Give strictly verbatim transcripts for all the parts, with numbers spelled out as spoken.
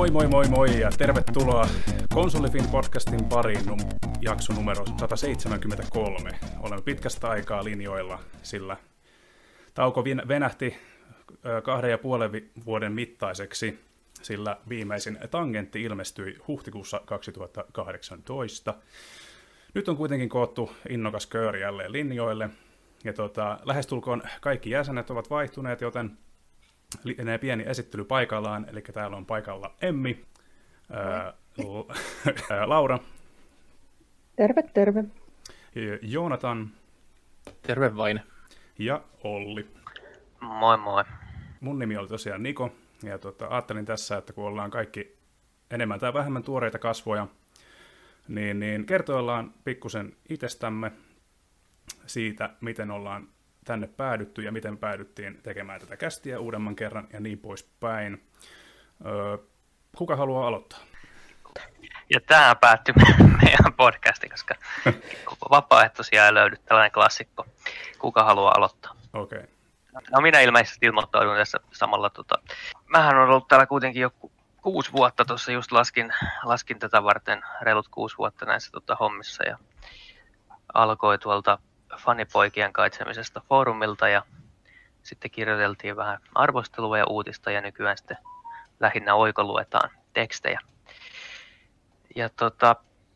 Moi moi moi moi ja tervetuloa Konsolifin podcastin pariin num- jakso numero sata seitsemänkymmentäkolme. Olemme pitkästä aikaa linjoilla, sillä tauko venähti kahden ja puolen vuoden mittaiseksi, sillä viimeisin Tangentti ilmestyi huhtikuussa kaksituhattakahdeksantoista. Nyt on kuitenkin koottu innokas kööri jälleen linjoille, ja tota, lähestulkoon kaikki jäsenet ovat vaihtuneet, joten lienee pieni esittely paikallaan, eli täällä on paikalla Emmi, ää, Laura, terve, terve, Joonatan, terve vain, ja Olli. Moi moi. Mun nimi oli tosiaan Niko, ja tota, ajattelin tässä, että kun ollaan kaikki enemmän tai vähemmän tuoreita kasvoja, niin, niin kertoillaan pikkusen itsestämme siitä, miten ollaan tänne päädytty ja miten päädyttiin tekemään tätä kästiä uudemman kerran ja niin poispäin. Öö, kuka haluaa aloittaa? Ja tähän päättyi meidän podcasti, koska vapaaehtoisia ei löydy, tällainen klassikko. Kuka haluaa aloittaa? Okei. Okay. No minä ilmeisesti ilmoittaudun tässä samalla. Tota, mähän on ollut täällä kuitenkin jo kuusi vuotta, tuossa just laskin, laskin tätä varten, reilut kuusi vuotta näissä tota, hommissa ja alkoi tuolta fanipoikien kaitsemisesta foorumilta ja sitten kirjoiteltiin vähän arvostelua ja uutista ja nykyään sitten lähinnä oikoluetaan tekstejä. Ja tota,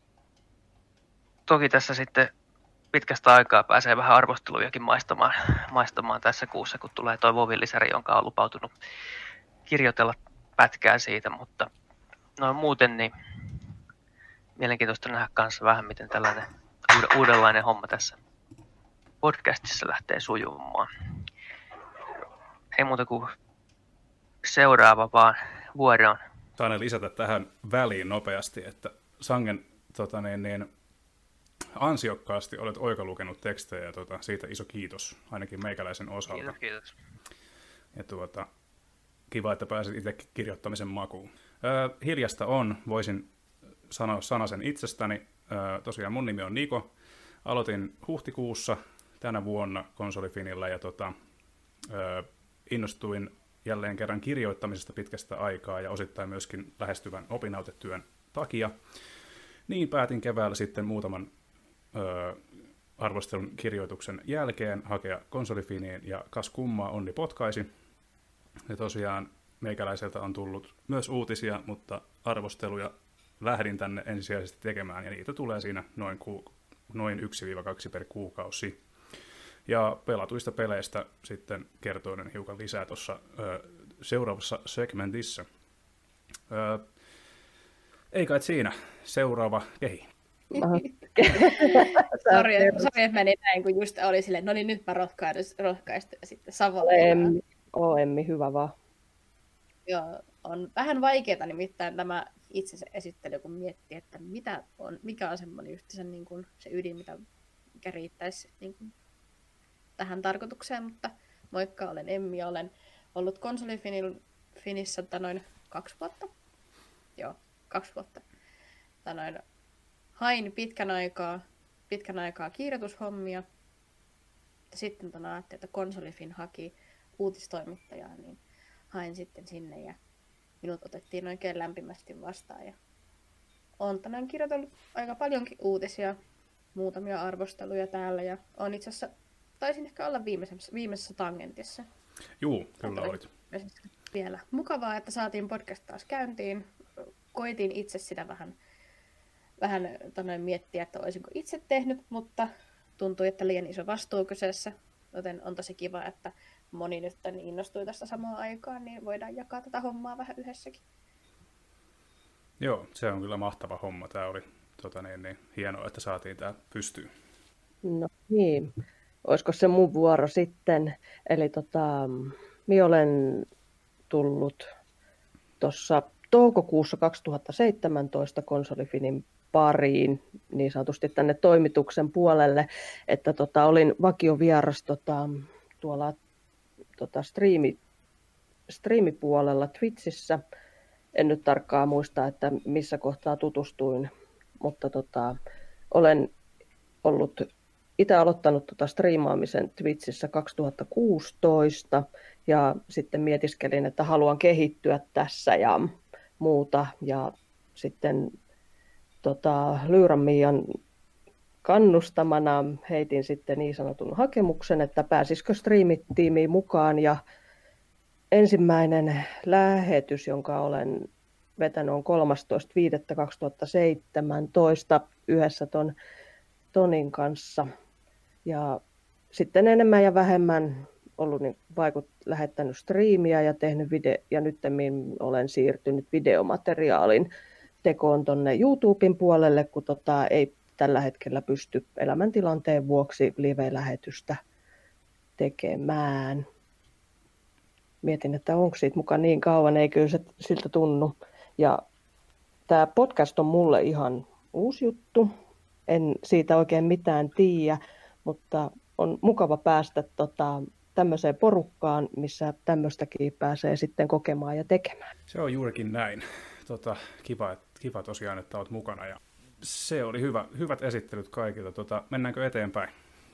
toki tässä sitten pitkästä aikaa pääsee vähän arvostelujakin maistamaan, maistamaan tässä kuussa, kun tulee toi Vovi-lisäri, jonka on lupautunut kirjoitella pätkää siitä, mutta noin muuten niin mielenkiintoista nähdä kanssa vähän, miten tällainen uudenlainen homma tässä podcastissa lähtee sujumaan. Ei muuta kuin seuraava vaan vuoro. Saan lisätä tähän väliin nopeasti, että sangen tota niin, niin, ansiokkaasti olet oikalukenut tekstejä ja tota, siitä iso kiitos ainakin meikäläisen osalta. Kiitos, kiitos. Ja tuota, kiva, että pääsit itse kirjoittamisen makuun. Öö, hiljasta on, voisin sanoa sanasen itsestäni. Öö, tosiaan mun nimi on Niko. Aloitin huhtikuussa tänä vuonna Konsolifinillä ja tota, öö, innostuin jälleen kerran kirjoittamisesta pitkästä aikaa ja osittain myöskin lähestyvän opinnäytetyön takia. Niin päätin keväällä sitten muutaman öö, arvostelun kirjoituksen jälkeen hakea Konsolifiniin ja kas kummaa onni potkaisi. Ja tosiaan meikäläiseltä on tullut myös uutisia, mutta arvosteluja lähdin tänne ensisijaisesti tekemään ja niitä tulee siinä noin, ku, noin yksi kaksi per kuukausi. Ja pelatuista peleistä sitten kertoinen hiukan lisää tuossa seuraavassa segmentissä. Ö, ei kai siinä. Seuraava kehi. Sori, että meni näin, kun just oli silleen, no niin nyt mä rohkaistu ja sitten Savola. Emmi, oo Emmi, hyvä vaan. Joo, on vähän vaikeaa nimittäin tämä itse esittely, kun miettii, että mitä on, mikä on semmoinen yhteensä niin kuin se ydin, mitä, mikä riittäisi niin kuin tähän tarkoitukseen, mutta moikka, olen Emmi ja olen ollut Konsolifinissä noin kaksi vuotta. Joo, kaksi vuotta. Noin, hain pitkän aikaa, pitkän aikaa kirjoitushommia. Ja sitten ton ajattelin, että Konsolifin haki uutistoimittajaa, niin hain sitten sinne ja minut otettiin oikein lämpimästi vastaan. Ja olen tänään kirjoitellut aika paljonkin uutisia, muutamia arvosteluja täällä ja on itse asiassa taisin ehkä olla viimeisessä, viimeisessä tangentissa. Juu, kyllä olit. Vielä mukavaa, että saatiin podcast taas käyntiin. Koitin itse sitä vähän, vähän tonne miettiä, että olisinko itse tehnyt, mutta tuntui, että liian iso vastuu kyseessä. Joten on tosi kiva, että moni nyt innostui tästä samaan aikaan, niin voidaan jakaa tätä hommaa vähän yhdessäkin. Joo, se on kyllä mahtava homma. Tämä oli tota niin, niin, hienoa, että saatiin tämä pystyyn. No niin. Olisiko se mun vuoro sitten? Eli tota, minä olen tullut tuossa toukokuussa kaksituhattaseitsemäntoista Konsolifinin pariin, niin sanotusti tänne toimituksen puolelle, että tota, olin vakiovieras tota, tuolla tota, striimi, striimipuolella Twitchissä. En nyt tarkkaan muista, että missä kohtaa tutustuin, mutta tota, olen ollut itse aloittanut tota striimaamisen Twitchissä kaksituhattakuusitoista ja sitten mietiskelin, että haluan kehittyä tässä ja muuta. Ja sitten tota, Lyyrän Miian kannustamana heitin sitten niin sanotun hakemuksen, että pääsisikö striimitiimiin mukaan. Ja ensimmäinen lähetys, jonka olen vetänyt, on kolmastoista viidettä kaksituhattaseitsemäntoista yhdessä ton Tonin kanssa. Ja sitten enemmän ja vähemmän ollut niin vaikut, lähettänyt striimiä ja tehnyt video, ja nyt olen siirtynyt videomateriaalin tekoon tuonne YouTuben puolelle, kun tota, ei tällä hetkellä pysty elämäntilanteen vuoksi live-lähetystä tekemään. Mietin, että onko siitä mukaan niin kauan, ei kyllä se siltä tunnu. Ja tämä podcast on mulle ihan uusi juttu. En siitä oikein mitään tiedä, mutta on mukava päästä tota, tämmöiseen porukkaan, missä tämmöistäkin pääsee sitten kokemaan ja tekemään. Se on juurikin näin. Tota, kiva, kiva tosiaan, että olet mukana. Ja se oli hyvä, hyvät esittelyt kaikilta. Tota, mennäänkö eteenpäin?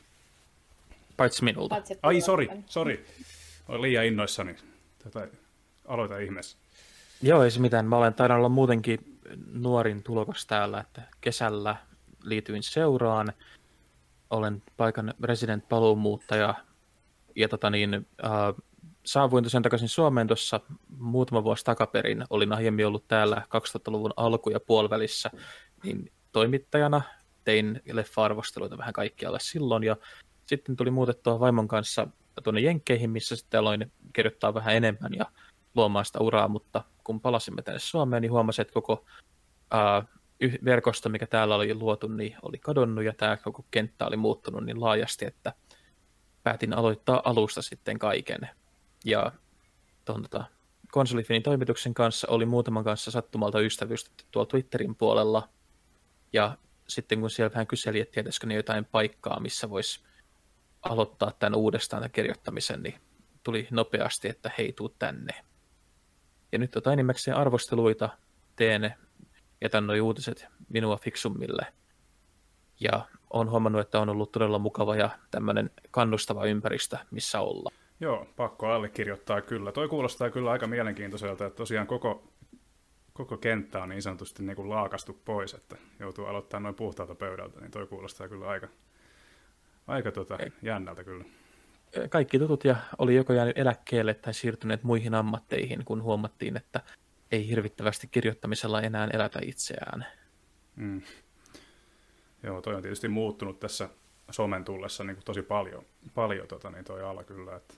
Paitsi minulta. Paitsi, että Ai, tulee sori, tänne. sori. Olen liian innoissani. Tota, aloita ihmeessä. Joo, ei se mitään. Mä olen tainnut olla muutenkin nuorin tulokas täällä, että kesällä liityin seuraan. Olen paikan resident paluumuuttaja ja tota niin, äh, saavuin tosiaan takaisin Suomeen tuossa muutama vuosi takaperin. Olin aiemmin ollut täällä kaksituhattaluvun alku- ja puolivälissä niin toimittajana. Tein leffa-arvosteluita vähän kaikkialle silloin ja sitten tuli muutettua vaimon kanssa tuonne Jenkkeihin, missä sitten aloin kirjoittaa vähän enemmän ja luomaan sitä uraa, mutta kun palasimme tänne Suomeen, niin huomasin, että koko äh, verkosto, mikä täällä oli luotu, niin oli kadonnut ja tämä koko kenttä oli muuttunut niin laajasti, että päätin aloittaa alusta sitten kaiken. Ja tuon tota, Konsolifinin toimituksen kanssa oli muutaman kanssa sattumalta ystävyystetty tuolla Twitterin puolella. Ja sitten kun siellä vähän kyseli, että tietäisikö ne jotain paikkaa, missä voisi aloittaa tämän uudestaan tämän kirjoittamisen, niin tuli nopeasti, että hei, tuu tänne. Ja nyt tota enimmäkseen arvosteluita teen, jätän nuo uutiset minua fiksummille. Ja olen huomannut, että on ollut todella mukava ja tämmöinen kannustava ympäristö, missä olla. Joo, pakko allekirjoittaa kyllä. Toi kuulostaa kyllä aika mielenkiintoiselta, että tosiaan koko, koko kenttä on niin sanotusti niin kuin laakastu pois, että joutuu aloittamaan noin puhtaalta pöydältä, niin toi kuulostaa kyllä aika, aika tota, jännältä kyllä. Kaikki tutut ja oli joko jäänyt eläkkeelle tai siirtyneet muihin ammatteihin, kun huomattiin, että ei hirvittävästi kirjoittamisella enää elätä itseään. Mm. Joo, toi on tietysti muuttunut tässä somen tullessa niin kuin tosi paljon, paljon tota, niin toi ala kyllä, että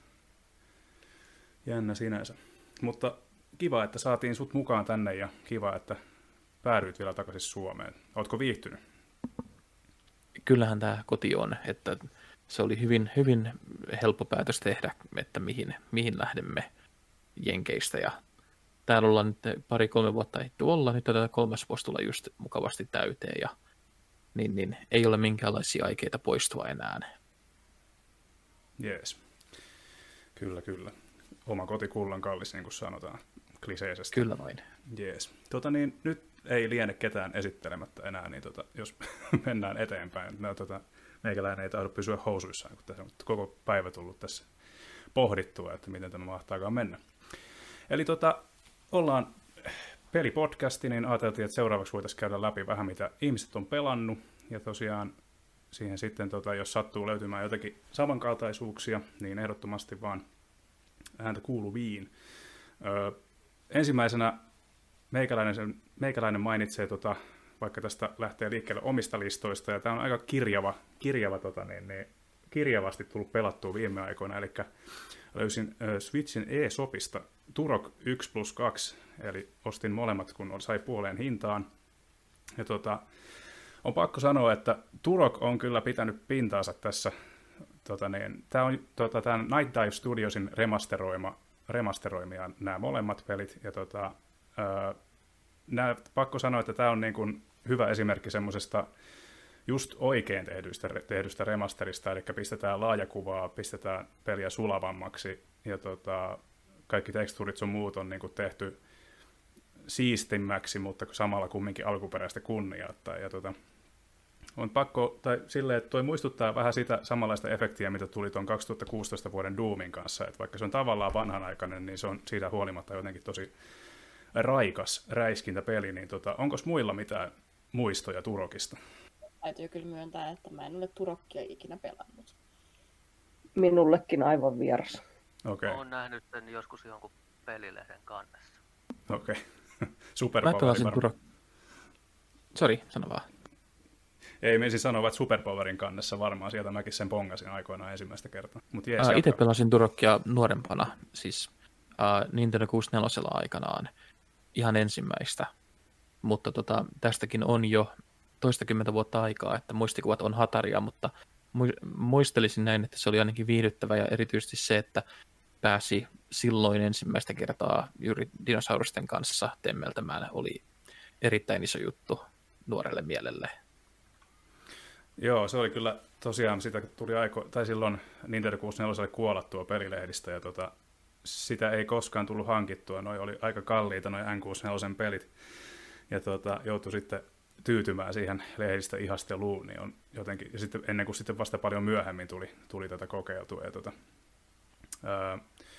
jännä sinänsä. Mutta kiva, että saatiin sut mukaan tänne ja kiva, että päädyit vielä takaisin Suomeen. Ootko viihtynyt? Kyllähän tämä koti on, että se oli hyvin, hyvin helppo päätös tehdä, että mihin, mihin lähdemme Jenkeistä. Ja täällä ollaan nyt pari-kolme vuotta ehditty olla, nyt tätä kolmas vuosi tulla just mukavasti täyteen ja niin, niin ei ole minkäänlaisia aikeita poistua enää. Jees. Kyllä, kyllä. Oma koti kullan kallis, niin kuin sanotaan kliseisesti. Kyllä noin. Jees. Tota niin, nyt ei liene ketään esittelemättä enää, niin tota, jos mennään eteenpäin. No, tota, meikäläinen ei tahdo pysyä housuissaan, kun tässä on koko päivä tullut tässä pohdittua, että miten tämä mahtaakaan mennä. Eli tota, ollaan pelipodcasti, niin ajateltiin, että seuraavaksi voitaisiin käydä läpi vähän, mitä ihmiset on pelannut. Ja tosiaan siihen sitten, tota, jos sattuu löytymään jotakin samankaltaisuuksia, niin ehdottomasti vaan ääntä kuuluviin. Öö, ensimmäisenä meikäläinen, meikäläinen mainitsee, tota, vaikka tästä lähtee liikkeelle omista listoista, ja tämä on aika kirjava, kirjava tota, niin, niin, kirjavasti tullut pelattua viime aikoina, eli löysin äh, Switchin eShopista Turok yksi plus kaksi, eli ostin molemmat, kun sai puoleen hintaan. Ja tota, on pakko sanoa, että Turok on kyllä pitänyt pintaansa tässä. Tota, niin, tämä on tota, tämän Night Dive Studiosin remasteroima, remasteroimia nämä molemmat pelit. Ja tota, äh, nää, pakko sanoa, että tämä on niin kuin hyvä esimerkki semmoisesta just oikein tehdystä, tehdystä remasterista, eli pistetään laajakuvaa, pistetään peliä sulavammaksi, ja tota, kaikki tekstuurit sun muut on niin kuin tehty siistimmäksi, mutta samalla kumminkin alkuperäistä kunniaattaa. Ja tota, on pakko, tai silleen, että toi muistuttaa vähän sitä samanlaista efektiä, mitä tuli tuon kaksituhattakuusitoista vuoden Doomin kanssa, että vaikka se on tavallaan vanhanaikainen, niin se on siitä huolimatta jotenkin tosi raikas räiskintäpeli, niin tota, onko muilla mitään muistoja Turokista? Täytyy kyllä myöntää, että mä en ole Turokkia ikinä pelannut. Minullekin aivan vieras. Okei, okay. Olen nähnyt sen joskus jonkun pelilehden kannessa. okei. Okay. Mä Superpoweri pelasin varmaan. Turok... Sori, sano vaan. Ei, me siis sanoa, että Superpowerin kannessa varmaan, sieltä mäkin sen pongasin aikoinaan ensimmäistä kertaa. Mut jees, Ää, itse jatka. pelasin Turokkia nuorempana, siis ää, Nintendo kuusikymmentäneljä aikanaan, ihan ensimmäistä. Mutta tota, tästäkin on jo toistakymmentä vuotta aikaa, että muistikuvat on hataria, mutta muistelisin näin, että se oli ainakin viihdyttävä ja erityisesti se, että pääsi silloin ensimmäistä kertaa juuri dinosaurusten kanssa temmeltämään, oli erittäin iso juttu nuorelle mielelle. Joo, se oli kyllä tosiaan, sitä tuli aiko, tai silloin Nintendo kuusikymmentäneljä kuolattua pelilehdistä, ja tota, sitä ei koskaan tullut hankittua, noi oli aika kalliita noi N kuusikymmentäneljä pelit, ja tota, joutui sitten tyytymään siihen lehdistä ihasteluun, niin on jotenkin, ja sitten ennen kuin sitten vasta paljon myöhemmin tuli, tuli tätä kokeiltua, ja tota, öö,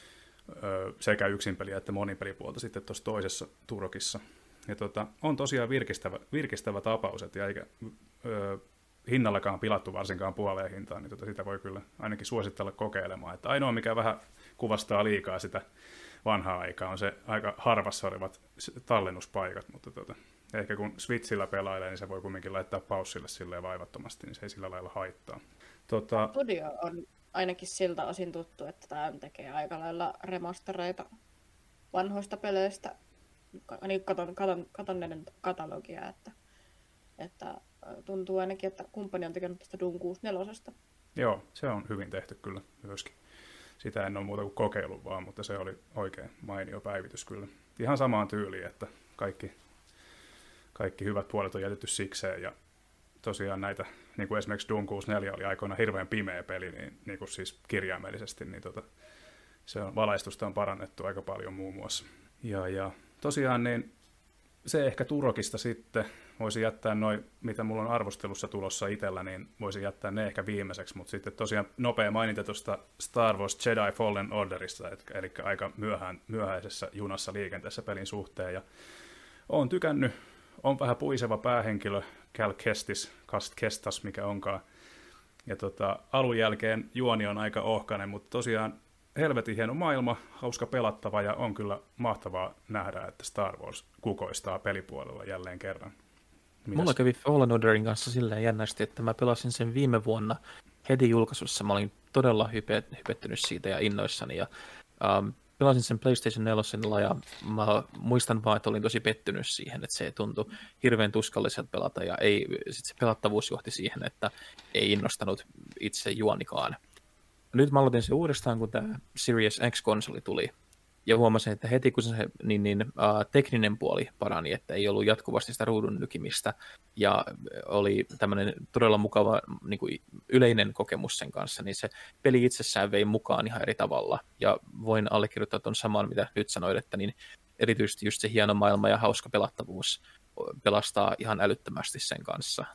öö, sekä yksinpeliä että monipelipuolta sitten tuossa toisessa Turokissa. Ja tota, on tosiaan virkistävä, virkistävä tapaus, että eikä öö, hinnallakaan pilattu varsinkaan puoleen hintaan, niin tota, sitä voi kyllä ainakin suositella kokeilemaan. Että ainoa, mikä vähän kuvastaa liikaa sitä vanhaa aikaa, on se aika harvassa olevat tallennuspaikat, mutta tota, ehkä kun Switchillä pelailee, niin se voi kumminkin laittaa paussille silleen vaivattomasti, niin se ei sillä lailla haittaa. Tota, Studio on ainakin siltä osin tuttu, että tämä tekee aika lailla remastereita vanhoista peleistä. Niin katon, katon, katon näiden katalogia, että, että tuntuu ainakin, että kumppani on tekemään tästä Doom kuusikymmentäneljä. Joo, se on hyvin tehty kyllä myöskin. Sitä en ole muuta kuin kokeillut vaan, mutta se oli oikein mainio päivitys kyllä. Ihan samaan tyyliin, että kaikki, kaikki hyvät puolet on jätetty sikseen ja tosiaan näitä, niin kuin esimerkiksi Doom kuusikymmentäneljä oli aikoina hirveän pimeä peli, niin, niin kuin siis kirjaimellisesti, niin tota, se on, valaistusta on parannettu aika paljon muun muassa. Ja, ja tosiaan niin se ehkä Turokista sitten, voisi jättää noin, mitä mulla on arvostelussa tulossa itsellä, niin voisi jättää ne ehkä viimeiseksi, mutta sitten tosiaan nopea mainita tuosta Star Wars Jedi Fallen Orderista, eli aika myöhään, myöhäisessä junassa liikenteessä pelin suhteen, ja olen tykännyt, on vähän puiseva päähenkilö, Cal Kestis, Kast Kestas, mikä onkaan, ja tota, alun jälkeen juoni on aika ohkainen, mutta tosiaan helvetin hieno maailma, hauska pelattava ja on kyllä mahtavaa nähdä, että Star Wars kukoistaa pelipuolella jälleen kerran. Mitäs? Mulla kävi Fallen Orderin kanssa silleen jännästi, että mä pelasin sen viime vuonna heti julkaisussa. Mä olin todella hype, hypettynyt siitä ja innoissani. Ja, ähm, pelasin sen PlayStation neljä ja mä muistan vaan, että olin tosi pettynyt siihen, että se tuntui hirveän tuskalliselta pelata ja ei, sit se pelattavuus johti siihen, että ei innostanut itse juonikaan. Nyt mä aloitin se uudestaan, kun tämä Series X-konsoli tuli, ja huomasin, että heti kun se niin, niin, uh, tekninen puoli parani, että ei ollut jatkuvasti sitä ruudun nykimistä, ja oli tämmöinen todella mukava niin kuin yleinen kokemus sen kanssa, niin se peli itsessään vei mukaan ihan eri tavalla, ja voin allekirjoittaa tuon saman, mitä nyt sanoit, että niin erityisesti just se hieno maailma ja hauska pelattavuus pelastaa ihan älyttömästi sen kanssa.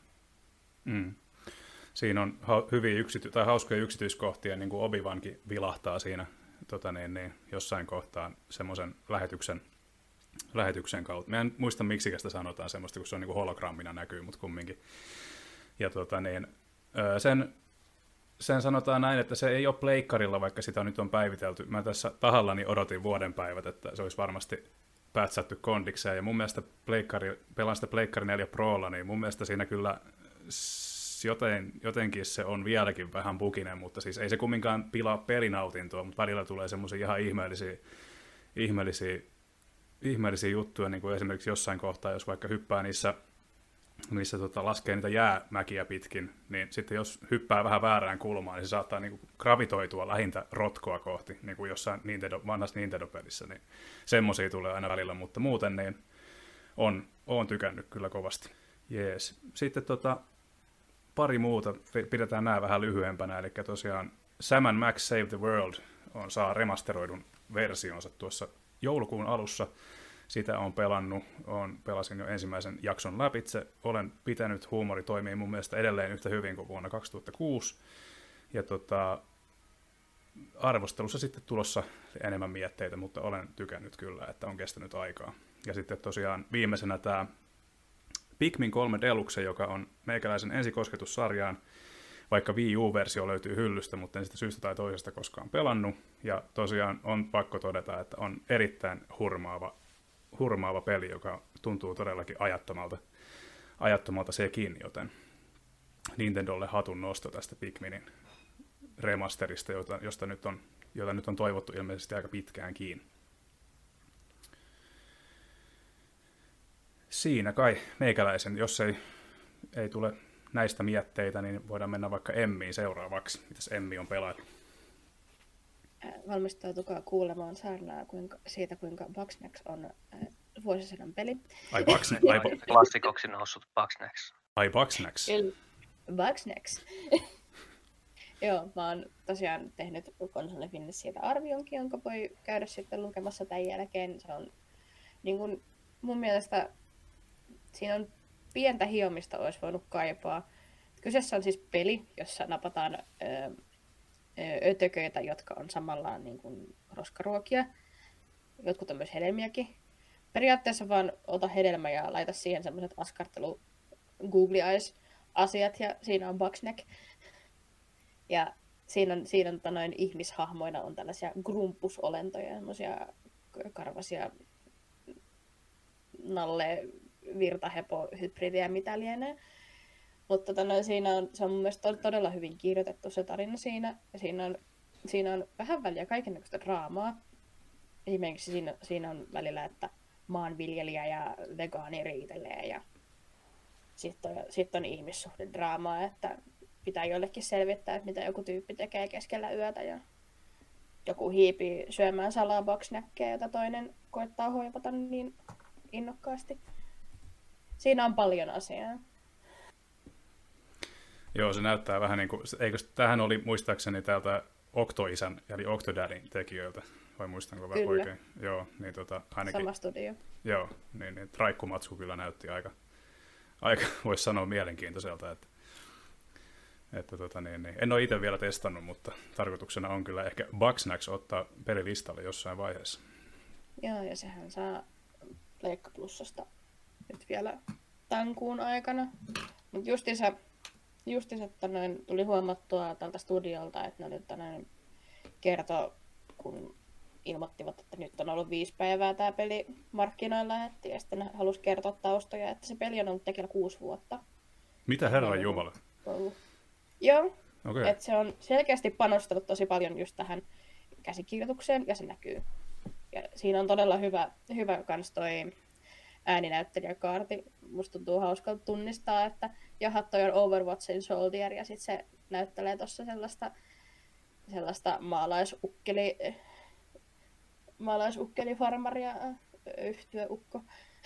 Mm. Siinä on ha- hyviä yksity- tai hauskoja yksityiskohtia, niin kuin Obi-Wankin vilahtaa siinä tota niin, niin, jossain kohtaa semmoisen lähetyksen, lähetyksen kautta. Mä en muista, miksi sitä sanotaan semmoista, kun se on niin kuin hologrammina näkyy, mutta kumminkin. Ja tota niin, sen, sen sanotaan näin, että se ei ole pleikkarilla, vaikka sitä nyt on päivitelty. Mä tässä tahallani odotin vuoden päivät, että se olisi varmasti pätsätty kondikseen. Ja mun mielestä pleikkari, pelaan sitä Pleikkari neljä Prolla, niin mun mielestä siinä kyllä Joten, jotenkin se on vieläkin vähän buginen, mutta siis ei se kumminkaan pilaa pelinautintoa, mutta välillä tulee semmoisia ihan ihmeellisiä, ihmeellisiä, ihmeellisiä juttuja, niin kuin esimerkiksi jossain kohtaa, jos vaikka hyppää niissä, missä tota, laskee niitä jäämäkiä pitkin, niin sitten jos hyppää vähän väärään kulmaan, niin se saattaa niin kuin gravitoitua lähintä rotkoa kohti, niin kuin jossain Nintendo, vanhassa Nintendo-pelissä, niin semmoisia tulee aina välillä, mutta muuten niin on, on tykännyt kyllä kovasti. Jees. Sitten tota, pari muuta, pidetään nämä vähän lyhyempänä, eli tosiaan Sam and Max Save the World on, saa remasteroidun versionsa tuossa joulukuun alussa. Sitä on pelannut, on, pelasin jo ensimmäisen jakson läpitse, olen pitänyt, huumori toimii mun mielestä edelleen yhtä hyvin kuin vuonna kaksituhattakuusi, ja tota, arvostelussa sitten tulossa enemmän mietteitä, mutta olen tykännyt kyllä, että on kestänyt aikaa. Ja sitten tosiaan viimeisenä tämä Pikmin kolme Deluxe, joka on meikäläisen ensikosketus sarjaan, vaikka Wii U-versio löytyy hyllystä, mutta en sitä syystä tai toisesta koskaan pelannut. Ja tosiaan on pakko todeta, että on erittäin hurmaava, hurmaava peli, joka tuntuu todellakin ajattomalta, ajattomalta sekin, joten Nintendolle hatun nosto tästä Pikminin remasterista, jota, josta nyt on, jota nyt on toivottu ilmeisesti aika pitkäänkin. Siinä kai meikäläisen, jos ei, ei tule näistä mietteitä, niin voidaan mennä vaikka Emmiin seuraavaksi. Mitäs Emmi on pelaillut? Valmistautukaa kuulemaan saarnaa kuinka, siitä, kuinka Bugsnax on äh, vuosisadan peli. Ai Bugsnax? Ai, Klassikoksi noussut Bugsnax. ai Bugsnax? Bugsnax. Joo, mä oon tosiaan tehnyt Console Finnissä siitä arvionkin, jonka voi käydä sitten lukemassa tämän jälkeen. Se on niin kun, mun mielestä siinä on pientä hiomista olisi voinut kaipaa. Kyseessä on siis peli, jossa napataan ö, ötököitä, jotka on samalla niin kuin roskaruokia. Jotkut on myös hedelmiäkin. Periaatteessa vaan ota hedelmä ja laita siihen semmoiset askartelu Google Eyes-asiat ja siinä on Bugsnax. Ja siinä on, siinä on noin ihmishahmoina on tällaisia grumpusolentoja, semmoisia karvasia nalle virtahepo hybridiä mitä lienee. Mutta tota, siinä on, se on mun mielestä todella hyvin kirjoitettu se tarina siinä. Ja siinä on, siinä on vähän väliä kaikennäköistä draamaa. Esimerkiksi siinä, siinä on välillä, että maanviljelijä ja vegaani riitelee. Ja sitten on, sit on ihmissuhdedraamaa, että pitää jollekin selvittää, että mitä joku tyyppi tekee keskellä yötä. Ja joku hiipii syömään salaa Bugsnaxia, jota toinen koittaa hoivata niin innokkaasti. Siinä on paljon asiaa. Joo, se näyttää vähän niin kuin, eikö tämähän oli muistaakseni täältä Octoisän, eli Octodadin tekijöiltä, vai muistanko vähän oikein? Joo, niin tota, ainakin, sama studio. Joo, niin, niin Traikkumatsku kyllä näytti aika, aika voisi sanoa mielenkiintoiselta, että, että tota, niin, niin. En ole itse vielä testannut, mutta tarkoituksena on kyllä ehkä Bugsnax ottaa pelilistalle jossain vaiheessa. Joo, ja sehän saa Pleikka Plussasta nyt vielä tämän kuun aikana. Mutta justiinsa, justiinsa että noin, tuli huomattua tältä studiolta, että ne nyt kertoi, kun ilmoittivat, että nyt on ollut viisi päivää tämä peli markkinoilla, ja sitten ne halusi kertoa taustoja, että se peli on ollut tekeillä kuusi vuotta. Mitä herran jumala? Ollut. Joo, okay. Että se on selkeästi panostanut tosi paljon just tähän käsikirjoitukseen, ja se näkyy. Ja siinä on todella hyvä, hyvä kans toi ääninäyttelijäkaarti. Musta tuntuu hauskalta tunnistaa, että jaha, toi on Overwatchin Soldier, ja sit se näyttelee tossa sellaista, sellaista maalaisukkeli, maalaisukkelifarmaria, yhtyöukko.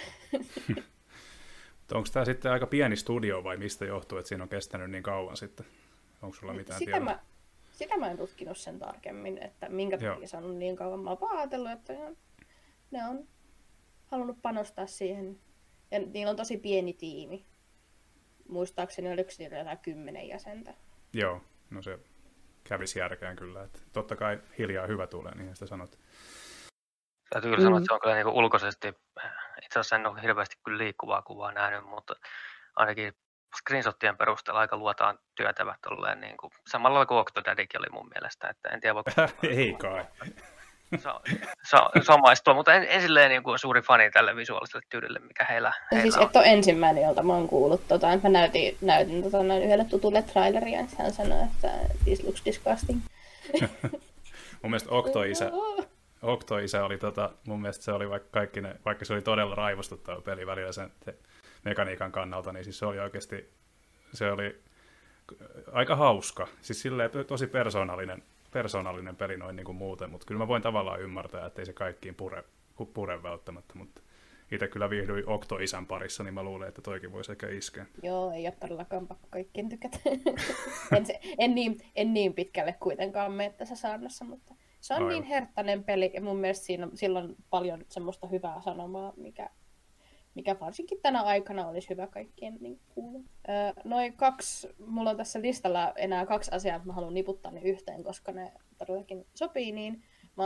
Onko tämä sitten aika pieni studio vai mistä johtuu, että siinä on kestänyt niin kauan sitten? Onko sulla mitään sitä tietoa? Mä, sitä mä en tutkinut sen tarkemmin, että minkä takia se on niin kauan. Mä oon vaan ajatellut, että ne on halunnut panostaa siihen. Ja niillä on tosi pieni tiimi. Muistaakseni oliko niillä jotain kymmenen jäsentä. Joo, no se kävisi järkään kyllä. Että totta kai hiljaa hyvä tulee, niin sitä sanot. Täytyy kyllä mm. sanoa, että se on kyllä niin kuin ulkoisesti, itse asiassa en ole hirveästi kyllä liikkuvaa kuvaa nähnyt, mutta ainakin screenshottien perusteella aika luotaan työtävät olleen niin kuin, samalla lailla kuin Octodadikin oli mun mielestä, että en tiedä voiko... Ei kai. Sa- sa- samaistua, mutta en, en silleen niin kuin suuri fani tälle visuaaliselle tyylille, mikä heillä, heillä siis on. et ole ensimmäinen, jolta mä oon kuullut. Tota, mä näytin, näytin tota, näin yhdelle tutulle traileria, ja hän sanoi, että this looks disgusting. Mun mielestä Octo-isä, Octo-isä oli, tota, mun mielestä se oli vaikka, kaikki ne, vaikka se oli todella raivostuttava peli välillä sen te, mekaniikan kannalta, niin siis se oli oikeasti, se oli aika hauska. Siis silleen tosi persoonallinen, persoonallinen peli noin niin kuin muuten, mutta kyllä mä voin tavallaan ymmärtää, että ei se kaikkiin pure, pure välttämättä, mutta itse kyllä viihdyin Octo-isän parissa, niin mä luulen, että toikin voisi ehkä iskeä. Joo, ei ole todellakaan pakko kaikkien tykätä. en, se, en, niin, en niin pitkälle kuitenkaan mene tässä saarnassa, mutta se on Aivan. niin herttainen peli, ja mun mielestä siinä, sillä on paljon semmoista hyvää sanomaa, mikä, mikä varsinkin tänä aikana olisi hyvä kaikkien niin kuulla. Öö, noin kaksi, mulla on tässä listalla enää kaksi asiaa, että mä haluan niputtaa ne yhteen, koska ne todellakin sopii, niin mä oon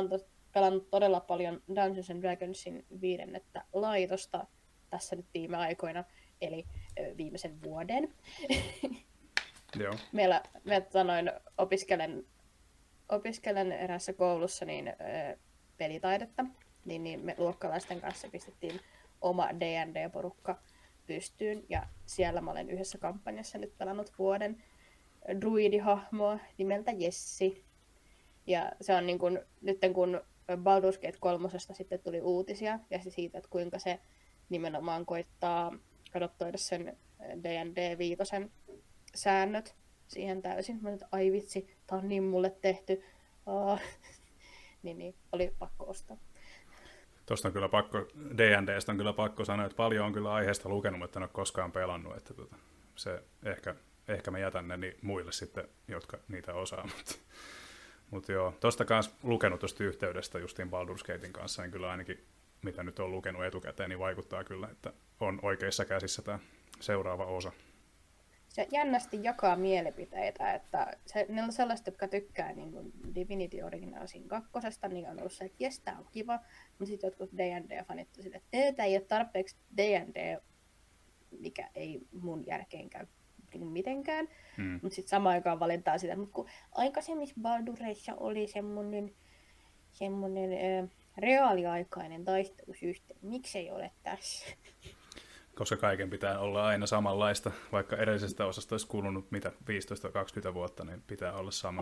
pelannut todella paljon Dungeons and Dragonsin viidennettä laitosta tässä nyt viime aikoina, eli ö, viimeisen vuoden. Joo. Meillä, me sanoin, opiskelen, opiskelen eräässä koulussa niin, ö, pelitaidetta, niin, niin me luokkalaisten kanssa pistettiin oma D and D-porukka pystyyn, ja siellä mä olen yhdessä kampanjassa nyt pelannut vuoden druidihahmoa nimeltä Jessi. Ja se on niin kuin, nyt kun Baldur's Gate kolmosesta sitten tuli uutisia, ja siitä, että kuinka se nimenomaan koittaa adoptoida sen D and D viitosen säännöt siihen täysin. Mä sanoin, että ai vitsi, tää on niin mulle tehty. Oh. niin, niin, oli pakko ostaa. Tuosta on kyllä pakko, D and D:stä on kyllä pakko sanoa, että paljon on kyllä aiheesta lukenut, mutta en ole koskaan pelannut. Että tota, se ehkä, ehkä mä jätän ne niin muille sitten, jotka niitä osaa. Mutta, mutta joo, tuosta kanssa lukenut tuosta yhteydestä justiin Baldur's Gatein kanssa, niin kyllä ainakin mitä nyt on lukenut etukäteen, niin vaikuttaa kyllä, että on oikeissa käsissä tämä seuraava osa. Se jännästi jakaa mielipiteitä, että se, ne on sellaiset, jotka tykkää niin kuin Divinity Original Sin kakkosesta, niin on ollut se, että jes, tää on kiva, mutta sitten jotkut D and D-fanit on sille, että tämä ei ole tarpeeksi D and D, mikä ei mun järkeen käy niin mitenkään, hmm. mutta sitten samaan aikaan valintaa sitä, mutta kun aikaisemmissa Baldureissa oli semmoinen, semmoinen äh, reaaliaikainen taistelusysteemi, miksei ole tässä? Koska kaiken pitää olla aina samanlaista, vaikka edellisestä osasta olisi kulunut mitä viisitoista kaksikymmentä vuotta, niin pitää olla sama.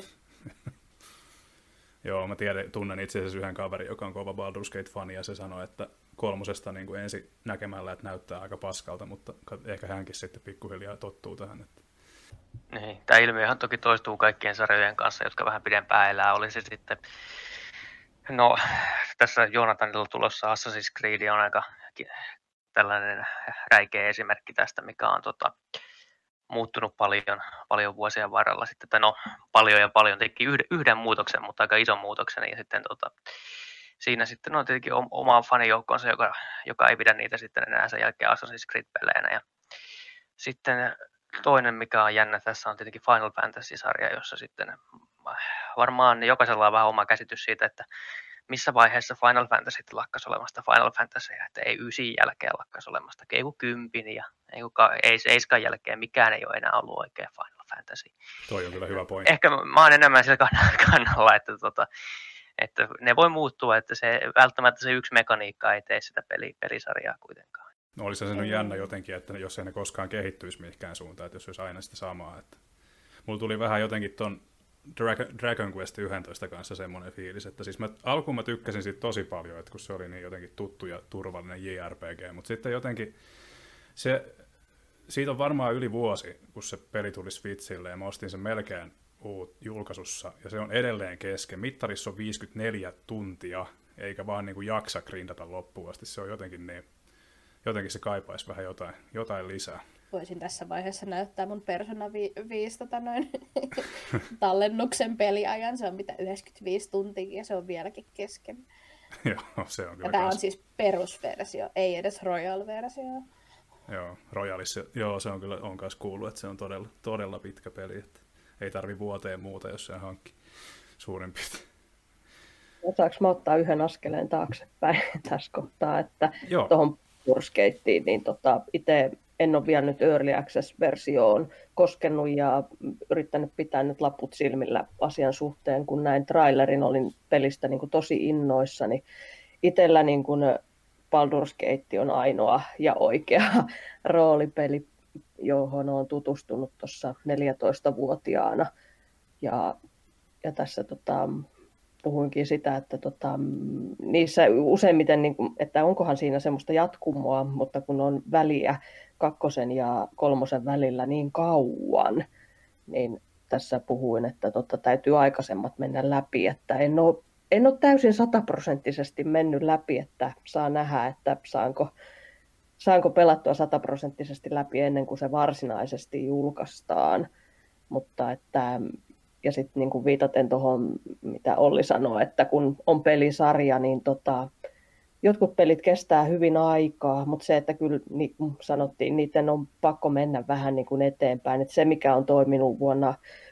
Joo, mä tiedän, tunnen itse asiassa yhden kaverin, joka on kova Baldur's Gate-fani, ja se sanoi, että kolmosesta niin kuin ensin näkemällä, että näyttää aika paskalta, mutta ehkä hänkin sitten pikkuhiljaa tottuu tähän. Että... Niin, tämä ilmiöhän toki toistuu kaikkien sarjojen kanssa, jotka vähän pidempään elää. Oli se sitten, no tässä Jonathanilla tulossa Assassin's Creed on aika tällainen räikeä esimerkki tästä, mikä on tota, muuttunut paljon, paljon vuosien varrella. Sitten, tai no, paljon ja paljon teki yhden, yhden muutoksen, mutta aika ison muutoksen. Ja sitten tota, siinä sitten on tietenkin oma fanijoukkonsa, joka, joka ei pidä niitä sitten enää sen jälkeen Assassin's Creed-peleinä. Ja sitten toinen, mikä on jännä tässä, on tietenkin Final Fantasy-sarja, jossa sitten varmaan jokaisella on vähän oma käsitys siitä, että missä vaiheessa Final Fantasy lakkasi olemasta Final Fantasyä, että ei ysin jälkeen lakkasi olemasta, ei kun kympin ja ei, kuka, ei seiskan jälkeen mikään ei ole enää ollut oikein Final Fantasy. Toi on kyllä hyvä pointti. Ehkä mä oon enemmän sillä kannalla, että, tota, että ne voi muuttua, että se, välttämättä se yksi mekaniikka ei tee sitä peli, pelisarjaa kuitenkaan. No olisi se nyt jännä jotenkin, että jos ei ne koskaan kehittyisi mihinkään suuntaan, että jos olisi aina sitä samaa. Että... Mulla tuli vähän jotenkin ton Dragon Quest yksitoista kanssa semmoinen fiilis, että siis mä, alkuun mä tykkäsin siitä tosi paljon, että kun se oli niin jotenkin tuttu ja turvallinen J R P G, mutta sitten jotenkin se, siitä on varmaan yli vuosi, kun se peli tuli Switchille ja mä ostin sen melkein uut julkaisussa ja se on edelleen kesken. Mittarissa on viisikymmentäneljä tuntia, eikä vaan niin kuin jaksa grindata loppuun asti, se on jotenkin niin, jotenkin se kaipaisi vähän jotain, jotain lisää. Voisin tässä vaiheessa näyttää mun Persona viisi tota noin, tallennuksen peliajan. Se on mitä yhdeksänkymmentäviisi tuntia ja se on vieläkin kesken. Joo, se on kyllä. Tämä on siis perusversio, ei edes Royal-versio. Joo, Royalissa, joo, se on kyllä, on myös kuullut, että se on todella, todella pitkä peli. Että ei tarvi vuoteen muuta, jos se hankki suurin piirtein. Saanko mä ottaa yhden askeleen taaksepäin tässä kohtaa, että tuohon Baldur's Gateen, niin tota, itse en ole vielä nyt Early Access-versioon koskenut ja yrittänyt pitää nyt laput silmillä asian suhteen, kun näin trailerin olin pelistä niin kuin tosi innoissani. Itsellä niin kuin Baldur's Gate on ainoa ja oikea roolipeli, johon olen tutustunut tuossa neljätoistavuotiaana. Ja, ja tässä tota, puhuinkin sitä, että tota, niissä useimmiten, niin kuin, että onkohan siinä semmoista jatkumoa, mutta kun on väliä kakkosen ja kolmosen välillä niin kauan, niin tässä puhuin, että tota, täytyy aikaisemmat mennä läpi, että en ole, en ole täysin sataprosenttisesti mennyt läpi, että saa nähdä, että saanko, saanko pelattua sataprosenttisesti läpi ennen kuin se varsinaisesti julkaistaan, mutta että ja sitten niin kuin viitaten tuohon, mitä Olli sanoi, että kun on pelisarja, niin tota, jotkut pelit kestää hyvin aikaa, mutta se, että kyllä niin kuin sanottiin, niiden on pakko mennä vähän niin kuin eteenpäin. Että se, mikä on toiminut vuonna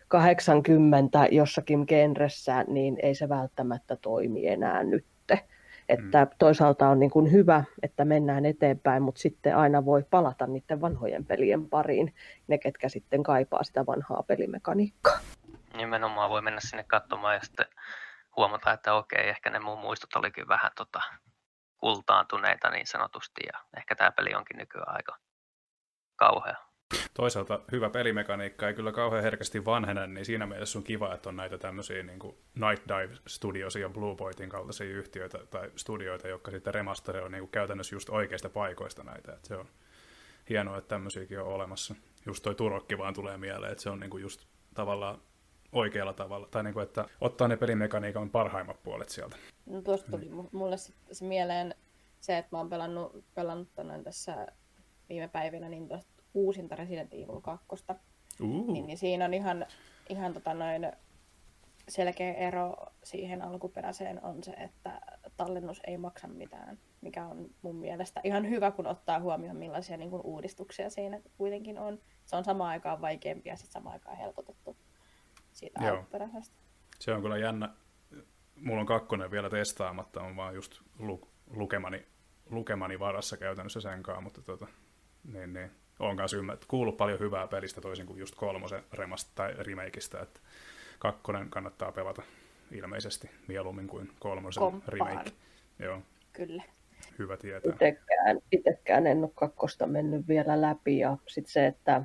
kahdeksankymmentä jossakin genressä, niin ei se välttämättä toimi enää nyt. Että mm. toisaalta on niin kuin hyvä, että mennään eteenpäin, mutta sitten aina voi palata niiden vanhojen pelien pariin, ne ketkä sitten kaipaa sitä vanhaa pelimekaniikkaa. Nimenomaan voi mennä sinne katsomaan ja sitten huomata, että okei, ehkä ne mun muistot olikin vähän tota, kultaantuneita niin sanotusti ja ehkä tämä peli onkin nykyään aika kauhea. Toisaalta hyvä pelimekaniikka ei kyllä kauhean herkästi vanhene, niin siinä mielessä on kiva, että on näitä tämmöisiä niin kuin Night Dive Studiosia ja Blue Pointin kaltaisia yhtiöitä tai studioita, jotka sitten remasteroi niin kuin käytännössä just oikeista paikoista näitä. Että se on hienoa, että tämmöisiäkin on olemassa. Just toi Turokki vaan tulee mieleen, että se on niin kuin just tavallaan oikealla tavalla, tai niin kuin, että ottaa ne pelimekaniikan parhaimmat puolet sieltä. No tuosta tuli mulle sitten se mieleen se, että mä oon pelannut, pelannut tässä viime päivinä niin tuosta uusinta Resident Evil kaksi. Uh. Niin, niin siinä on ihan, ihan tota noin selkeä ero siihen alkuperäiseen on se, että tallennus ei maksa mitään, mikä on mun mielestä ihan hyvä, kun ottaa huomioon millaisia niin kuin uudistuksia siinä kuitenkin on. Se on samaan aikaan vaikeampi ja sitten samaan aikaan helpotettu siitä Joo. alkuperäisestä. Se on kyllä jännä. Mulla on kakkonen vielä testaamatta, on vaan just lu- lukemani, lukemani varassa käytännössä senkaan, mutta tota, niin, niin. Olen kanssa ymmärtänyt, kuullut paljon hyvää pelistä toisin kuin just kolmosen remasta tai remakeista, että kakkonen kannattaa pelata ilmeisesti mieluummin kuin kolmosen Komppaan. remake. Joo. Kyllä. Hyvä tietää. Itekään, itekään en ole kakkosta mennyt vielä läpi ja sitten se, että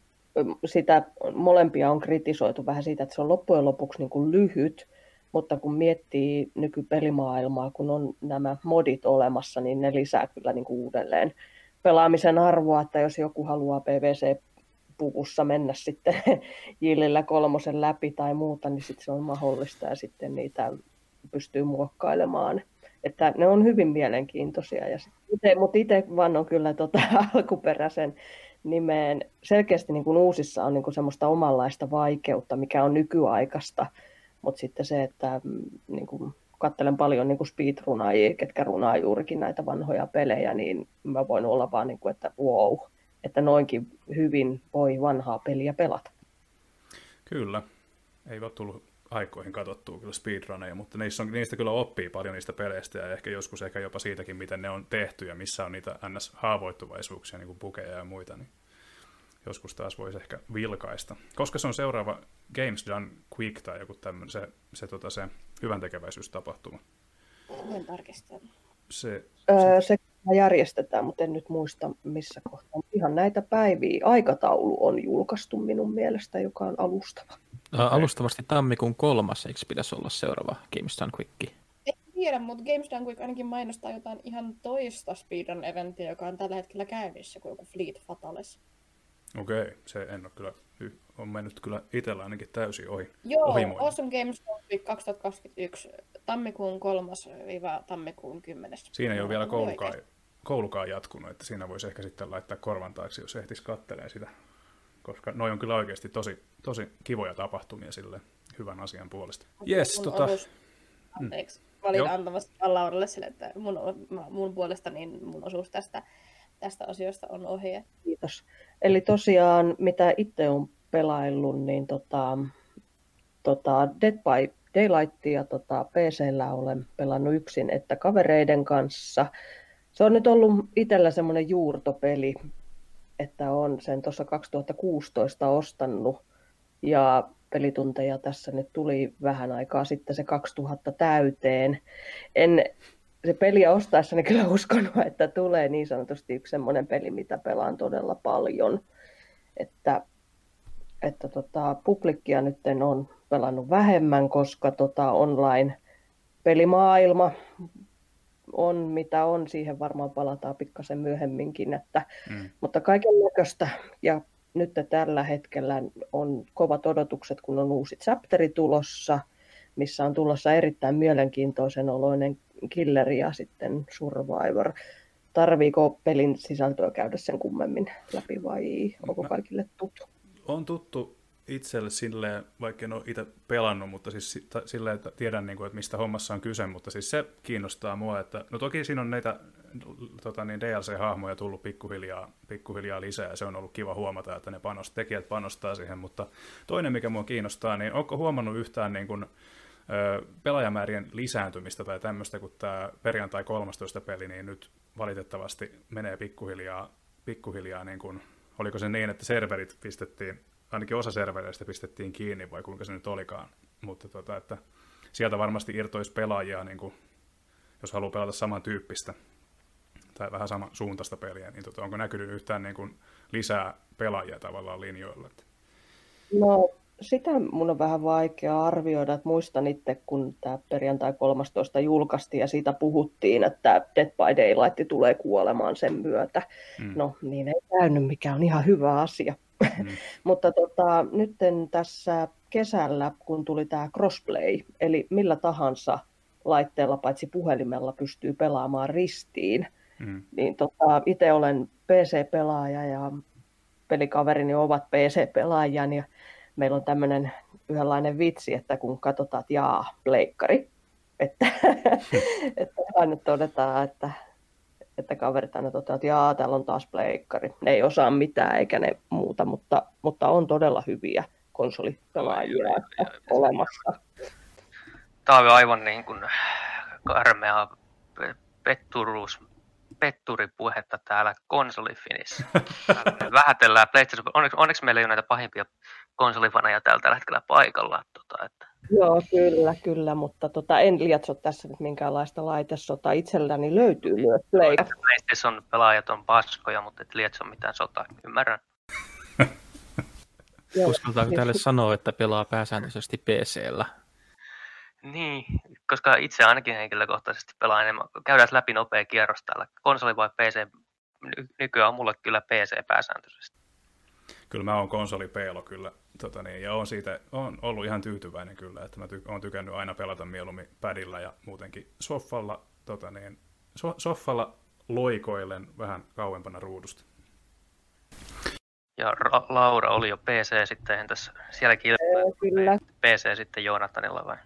sitä molempia on kritisoitu vähän siitä, että se on loppujen lopuksi niin kuin lyhyt, mutta kun miettii nykypelimaailmaa, kun on nämä modit olemassa, niin ne lisää kyllä niin kuin uudelleen pelaamisen arvoa, että jos joku haluaa P V C-puvussa mennä sitten Jillillä kolmosen läpi tai muuta, niin sitten se on mahdollista ja sitten niitä pystyy muokkailemaan. Että ne on hyvin mielenkiintoisia. Ja ite, mutta itse vannon kyllä tota alkuperäisen nimeen. Selkeästi niin kuin uusissa on niin kuin semmoista omanlaista vaikeutta, mikä on nykyaikaista, mutta sitten se, että niin kuin katselen paljon niin kuin speedrunaajia, ketkä runaa juurikin näitä vanhoja pelejä, niin mä voin olla vaan, niin kuin, että wow, että noinkin hyvin voi vanhaa peliä pelata. Kyllä. Ei ole tullut aikoihin katsottua kyllä speedruneja, mutta niistä, on, niistä kyllä oppii paljon niistä peleistä ja ehkä joskus ehkä jopa siitäkin, miten ne on tehty ja missä on niitä ns-haavoittuvaisuuksia, niin kuin bukeja ja muita, niin joskus taas voisi ehkä vilkaista. Koska se on seuraava Games Done Quick tai joku tämmöinen, se, se, tota, se hyväntekeväisyystapahtuma. Voin tarkistaa. Se, öö, se järjestetään, mutta en nyt muista missä kohtaa. Ihan näitä päiviä. Aikataulu on julkaistu minun mielestä, joka on alustava. Okay. Alustavasti tammikuun kolmas, eikö pitäisi olla seuraava Games Done Quick? En tiedä, mutta Games Done Quick ainakin mainostaa jotain ihan toista speedrun-eventtiä, joka on tällä hetkellä käynnissä, kuin joku Fleet Fatales. Okei, okay. Se en ole kyllä, on mennyt kyllä itsellä ainakin täysin ohi. Joo, ohimoinen. Awesome Games Week kaksituhattakaksikymmentäyksi, tammikuun kolmas tammikuun kymmenes. Siinä ei ole vielä koulukaan, koulukaan jatkunut, että siinä voisi ehkä sitten laittaa korvan taakse, jos ehtisi katselemaan sitä. Koska noi on kyllä oikeasti tosi, tosi kivoja tapahtumia sille hyvän asian puolesta. Yes, mun tota... osuus, anteeksi, mä olin Joo. antamassa Lauralle sille, että mun, mun puolesta niin mun osuus tästä, tästä asioista on ohi. Kiitos. Eli tosiaan, mitä itse olen pelaillut, niin tota, tota Dead by Daylightia tota, P C:llä olen pelannut yksin, että kavereiden kanssa. Se on nyt ollut itsellä semmoinen juurtopeli, että on sen tuossa kaksituhattakuusitoista ostanut ja pelitunteja tässä nyt tuli vähän aikaa sitten se kaksituhatta täyteen. En se peliä ostaessani kyllä uskonut, että tulee niin sanotusti yksi semmoinen peli, mitä pelaan todella paljon. Että, että tota, publikkia nyt on pelannut vähemmän, koska tota online-pelimaailma on mitä on, siihen varmaan palataan pikkasen myöhemminkin, että, mm. mutta kaiken näköistä. Ja nyt tällä hetkellä on kovat odotukset, kun on uusi chapteri tulossa, missä on tulossa erittäin mielenkiintoisen oloinen killeri ja sitten survivor. Tarviiko pelin sisältöä käydä sen kummemmin läpi vai onko kaikille tuttu? On tuttu itselle silleen, vaikka en ole itse pelannut, mutta siis silleen, että tiedän, että mistä hommassa on kyse, mutta siis se kiinnostaa mua, että no toki siinä on näitä tota niin, D L C-hahmoja tullut pikkuhiljaa, pikkuhiljaa lisää, ja se on ollut kiva huomata, että ne panost, tekijät panostaa siihen, mutta toinen, mikä mua kiinnostaa, niin onko huomannut yhtään niin kuin, ö, pelaajamäärien lisääntymistä tai tämmöistä, kun tämä perjantai kolmastoista peli, niin nyt valitettavasti menee pikkuhiljaa, pikkuhiljaa niin kuin, oliko se niin, että serverit pistettiin, ainakin osa servereistä pistettiin kiinni, vai kuinka se nyt olikaan, mutta tota, että sieltä varmasti irtoisi pelaajia, niin kuin, jos haluaa pelata samantyyppistä tai vähän sama suuntaista peliä, niin tota, onko näkynyt yhtään niin kuin lisää pelaajia tavallaan linjoilla? No sitä mun on vähän vaikea arvioida, että muistan itse, kun tämä perjantai kolmastoista julkaistiin ja siitä puhuttiin, että Dead by Daylight tulee kuolemaan sen myötä. Mm. No niin ei käynyt, mikä on ihan hyvä asia. Mm. Mutta tota, nyt tässä kesällä, kun tuli tämä crossplay, eli millä tahansa laitteella paitsi puhelimella pystyy pelaamaan ristiin, mm. niin tota, itse olen P C-pelaaja ja pelikaverini ovat P C-pelaajia, ja meillä on tämmöinen yhdenlainen vitsi, että kun katsotaan, että jaa, pleikkari, että, että aina todetaan, että, että kaverit aina toteavat, että jaa, täällä on taas pleikkari. Ne ei osaa mitään eikä ne muuta, mutta, mutta on todella hyviä konsolipelaajia olemassa. Tämä on aivan niin kuin karmea petturuus, petturipuhetta täällä konsolifinissä. Vähätellään PlayStation. Onneksi, onneksi meillä ei ole näitä pahimpia konsolifaneja täällä tällä hetkellä paikalla. Tota, että... Joo, kyllä, kyllä, mutta tota, en lietso tässä nyt minkäänlaista laitesotaa. Itselläni löytyy myös Play. PlayStation pelaajat on paskoja, mutta et lietso mitään sotaa. Ymmärrän. Uskaltaako täällä sanoa, että pelaa pääsääntöisesti P C:llä? Niin, koska itse ainakin henkilökohtaisesti pelaan enemmän. Käydään läpi nopea kierros täällä. Konsoli vai P C? Nykyään on mulle kyllä P C pääsääntöisesti. Kyllä mä oon konsolipeelo kyllä. Tota niin, ja oon siitä on ollut ihan tyytyväinen kyllä, että mä ty- oon tykännyt aina pelata mieluummin padilla ja muutenkin soffalla, tota niin, so- soffalla loikoilen vähän kauempana ruudusta. Ja Ra- Laura oli jo P C sitten, entäs siellä kilpailu? P C sitten Joonatanilla vai?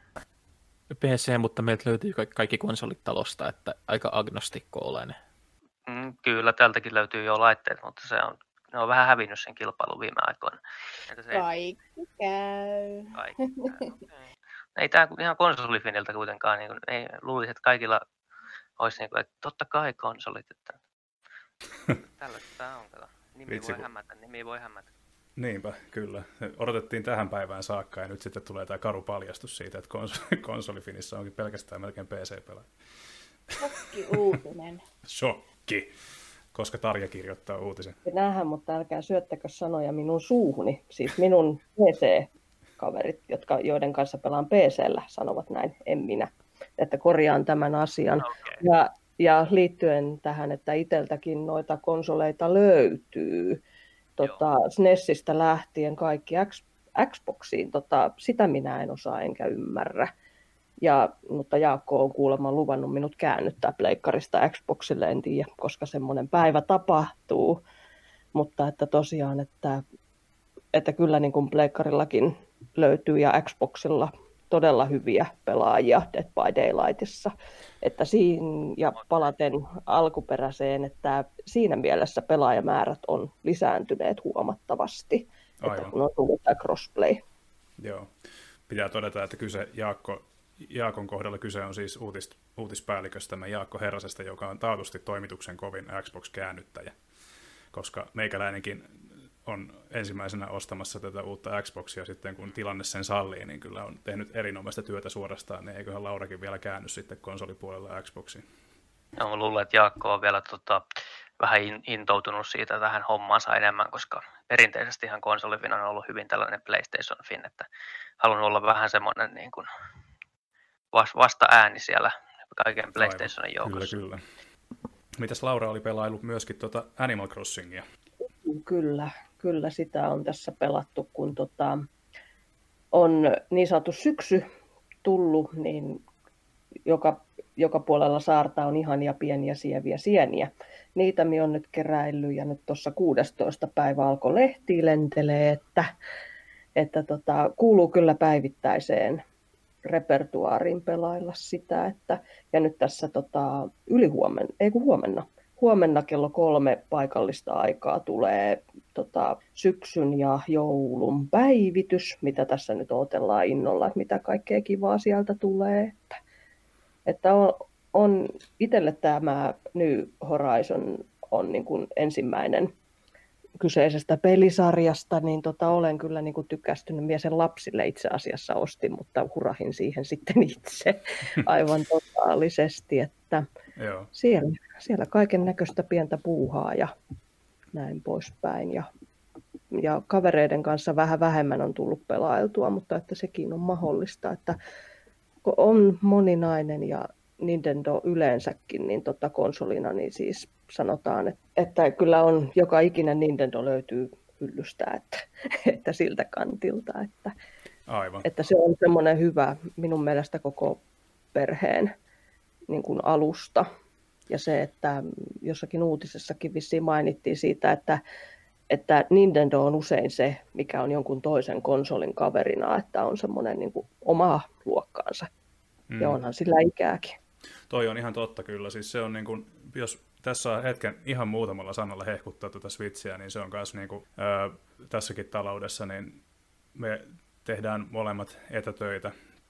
P C, mutta meiltä löytyy kaikki konsolit talosta, että aika agnostikko olen. Mm, kyllä, tältäkin löytyy jo laitteet, mutta se on, ne on vähän hävinnyt sen kilpailun viime aikoina. Se kaikki käy. Kaikki käy. Okay. Ei tämä ihan konsolifiniltä kuitenkaan, niin kuin, ei luulisi, että kaikilla olisi niin kuin, että totta kai konsolit. Että... Tällaista tämä on, kato. Nimi Vitsi, voi hämätä, nimi voi hämätä. Niinpä, kyllä. Odotettiin tähän päivään saakka ja nyt sitten tulee tämä karu paljastus siitä, että kons- konsolifinissä onkin pelkästään melkein P C-pelaaja. Shokki uutinen. Shokki, koska Tarja kirjoittaa uutisen. Nähdään, mutta älkää syöttäkö sanoja minun suuhuni. Siis minun P C-kaverit, jotka, joiden kanssa pelaan P C:llä, sanovat näin, en minä. Että korjaan tämän asian. Okay. Ja, ja liittyen tähän, että itseltäkin noita konsoleita löytyy. Tota, SNESistä lähtien kaikki X, Xboxiin, tota, sitä minä en osaa enkä ymmärrä. Ja, mutta Jaakko on kuulemma luvannut minut käännyttää pleikkarista Xboxille, en tiedä, koska semmoinen päivä tapahtuu. Mutta että tosiaan, että, että kyllä niin kuin pleikkarillakin löytyy ja Xboxilla todella hyviä pelaajia Dead by Daylightissa. Että siinä, ja palaten alkuperäiseen, että siinä mielessä pelaajamäärät on lisääntyneet huomattavasti, Aivan. että kun on tullut tämä crossplay. Joo, pitää todeta, että kyse Jaakko, Jaakon kohdalla kyse on siis uutis, uutispäälliköstämme Jaakko Herrasesta, joka on taatusti toimituksen kovin Xbox-käännyttäjä, koska meikäläinenkin on ensimmäisenä ostamassa tätä uutta Xboxia sitten, kun tilanne sen sallii, niin kyllä on tehnyt erinomaista työtä suorastaan, niin eiköhän Laurakin vielä käänny sitten konsolipuolella Xboxiin. No, mä luulen, että Jaakko on vielä tota, vähän intoutunut siitä tähän hommaansa enemmän, koska perinteisesti ihan konsolifin on ollut hyvin tällainen PlayStation-fin, että halunnut olla vähän semmoinen niin kuin vasta ääni siellä kaiken PlayStationin joukossa. Kyllä, kyllä. Mitäs Laura oli pelaillut myöskin tuota Animal Crossingia? Kyllä, kyllä sitä on tässä pelattu, kun tota, on niin sanottu syksy tullut, niin joka, joka puolella saarta on ihania pieniä sieviä sieniä. Niitä minä olen nyt keräillyt ja nyt tuossa kuudestoista päivä alkoi lehti lentelee, että, että tota, kuuluu kyllä päivittäiseen repertuaariin pelailla sitä. Että, ja nyt tässä tota, ylihuomenna, ei kun huomenna, huomenna kello kolme paikallista aikaa tulee tota, syksyn ja joulun päivitys, mitä tässä nyt odotellaan innolla, että mitä kaikkea kivaa sieltä tulee. Että, että on, on itselle tämä New Horizon on niin kuin ensimmäinen kyseisestä pelisarjasta, niin tota, olen kyllä niin kuin tykästynyt. Minä sen lapsille itse asiassa ostin, mutta hurahin siihen sitten itse aivan totaalisesti, että Joo. Siellä, siellä kaiken näköistä pientä puuhaa ja näin poispäin. Ja, ja kavereiden kanssa vähän vähemmän on tullut pelailtua, mutta että sekin on mahdollista, että kun on moninainen ja Nintendo yleensäkin niin tota konsolina, niin siis sanotaan, että, että kyllä on joka ikinen Nintendo löytyy hyllystä, että, että siltä kantilta, että, Aivan. että se on semmoinen hyvä minun mielestä koko perheen niin kuin alusta. Ja se, että jossakin uutisessakin vissiin mainittiin siitä, että, että Nintendo on usein se, mikä on jonkun toisen konsolin kaverina, että on semmoinen niin kuin oma luokkaansa. Mm. Ja onhan sillä ikääkin. Toi on ihan totta kyllä. Siis se on niin kuin, jos tässä on hetken ihan muutamalla sanalla hehkuttaa tuota Switchiä, niin se on myös niin kuin, ää, tässäkin taloudessa, niin me tehdään molemmat etätöitä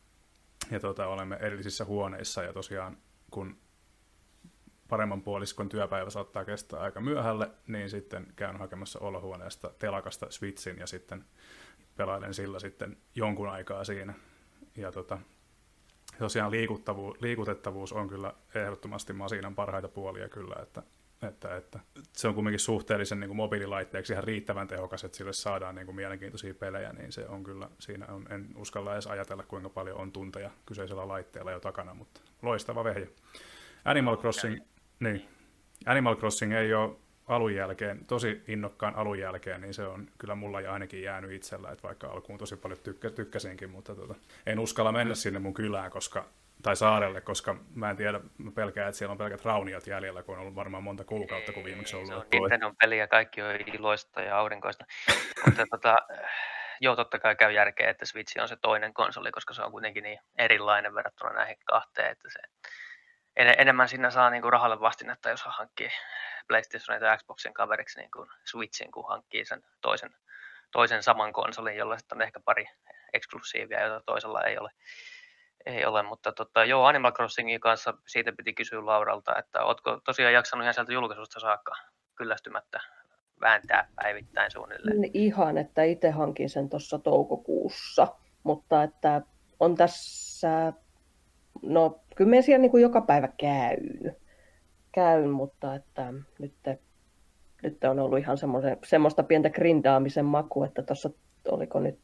ja tota, olemme erillisissä huoneissa ja tosiaan kun paremman puoliskon työpäivä saattaa kestää aika myöhälle, niin sitten käyn hakemassa olohuoneesta telakasta Switchin ja sitten pelailen sillä sitten jonkun aikaa siinä. Ja tota, tosiaan liikuttavuus, liikutettavuus on kyllä ehdottomasti Masinan parhaita puolia kyllä, että, että, että se on kuitenkin suhteellisen niin kuin mobiililaitteeksi ihan riittävän tehokas, että sille saadaan niin kuin mielenkiintoisia pelejä, niin se on kyllä, siinä on, en uskalla edes ajatella kuinka paljon on tunteja kyseisellä laitteella jo takana, mutta loistava vehje. Animal Crossing, niin, Animal Crossing ei ole alun jälkeen, tosi innokkaan alun jälkeen, niin se on kyllä mulla ja ainakin jäänyt itsellä, että vaikka alkuun tosi paljon tykkä, tykkäsinkin, mutta tota, en uskalla mennä sinne mun kylään, koska, tai saarelle, koska mä en tiedä, mä pelkään, että siellä on pelkät rauniot jäljellä, kun on ollut varmaan monta kuukautta, kun viimeksi on ollut. Se on Nintendon peli ja kaikki on iloista ja aurinkoista, mutta tota, joo, totta kai käy järkeä, että Switch on se toinen konsoli, koska se on kuitenkin niin erilainen verrattuna näihin kahteen, että se en, enemmän siinä saa niinku rahalle vastinetta, jos hankkii PlayStationin ja Xboxin kaveriksi niin kuin Switchin, kun hankkii sen toisen, toisen saman konsolin, jolla sitten on ehkä pari eksklusiivia, joita toisella ei ole. Ei ole, mutta tota, joo, Animal Crossingin kanssa siitä piti kysyä Lauralta, että ootko tosiaan jaksanut ihan sieltä julkaisusta saakka kyllästymättä vääntää päivittäin suunnilleen? Ihan, että itse hankin sen tuossa toukokuussa, mutta että on tässä, no kyllä me siellä niin kuin joka päivä käyn. käyn, mutta että nyt, nyt on ollut ihan semmoista pientä grindaamisen maku, että tuossa oliko nyt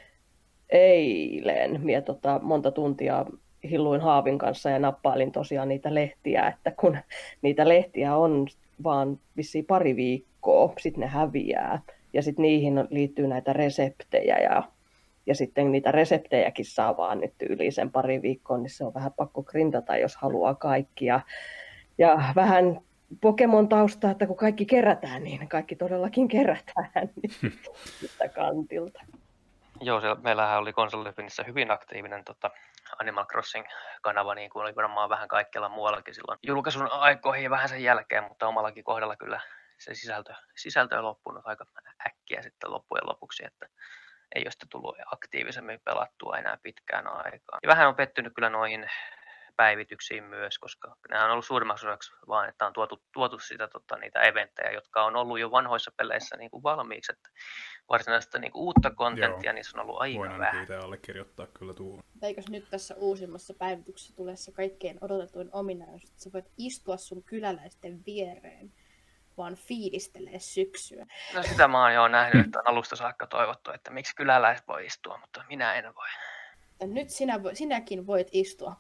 eilen, minä tota, monta tuntia hilluin haavin kanssa ja nappailin tosiaan niitä lehtiä, että kun niitä lehtiä on vaan vissiin pari viikkoa, sitten ne häviää ja sitten niihin liittyy näitä reseptejä ja, ja sitten niitä reseptejäkin saa vaan nyt yli sen pari viikkoa, niin se on vähän pakko grindata, jos haluaa kaikkia. Ja vähän Pokemon-taustaa, että kun kaikki kerätään, niin kaikki todellakin kerätään sitä kantilta. Joo, siellä, meillähän oli konsolifinissä hyvin aktiivinen tota, Animal Crossing-kanava, niin kuin oli varmaan vähän kaikkialla muuallakin silloin julkaisun aikoihin ja vähän sen jälkeen, mutta omallakin kohdalla kyllä se sisältö, sisältö on loppunut aika äkkiä sitten loppujen lopuksi, että ei ole sitä tullut aktiivisemmin pelattua enää pitkään aikaan. Ja vähän on pettynyt kyllä noihin päivityksiin myös, koska nämä on ollut suurimmaksi osaksi vaan, että on tuotu, tuotu sitä, tota, niitä eventtejä, jotka on ollut jo vanhoissa peleissä niin kuin valmiiksi, että varsinaista niin kuin uutta kontenttia niissä on ollut aika Voin vähän. Voin itse allekirjoittaa kyllä tuon. Eikös nyt tässä uusimmassa päivityksessä tulee se kaikkein odotetuin ominaisuus, että sä voit istua sun kyläläisten viereen, vaan fiilistelee syksyä. No sitä mä oon jo nähnyt, että on alusta saakka toivottu, että miksi kyläläiset voi istua, mutta minä en voi. Ja nyt sinä, sinäkin voit istua.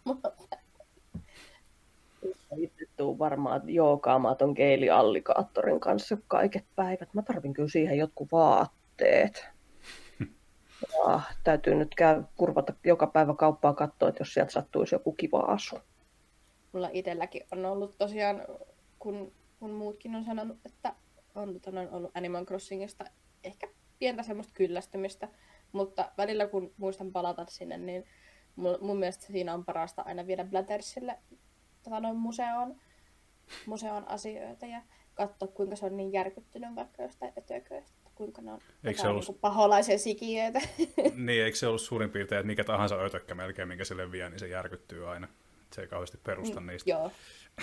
Itse tuu varmaan jookaamaan ton geeliallikaattorin kanssa kaiket päivät. Mä tarvin kyllä siihen jotkut vaatteet. Ja täytyy nyt käy kurvata joka päivä kauppaa katsoa, että jos sieltä sattuisi joku kiva asu. Mulla itselläkin on ollut tosiaan, kun, kun muutkin on sanonut, että on, on ollut Animal Crossingista ehkä pientä semmoista kyllästymistä, mutta välillä kun muistan palata sinne, niin mun, mun mielestä siinä on parasta aina viedä Blattersille tota noin museoon, museon asioita ja katsoa, kuinka se on niin järkyttynyt vaikka jostain ötököistä, kuinka ne on ollut... niin paholaisen sikiöitä. Niin, eikö se ollut suurin piirtein, että mikä tahansa ötökkä melkein, minkä sille vie, niin se järkyttyy aina. Se ei kauheasti perusta niistä. Joo.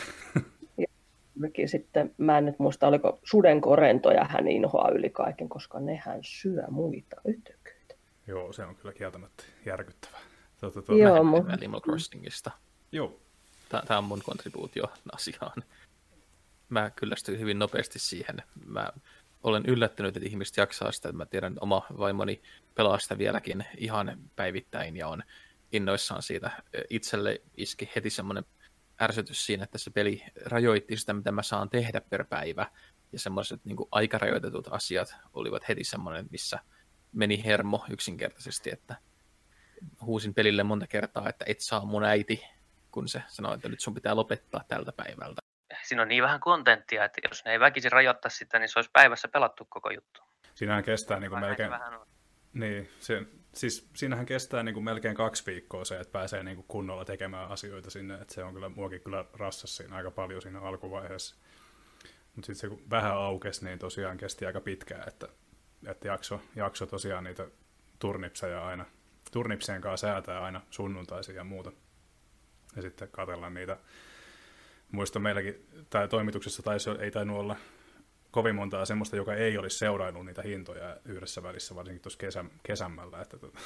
Sitten, mä en nyt muista, oliko sudenkorentoja hän inhoaa yli kaiken, koska nehän syö muita ötököitä. Joo, se on kyllä kieltämättä järkyttävää. Tuota, tuota, Joo, mutta... Animal Crossingista. Joo. Tämä on mun kontribuutio asiaan. Mä kyllästyin hyvin nopeasti siihen. Mä olen yllättynyt, että ihmiset jaksaa sitä. Mä tiedän, että oma vaimoni pelaa sitä vieläkin ihan päivittäin ja on innoissaan siitä. Itselle iski heti semmoinen ärsytys siinä, että se peli rajoitti sitä, mitä mä saan tehdä per päivä. Ja semmoiset niin kuin aikarajoitetut asiat olivat heti semmoinen, missä meni hermo yksinkertaisesti, että huusin pelille monta kertaa, että et saa mun äiti, kun se sanoi, että nyt sun pitää lopettaa tältä päivältä. Siinä on niin vähän kontenttia, että jos ne ei väkisin rajoittaa sitä, niin se olisi päivässä pelattu koko juttu. Siinähän kestää niin kuin melkein... Niin, se, siis siinähän kestää niin kuin melkein kaksi viikkoa se, että pääsee niin kuin kunnolla tekemään asioita sinne, että se on kyllä, muakin kyllä rassasi siinä aika paljon siinä alkuvaiheessa. Mutta sitten se kun vähän aukesi, niin tosiaan kesti aika pitkään, että, että jakso, jakso tosiaan niitä turnipseja aina, turnipsien kanssa säätää aina sunnuntaisin ja muuta. Ja sitten katsellaan niitä. Muistan meilläkin, tai toimituksessa taisi, ei tainnut olla kovin montaa semmoista, joka ei olisi seuraillut niitä hintoja yhdessä välissä, varsinkin tuossa kesä, kesämmällä. Että tuota.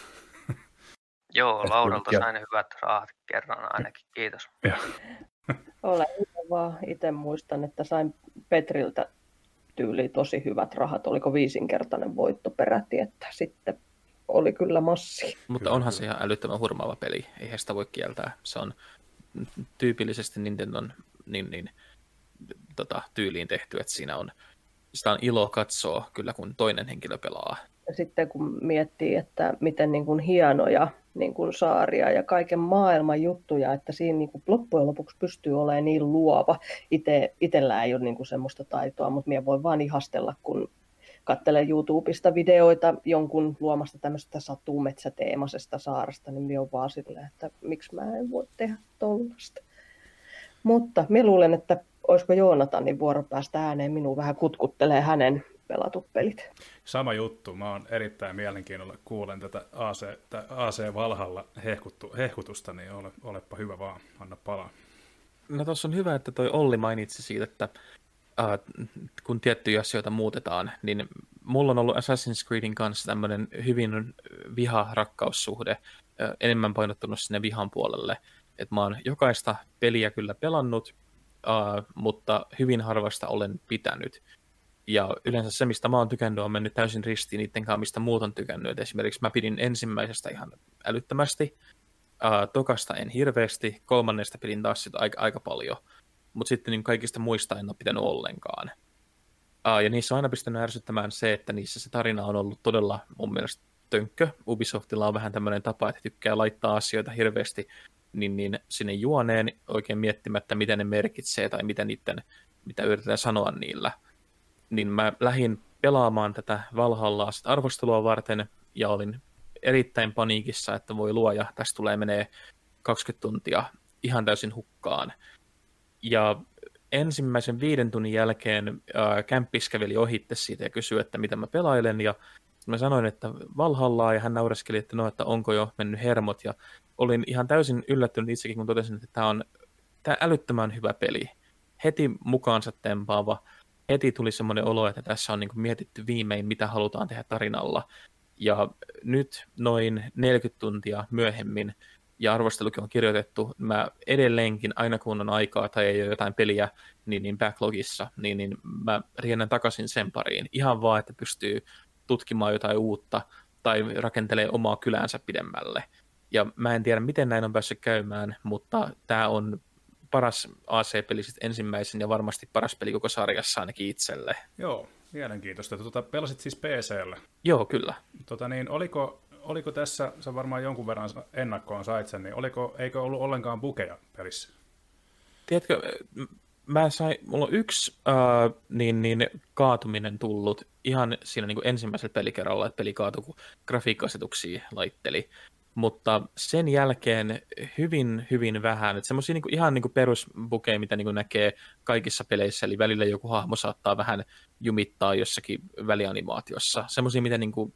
Joo, Lauralta sain hyvät rahat kerran ainakin, kiitos. Olen vaan itse muistan, että sain Petriltä tyyliin tosi hyvät rahat, oliko viisinkertainen voitto peräti, että sitten oli kyllä massi. Mutta kyllä, onhan kyllä. se ihan älyttömän hurmaava peli, eihän sitä voi kieltää. Se on tyypillisesti Nintendon niin, niin, tota, tyyliin tehty, että siinä on, sitä on ilo katsoa kyllä, kun toinen henkilö pelaa. Ja sitten kun miettii, että miten niin kuin hienoja niin kuin saaria ja kaiken maailman juttuja, että siinä niin kuin loppujen lopuksi pystyy olemaan niin luova. Ite, itellä ei ole niin kuin semmoista taitoa, mutta minä voin vaan ihastella, kun katselen YouTubesta videoita jonkun luomasta tämmöistä satumetsäteemasesta saaresta, niin minä olen vaan silleen, että miksi mä en voi tehdä tuollaista. Mutta minä luulen, että olisiko Joonatanin vuoro päästä ääneen, minua vähän kutkuttelee hänen pelatut pelit. Sama juttu. Mä oon erittäin mielenkiinnolla kuulen tätä A C, A C Valhalla hehkuttu, hehkutusta, niin ole, olepa hyvä vaan, anna palaa. No tuossa on hyvä, että toi Olli mainitsi siitä, että äh, kun tiettyjä asioita muutetaan, niin mulla on ollut Assassin's Creedin kanssa tämmöinen hyvin viha-rakkaussuhde, äh, enemmän painottunut sinne vihan puolelle. Että mä oon jokaista peliä kyllä pelannut, äh, mutta hyvin harvasta olen pitänyt. Ja yleensä se, mistä mä oon tykännyt, on mennyt täysin ristiin niiden kanssa, mistä muut on tykännyt. Et esimerkiksi mä pidin ensimmäisestä ihan älyttömästi, uh, tokasta en hirveästi, kolmannesta pidin taas sitä aika, aika paljon, mutta sitten niin kaikista muista en ole pitänyt ollenkaan. Uh, ja niissä on aina pistänyt ärsyttämään se, että niissä se tarina on ollut todella mun mielestä tönkkö. Ubisoftilla on vähän tämmöinen tapa, että tykkää laittaa asioita hirveästi niin, niin sinne juoneen oikein miettimättä, mitä ne merkitsee tai mitä, niiden, mitä yritetään sanoa niillä. Niin mä lähdin pelaamaan tätä Valhallaa sitä arvostelua varten, ja olin erittäin paniikissa, että voi luoja, tästä tulee menee kaksikymmentä tuntia ihan täysin hukkaan. Ja ensimmäisen viiden tunnin jälkeen ää, kämppis käveli ohitte siitä ja kysyi, että mitä mä pelailen, ja mä sanoin, että Valhallaa, ja hän naureskeli, että no, että onko jo mennyt hermot, ja olin ihan täysin yllättynyt itsekin, kun totesin, että tämä on tää älyttömän hyvä peli. Heti mukaansa tempaava. Heti tuli semmoinen olo, että tässä on niin kuin mietitty viimein, mitä halutaan tehdä tarinalla. Ja nyt noin neljäkymmentä tuntia myöhemmin, ja arvostelukin on kirjoitettu, mä edelleenkin, aina kun on aikaa tai ei ole jotain peliä niin, niin backlogissa, niin, niin mä riennän takaisin sen pariin. Ihan vaan, että pystyy tutkimaan jotain uutta tai rakentelee omaa kyläänsä pidemmälle. Ja mä en tiedä, miten näin on päässyt käymään, mutta tämä on paras A C-peli sitten ensimmäisen ja varmasti paras peli koko sarjassa ainakin itselle. Joo, mielenkiintoista. Tuota, pelasit siis P C:llä. Joo, kyllä. Tota niin, oliko, oliko tässä, sä varmaan jonkun verran ennakkoon sait sen, niin oliko, eikö ollut ollenkaan bukeja pelissä? Tiedätkö, mä sain, mulla on yksi äh, niin, niin, kaatuminen tullut ihan siinä niin kuin ensimmäisellä pelikerralla, että peli kaatui, kun grafiikka-asetuksia laitteli. mutta sen jälkeen hyvin, hyvin vähän. Että semmoisia niinku, ihan niinku perusbukeja, mitä niinku näkee kaikissa peleissä, eli välillä joku hahmo saattaa vähän jumittaa jossakin välianimaatiossa. Semmoisia, mitä niinku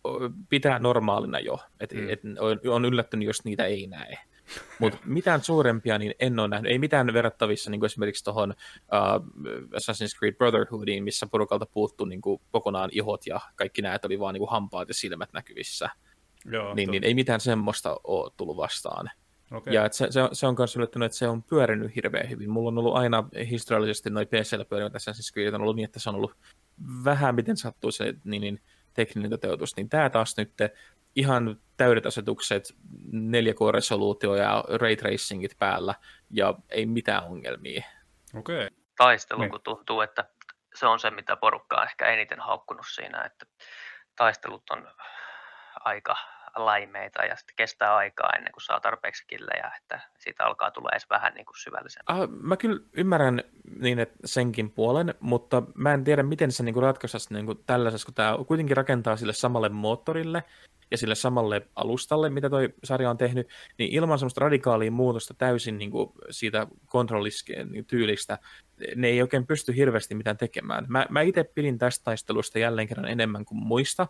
pitää normaalina jo, että mm. et on yllättynyt, jos niitä ei näe. Mutta mitään suurempia niin en ole nähnyt. Ei mitään verrattavissa niin kuin esimerkiksi tuohon uh, Assassin's Creed Brotherhoodiin, missä porukalta puuttuu niin kuin kokonaan ihot ja kaikki näet oli vaan niin kuin hampaat ja silmät näkyvissä. Joo, niin, niin ei mitään semmoista ole tullut vastaan. Okay. Ja se, se, se on myös yllättynyt, että se on pyörinyt hirveän hyvin. Mulla on ollut aina historiallisesti noin P C:llä pyörivät Assassin's Creed, on ollut niin, että se on ollut vähän miten sattuu se niin, niin, tekninen toteutus. Niin tämä taas nyt ihan täydet asetukset, neljä K-resoluutio ja ray tracingit päällä, ja ei mitään ongelmia. Okei. Okay. Taistelu, kun tuntuu, että se on se, mitä porukka on ehkä eniten haukkunut siinä, että taistelut on aika laimeita ja sitten kestää aikaa ennen kuin saa tarpeeksi killejä, että siitä alkaa tulla edes vähän niin kuin syvällisen. Ah, mä kyllä ymmärrän niin, että senkin puolen, mutta mä en tiedä, miten se niin kuin ratkaisisi niin kuin tällaisessa, kun tämä kuitenkin rakentaa sille samalle moottorille, ja sille samalle alustalle, mitä toi sarja on tehnyt, niin ilman semmoista radikaalia muutosta täysin niin kuin siitä kontrollityylistä, ne ei oikein pysty hirveästi mitään tekemään. Mä, mä itse pidin tästä taistelusta jälleen kerran enemmän kuin muista.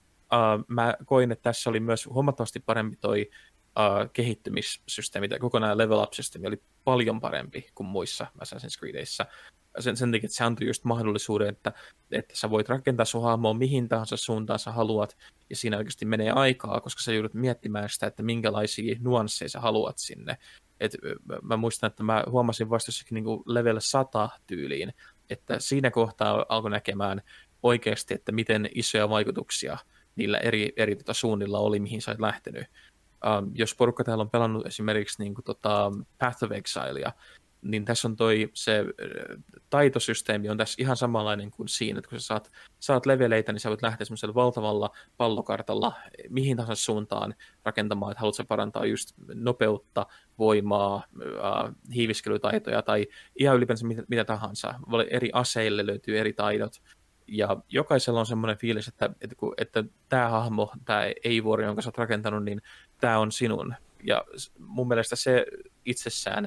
Uh, mä koin, että tässä oli myös huomattavasti parempi toi uh, kehittymissysteemi, tai kokonaan level up-systeemi oli paljon parempi kuin muissa Assassin's Creedissä. Sen, sen takia, että se antoi just mahdollisuuden, että, että sä voit rakentaa sun hahmoa mihin tahansa suuntaan sä haluat, ja siinä oikeasti menee aikaa, koska sä joudut miettimään sitä, että minkälaisia nuansseja sä haluat sinne. Et, mä muistan, että mä huomasin vasta jossakin niin kuin level sata tyyliin, että siinä kohtaa alkoi näkemään oikeasti, että miten isoja vaikutuksia niillä eri, eri tota suunnilla oli, mihin sä oot lähtenyt. Um, jos porukka täällä on pelannut esimerkiksi niin kuin, tota, Path of Exilea, niin tässä on toi se taitosysteemi on tässä ihan samanlainen kuin siinä, että kun sä saat, saat leveleitä, niin sä voit lähteä semmoisella valtavalla pallokartalla mihin tahansa suuntaan rakentamaan, että haluatko parantaa just nopeutta, voimaa, äh, hiiviskelytaitoja tai ihan ylipäänsä mitä, mitä tahansa. Eri aseille löytyy eri taidot, ja jokaisella on semmoinen fiilis, että, että, että tämä hahmo, tämä Eivor, jonka sä oot rakentanut, niin tämä on sinun. Ja mun mielestä se itsessään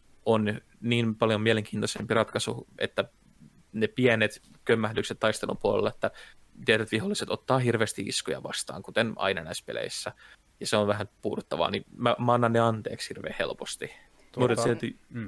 on niin paljon mielenkiintoisempi ratkaisu, että ne pienet kömmähdykset taistelun puolella, että tietyt viholliset ottaa hirveästi iskuja vastaan, kuten aina näissä peleissä. Ja se on vähän puuduttavaa, niin mä, mä annan ne anteeksi hirveän helposti. Tuota, se, että, mm.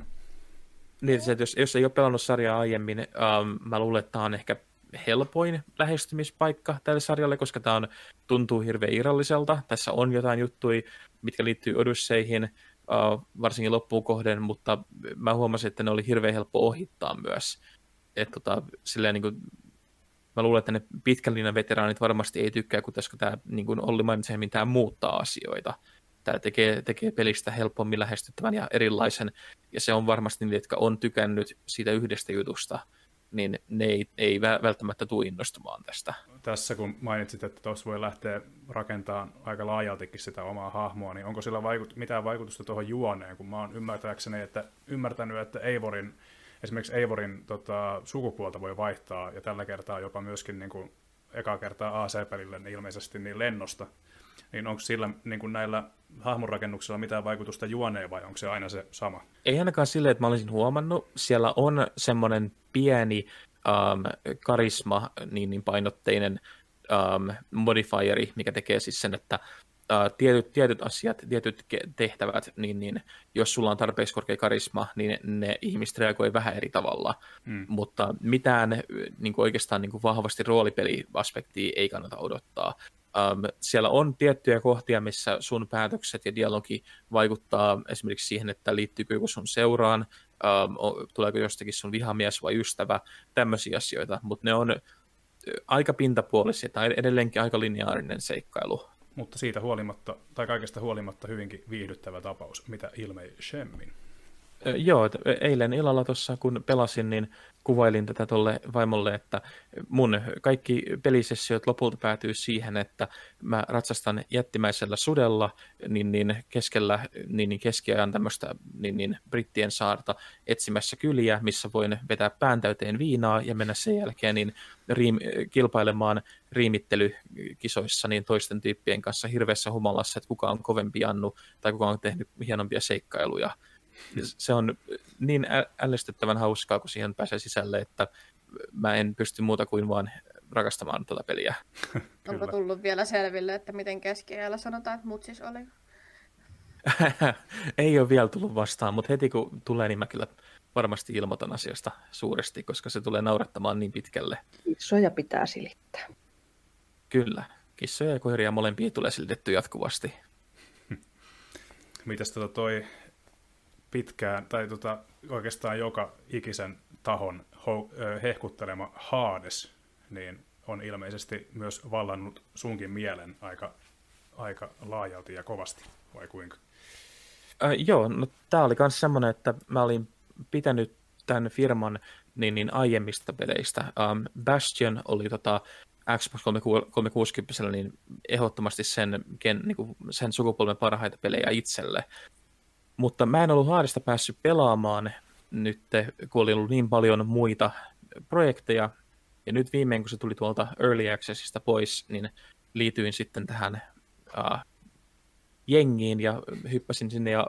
niin, se, että jos, jos ei ole pelannut sarjaa aiemmin, ähm, mä luulen, että tämä on ehkä helpoin lähestymispaikka tälle sarjalle, koska tämä on, tuntuu hirveän irralliselta. Tässä on jotain juttuja, mitkä liittyy Odysseihin, Uh, varsinkin loppuun kohden, mutta mä huomasin, että ne oli hirveän helppo ohittaa myös. Et, tota, silleen, niin kuin, mä luulen, että ne pitkän linjan veteraanit varmasti ei tykkää, kun tässä kun tämä niin kuin Olli mainitsemmin, tämä muuttaa asioita. Tämä tekee, tekee pelistä helpommin lähestyttävän ja erilaisen, ja se on varmasti niitä, jotka on tykännyt siitä yhdestä jutusta, niin ne ei, ei välttämättä tule innostumaan tästä. Tässä kun mainitsit, että tuossa voi lähteä rakentamaan aika laajaltikin sitä omaa hahmoa, niin onko sillä vaikut- mitään vaikutusta tuohon juoneen, kun mä oon ymmärtääkseni, että ymmärtänyt, että Eivorin, esimerkiksi Eivorin tota, sukupuolta voi vaihtaa, ja tällä kertaa jopa myöskin niin kuin, ekaa kertaa A C-pelille niin ilmeisesti niin lennosta, niin onko sillä niin kuin näillä hahmonrakennuksilla mitään vaikutusta juoneen, vai onko se aina se sama? Ei ainakaan silleen, että mä olisin huomannut. Siellä on semmoinen pieni um, karisma, niin, niin painotteinen um, modifieri, mikä tekee siis sen, että uh, tietyt, tietyt asiat, tietyt tehtävät, niin, niin jos sulla on tarpeeksi korkea karisma, niin ne ihmiset reagoi vähän eri tavalla. Mm. Mutta mitään niin kuin oikeastaan niin kuin vahvasti roolipeliaspektia ei kannata odottaa. Um, siellä on tiettyjä kohtia, missä sun päätökset ja dialogi vaikuttaa esimerkiksi siihen, että liittyykö joku sun seuraan, um, tuleeko jostakin sun vihamies vai ystävä, tämmöisiä asioita, mutta ne on aika pintapuolisia tai edelleenkin aika lineaarinen seikkailu. Mutta siitä huolimatta, tai kaikesta huolimatta hyvinkin viihdyttävä tapaus, mitä ilmeisemmin. Ö, Joo, et eilen illalla tuossa kun pelasin, niin kuvailin tätä tolle vaimolle, että mun kaikki pelisessiot lopulta päätyy siihen, että mä ratsastan jättimäisellä sudella niin, niin keskellä niin, niin keskiajan tämmöistä niin, niin brittien saarta etsimässä kyliä, missä voin vetää pään täyteen viinaa ja mennä sen jälkeen niin riim, kilpailemaan riimittelykisoissa niin toisten tyyppien kanssa hirveässä humalassa, että kuka on kovempi Jannu tai kuka on tehnyt hienompia seikkailuja. Se on niin ä- ällistyttävän hauskaa, kun siihen pääsee sisälle, että mä en pysty muuta kuin vaan rakastamaan tuota peliä. Onko tullut vielä selville, että miten keskiajalla sanotaan, että mutsis oli? Ei ole vielä tullut vastaan, mutta heti kun tulee, niin mä kyllä varmasti ilmoitan asiasta suuresti, koska se tulee naurattamaan niin pitkälle. Kissoja pitää silittää. Kyllä, kissoja ja koiria molempia tulee silitetty jatkuvasti. Mitäs tota toi pitkään, tai tota, oikeastaan joka ikisen tahon hou- ö, hehkuttelema Hades, niin on ilmeisesti myös vallannut sunkin mielen aika, aika laajalti ja kovasti, vai kuinka? Äh, joo, no tää oli myös semmoinen, että mä olin pitänyt tämän firman niin, niin aiemmista peleistä. Um, Bastion oli tota Xbox kolmesataakuusikymmentä niin ehdottomasti sen, ken, niin kuin sen sukupolven parhaita pelejä itselle. Mutta mä en ollut Hadesta päässyt pelaamaan nyt, kun oli ollut niin paljon muita projekteja. Ja nyt viimein, kun se tuli tuolta Early Accessista pois, niin liityin sitten tähän uh, jengiin ja hyppäsin sinne ja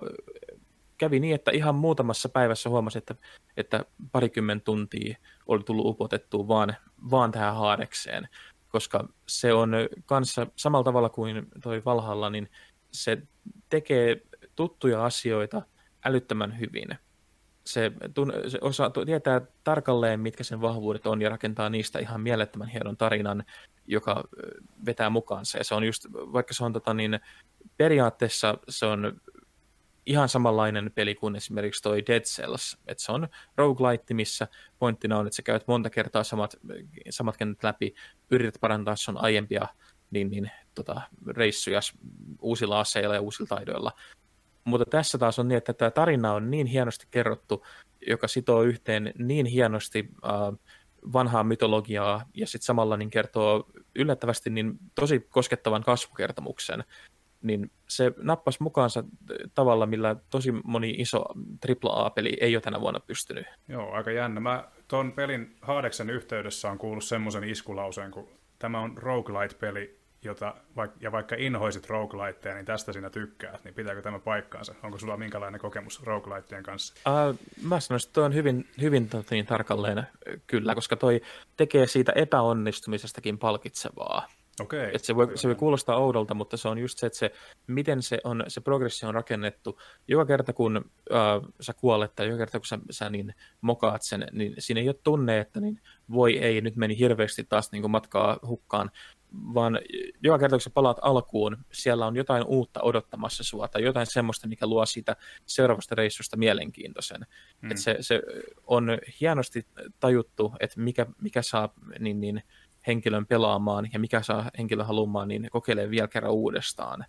kävi niin, että ihan muutamassa päivässä huomasin, että, että parikymmentä tuntia oli tullut upotettua vaan, vaan tähän Hadekseen, koska se on kanssa samalla tavalla kuin toi Valhalla, niin se tekee tuttuja asioita älyttömän hyvin. Se, se osaa, tietää tarkalleen, mitkä sen vahvuudet on, ja rakentaa niistä ihan mielettömän hienon tarinan, joka vetää mukaansa. Ja se on just, vaikka se on tota, niin, periaatteessa se on ihan samanlainen peli kuin esimerkiksi toi Dead Cells, että se on roguelite, missä pointtina on, että sä käyt monta kertaa samat, samat kentät läpi, yrität parantaa sun aiempia niin, niin, tota, reissuja uusilla aseilla ja uusilla taidoilla. Mutta tässä taas on niin, että tämä tarina on niin hienosti kerrottu, joka sitoo yhteen niin hienosti äh, vanhaa mytologiaa ja sitten samalla niin kertoo yllättävästi niin tosi koskettavan kasvukertomuksen. Niin se nappasi mukaansa tavalla, millä tosi moni iso triple A-peli ei ole tänä vuonna pystynyt. Joo, aika jännä. Mä ton pelin Hadeksen yhteydessä on kuullut semmoisen iskulauseen, kun tämä on roguelite-peli, jota, ja vaikka inhoisit rogueliteja, niin tästä sinä tykkäät, niin pitääkö tämä paikkaansa? Onko sulla minkälainen kokemus rogueliteen kanssa? Uh, mä sanoisin, että toi on hyvin, hyvin niin tarkalleen kyllä, koska toi tekee siitä epäonnistumisestakin palkitsevaa. Okei. Että se voi, se voi kuulostaa oudolta, mutta se on just se, että se, miten se, on, se progressio on rakennettu. Joka kerta, kun uh, sä kuolet tai joka kerta, kun sä, sä niin mokaat sen, niin siinä ei ole tunne, että niin, voi ei, nyt meni hirveästi taas niin kuin matkaa hukkaan, vaan joka kerta, kun sä palaat alkuun, siellä on jotain uutta odottamassa sua tai jotain semmoista, mikä luo siitä seuraavasta reissusta mielenkiintoisen. Mm. Että se, se on hienosti tajuttu, että mikä, mikä saa niin, niin, henkilön pelaamaan ja mikä saa henkilön haluamaan, niin kokeilee vielä kerran uudestaan.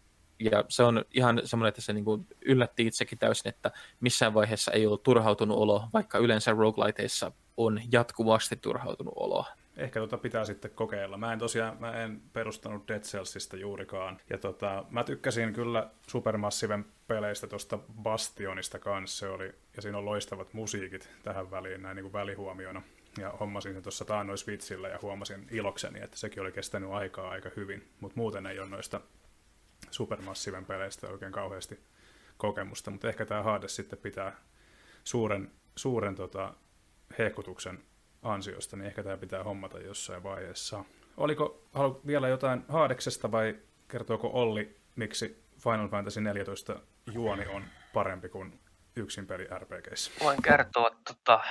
Ja se on ihan semmoinen, että se niin kuin yllätti itsekin täysin, että missään vaiheessa ei ollut turhautunut olo, vaikka yleensä rogueliteissa on jatkuvasti turhautunut olo. Ehkä tota pitää sitten kokeilla. Mä en tosiaan, mä en perustanut Dead Cellsista juurikaan. Ja tota, mä tykkäsin kyllä Supermassiven peleistä tuosta Bastionista kanssa. Se oli, ja siinä on loistavat musiikit tähän väliin, näin niin kuin välihuomiona. Ja hommasin sen tuossa taannoin Switchillä ja huomasin ilokseni, että sekin oli kestänyt aikaa aika hyvin. Mutta muuten ei ole noista Supermassiven peleistä oikein kauheasti kokemusta. Mutta ehkä tämä Hades sitten pitää suuren, suuren tota, hehkutuksen ansiosta, niin ehkä tämä pitää hommata jossain vaiheessa. Oliko, haluat vielä jotain Hadeksesta vai kertooko Olli, miksi Final Fantasy neljätoista juoni on parempi kuin yksin peli R P G:ssä? Voin kertoa, tota,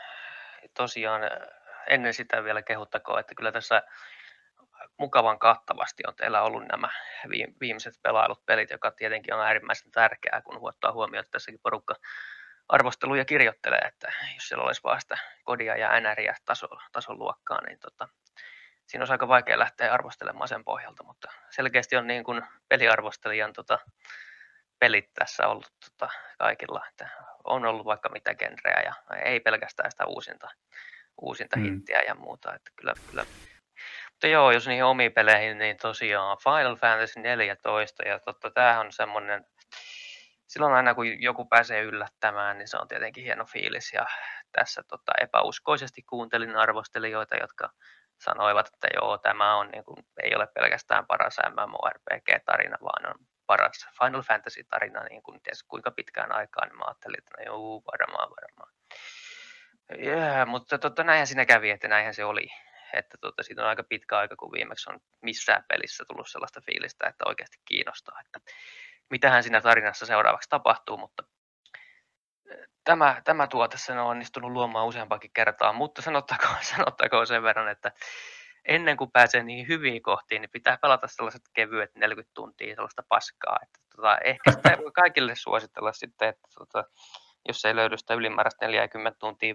tosiaan ennen sitä vielä kehuttakoon, että kyllä tässä mukavan kattavasti on teillä ollut nämä viimeiset pelailut pelit, joka tietenkin on äärimmäisen tärkeää, kun ottaa huomioon, että tässäkin porukka arvosteluja kirjoittelee, että jos siellä olisi vaan sitä kodia ja änäriä taso, tason luokkaa, niin tota, siinä olisi aika vaikea lähteä arvostelemaan sen pohjalta, mutta selkeästi on niin kuin peliarvostelijan tota, pelit tässä ollut tota, kaikilla. Että on ollut vaikka mitä genreä ja ei pelkästään sitä uusinta, uusinta Mm. hittiä ja muuta. Että kyllä, kyllä. Mutta joo, jos niihin omiin peleihin, niin tosiaan Final Fantasy neljätoista ja totta, tämähän on semmoinen, silloin aina kun joku pääsee yllättämään, niin se on tietenkin hieno fiilis ja tässä tota, epäuskoisesti kuuntelin arvostelijoita, jotka sanoivat, että joo, tämä on, niin kuin, ei ole pelkästään paras MMORPG-tarina, vaan on paras Final Fantasy-tarina, niin kuin ties kuinka pitkään aikaan, niin mä ajattelin, että no joo, varmaan, varmaan. Yeah, mutta tota, näinhän siinä kävi, että näinhän se oli. Että tota, siitä on aika pitkä aika, kun viimeksi on missään pelissä tullut sellaista fiilistä, että oikeasti kiinnostaa, että mitähän siinä tarinassa seuraavaksi tapahtuu, mutta tämä, tämä tuote sen on onnistunut luomaan useampakin kertaa, mutta sanottakoon, sanottakoon sen verran, että ennen kuin pääsee niihin hyviin kohtiin, niin pitää pelata sellaiset kevyet neljäkymmentä tuntia sellaista paskaa. Että tota, ehkä sitä ei voi kaikille suositella sitten, että tota, jos ei löydy sitä ylimääräistä neljäkymmentä tuntia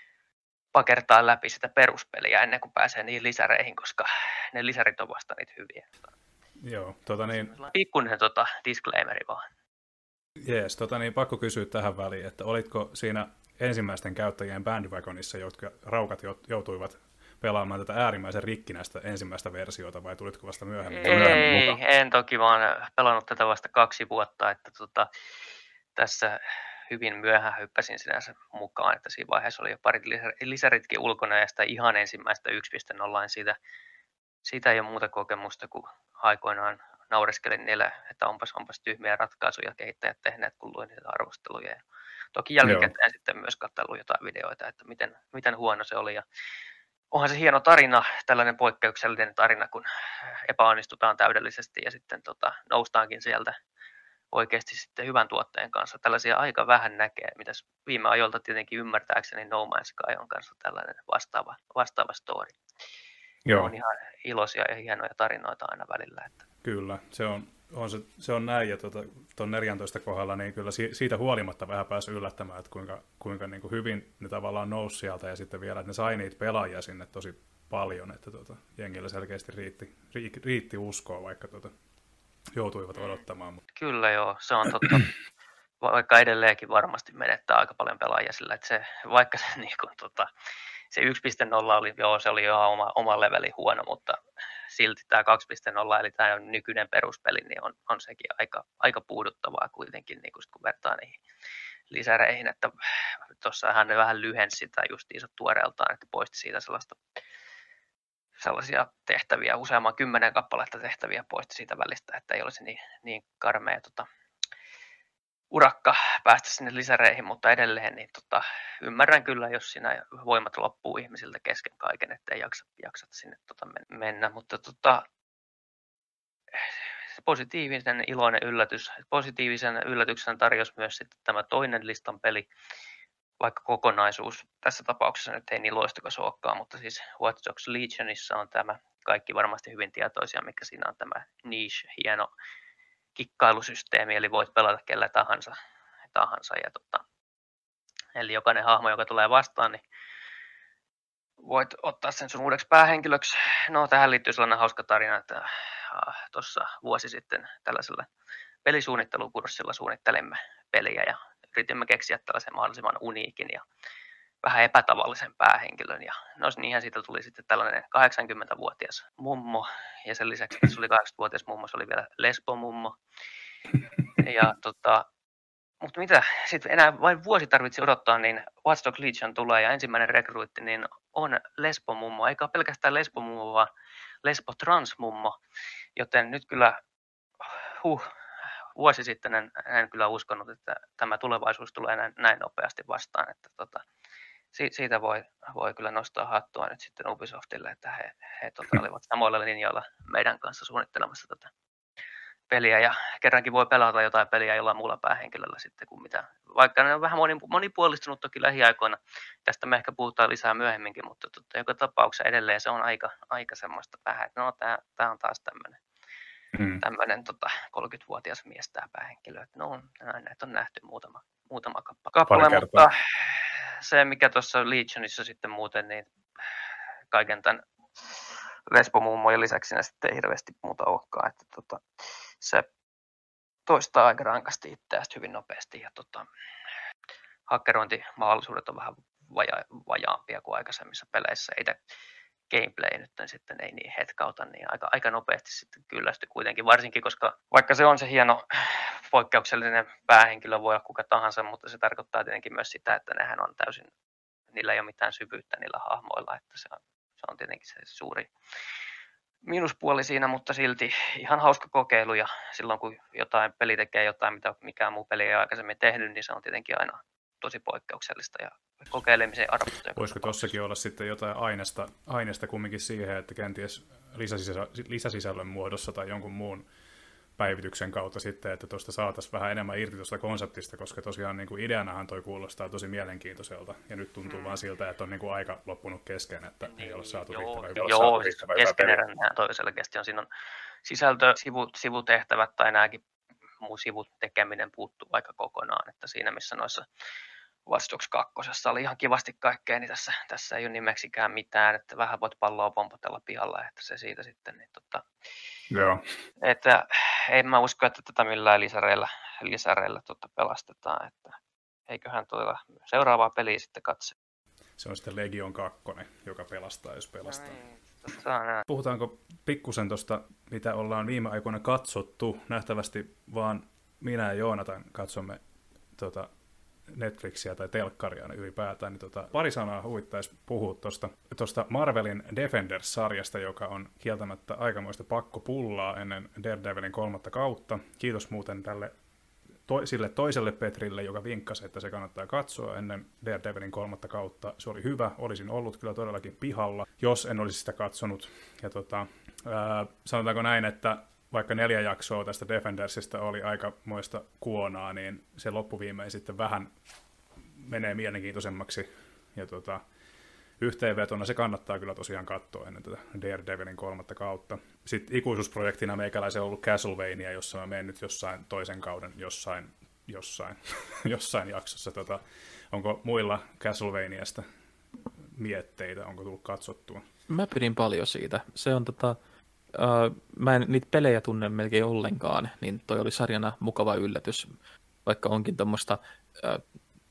pakertaa läpi sitä peruspeliä ennen kuin pääsee niihin lisäreihin, koska ne lisärit on vasta niitä hyviä. Joo, tota niin, Pikkuinen tota, disclaimeri vaan. jees, tota niin, pakko kysyä tähän väliin, että olitko siinä ensimmäisten käyttäjien bandwagonissa, jotka raukat joutuivat pelaamaan tätä äärimmäisen rikkinäistä ensimmäistä versiota, vai tulitko vasta myöhemmin? Ei, myöhemmin mukaan? en toki vaan pelannut tätä vasta kaksi vuotta, että tota, tässä hyvin myöhään hyppäsin sinänsä mukaan, että siinä vaiheessa oli jo parit lisäritkin ulkona ja sitä ihan ensimmäistä yksi piste nolla, siitä, siitä ei ole muuta kokemusta kuin aikoinaan naureskelin niille, että onpas, onpas tyhmiä ratkaisuja kehittäjät tehneet, kun luin niitä arvosteluja. Ja toki jälkikäteen Joo. sitten myös katsellut jotain videoita, että miten, miten huono se oli. Ja onhan se hieno tarina, tällainen poikkeuksellinen tarina, kun epäonnistutaan täydellisesti ja sitten tota, noustaankin sieltä oikeasti sitten hyvän tuotteen kanssa. Tällaisia aika vähän näkee, mitä viime ajoilta tietenkin ymmärtääkseni No Man's Sky on kanssa tällainen vastaava, vastaava story. Joo. On ihan iloisia ja hienoja tarinoita aina välillä. Että. Kyllä, se on, on, se, se on näin, ja tuon tuota, neljäntoista kohdalla niin kyllä si, siitä huolimatta vähän pääsi yllättämään, että kuinka, kuinka niin kuin hyvin ne tavallaan nousi sieltä, ja sitten vielä, että ne sai niitä pelaajia sinne tosi paljon, että tuota, jengillä selkeästi riitti, riitti, riitti uskoa, vaikka tuota, joutuivat odottamaan. Mutta. Kyllä joo, se on totta. Vaikka edelleenkin varmasti menettää aika paljon pelaajia sillä, että se, vaikka se, niin kuin, tota, se yksi piste nolla oli, joo, se oli ihan oma, oma leveli huono, mutta silti tämä kaksi piste nolla, eli tämä nykyinen peruspeli, niin on, on sekin aika, aika puuduttavaa kuitenkin, niin kun vertaa niihin lisäreihin, että tuossahan ne vähän lyhensi sitä justiinsa tuoreeltaan, että poisti siitä sellaista sellaisia tehtäviä, useamman kymmenen kappaletta tehtäviä poisti siitä välistä, että ei olisi niin, niin karmea tota, urakka päästä sinne lisäreihin, mutta edelleen niin tota, ymmärrän kyllä, jos siinä voimat loppuu ihmisiltä kesken kaiken, ettei jaksa, jaksa sinne tota mennä, mutta tota, positiivinen iloinen yllätys, positiivisen yllätyksen tarjosi myös sitten tämä toinen listan peli, vaikka kokonaisuus tässä tapauksessa nyt ei niin loistokas olekaan, mutta siis Watch Dogs Legionissa on tämä, kaikki varmasti hyvin tietoisia, mikä siinä on tämä niche, hieno kikkailusysteemi, eli voit pelata kellä tahansa. tahansa ja tota, eli jokainen hahmo, joka tulee vastaan, niin voit ottaa sen sun uudeksi päähenkilöksi. No, tähän liittyy sellainen hauska tarina, että äh, tuossa vuosi sitten tällaisella pelisuunnittelukurssilla suunnittelimme peliä ja yritimme keksiä tällaisen mahdollisimman uniikin ja vähän epätavallisen päähenkilön. Ja no niinhän siitä tuli sitten tällainen kahdeksankymmentävuotias mummo, ja sen lisäksi, että se oli kahdeksankymmentävuotias mummo, se oli vielä lesbomummo. Ja tota, mutta mitä, sitten enää vain vuosi tarvitsi odottaa, niin Watch Dogs Legion tulee, ja ensimmäinen rekrytti niin on lesbomummo, eikä ole pelkästään lesbomummo, vaan lesbotransmummo, joten nyt kyllä, huh, vuosi sitten en, en kyllä uskonut, että tämä tulevaisuus tulee näin, näin nopeasti vastaan, että tota, siitä voi, voi kyllä nostaa hattua nyt sitten Ubisoftille, että he, he tota, olivat samoilla linjoilla meidän kanssa suunnittelemassa tätä peliä, ja kerrankin voi pelata jotain peliä jollain muulla päähenkilöllä sitten kuin mitä, vaikka ne on vähän monipuolistunut toki lähiaikoina, tästä me ehkä puhutaan lisää myöhemminkin, mutta tota, joka tapauksessa edelleen se on aika, aika semmoista vähän, että no tää, tää on taas tämmöinen mm. tämmöinen tota, kolmekymmentävuotias mies tämä päähenkilö, että no näitä on nähty muutama, muutama kappale, mutta se mikä tuossa Legionissa sitten muuten, niin kaiken tämän lesbomummojen lisäksi siinä sitten ei hirveästi muuta olekaan, että tota, se toistaa aika rankasti itseästä hyvin nopeasti. Ja tota, hakkerointimahdollisuudet on vähän vaja, vajaampia kuin aikaisemmissa peleissä. Ei gameplay nyt sitten ei niin hetkauta, niin aika, aika nopeasti sitten kyllästy kuitenkin, varsinkin koska vaikka se on se hieno poikkeuksellinen päähenkilö, voi olla kuka tahansa, mutta se tarkoittaa tietenkin myös sitä, että nehän on täysin, niillä ei ole mitään syvyyttä niillä hahmoilla, että se on, se on tietenkin se suuri miinuspuoli siinä, mutta silti ihan hauska kokeilu ja silloin kun jotain peli tekee jotain, mitä mikään muu peli ei aikaisemmin tehnyt, niin se on tietenkin aina tosi poikkeuksellista ja kokeilemisen arvosta. Voisiko tossakin olla sitten jotain aineesta, aineesta kumminkin siihen, että kenties lisäsisä, lisäsisällön muodossa tai jonkun muun päivityksen kautta sitten, että tuosta saataisiin vähän enemmän irti tuosta konseptista, koska tosiaan niin kuin ideanahan toi kuulostaa tosi mielenkiintoiselta, ja nyt tuntuu mm. vaan siltä, että on niin kuin aika loppunut kesken, että niin, ei ole saatu joo, riittävän hyvää. Joo, siis keskeneräinen toi selkeästi on, siinä on sisältö, sivu, sivutehtävät tai nämäkin muu sivut tekeminen puuttuu aika kokonaan, että siinä missä noissa Watch Dogs kaksi oli ihan kivasti kaikkea, niin tässä, tässä ei ole nimeksikään mitään, että vähän voit palloa pompotella pihalla, että se siitä sitten, niin tota, joo. Että en mä usko, että tätä millään lisäreillä, lisäreillä tota pelastetaan, että eiköhän tuolla seuraavaa peliä sitten katse. Se on sitten Legion kaksi, joka pelastaa, jos pelastaa. Näin, Puhutaanko pikkusen tuosta, mitä ollaan viime aikoina katsottu? Nähtävästi vaan minä ja Joonatan katsomme tota, Netflixiä tai telkkaria ylipäätään, niin tota, pari sanaa huvittaisi puhua tuosta Marvelin Defenders-sarjasta, joka on kieltämättä aikamoista pakkopullaa ennen Daredevilin kolmatta kautta. Kiitos muuten tälle to, sille toiselle Petrille, joka vinkkasi, että se kannattaa katsoa ennen Daredevilin kolmatta kautta. Se oli hyvä, olisin ollut kyllä todellakin pihalla, jos en olisi sitä katsonut. Ja tota, ää, sanotaanko näin, että vaikka neljä jaksoa tästä Defendersistä oli aikamoista kuonaa, niin se loppuviimein sitten vähän menee mielenkiintoisemmaksi. Ja tota, yhteenvetona se kannattaa kyllä tosiaan katsoa ennen tätä Daredevilin kolmatta kautta. Sitten ikuisuusprojektina meikäläisen on ollut Castlevania, jossa mä menen nyt jossain toisen kauden jossain, jossain, jossain jaksossa. Tota, onko muilla Castlevaniasta mietteitä, onko tullut katsottua? Mä pidin paljon siitä. Se on tota... Uh, mä en niitä pelejä tunne melkein ollenkaan, niin toi oli sarjana mukava yllätys, vaikka onkin tuommoista uh,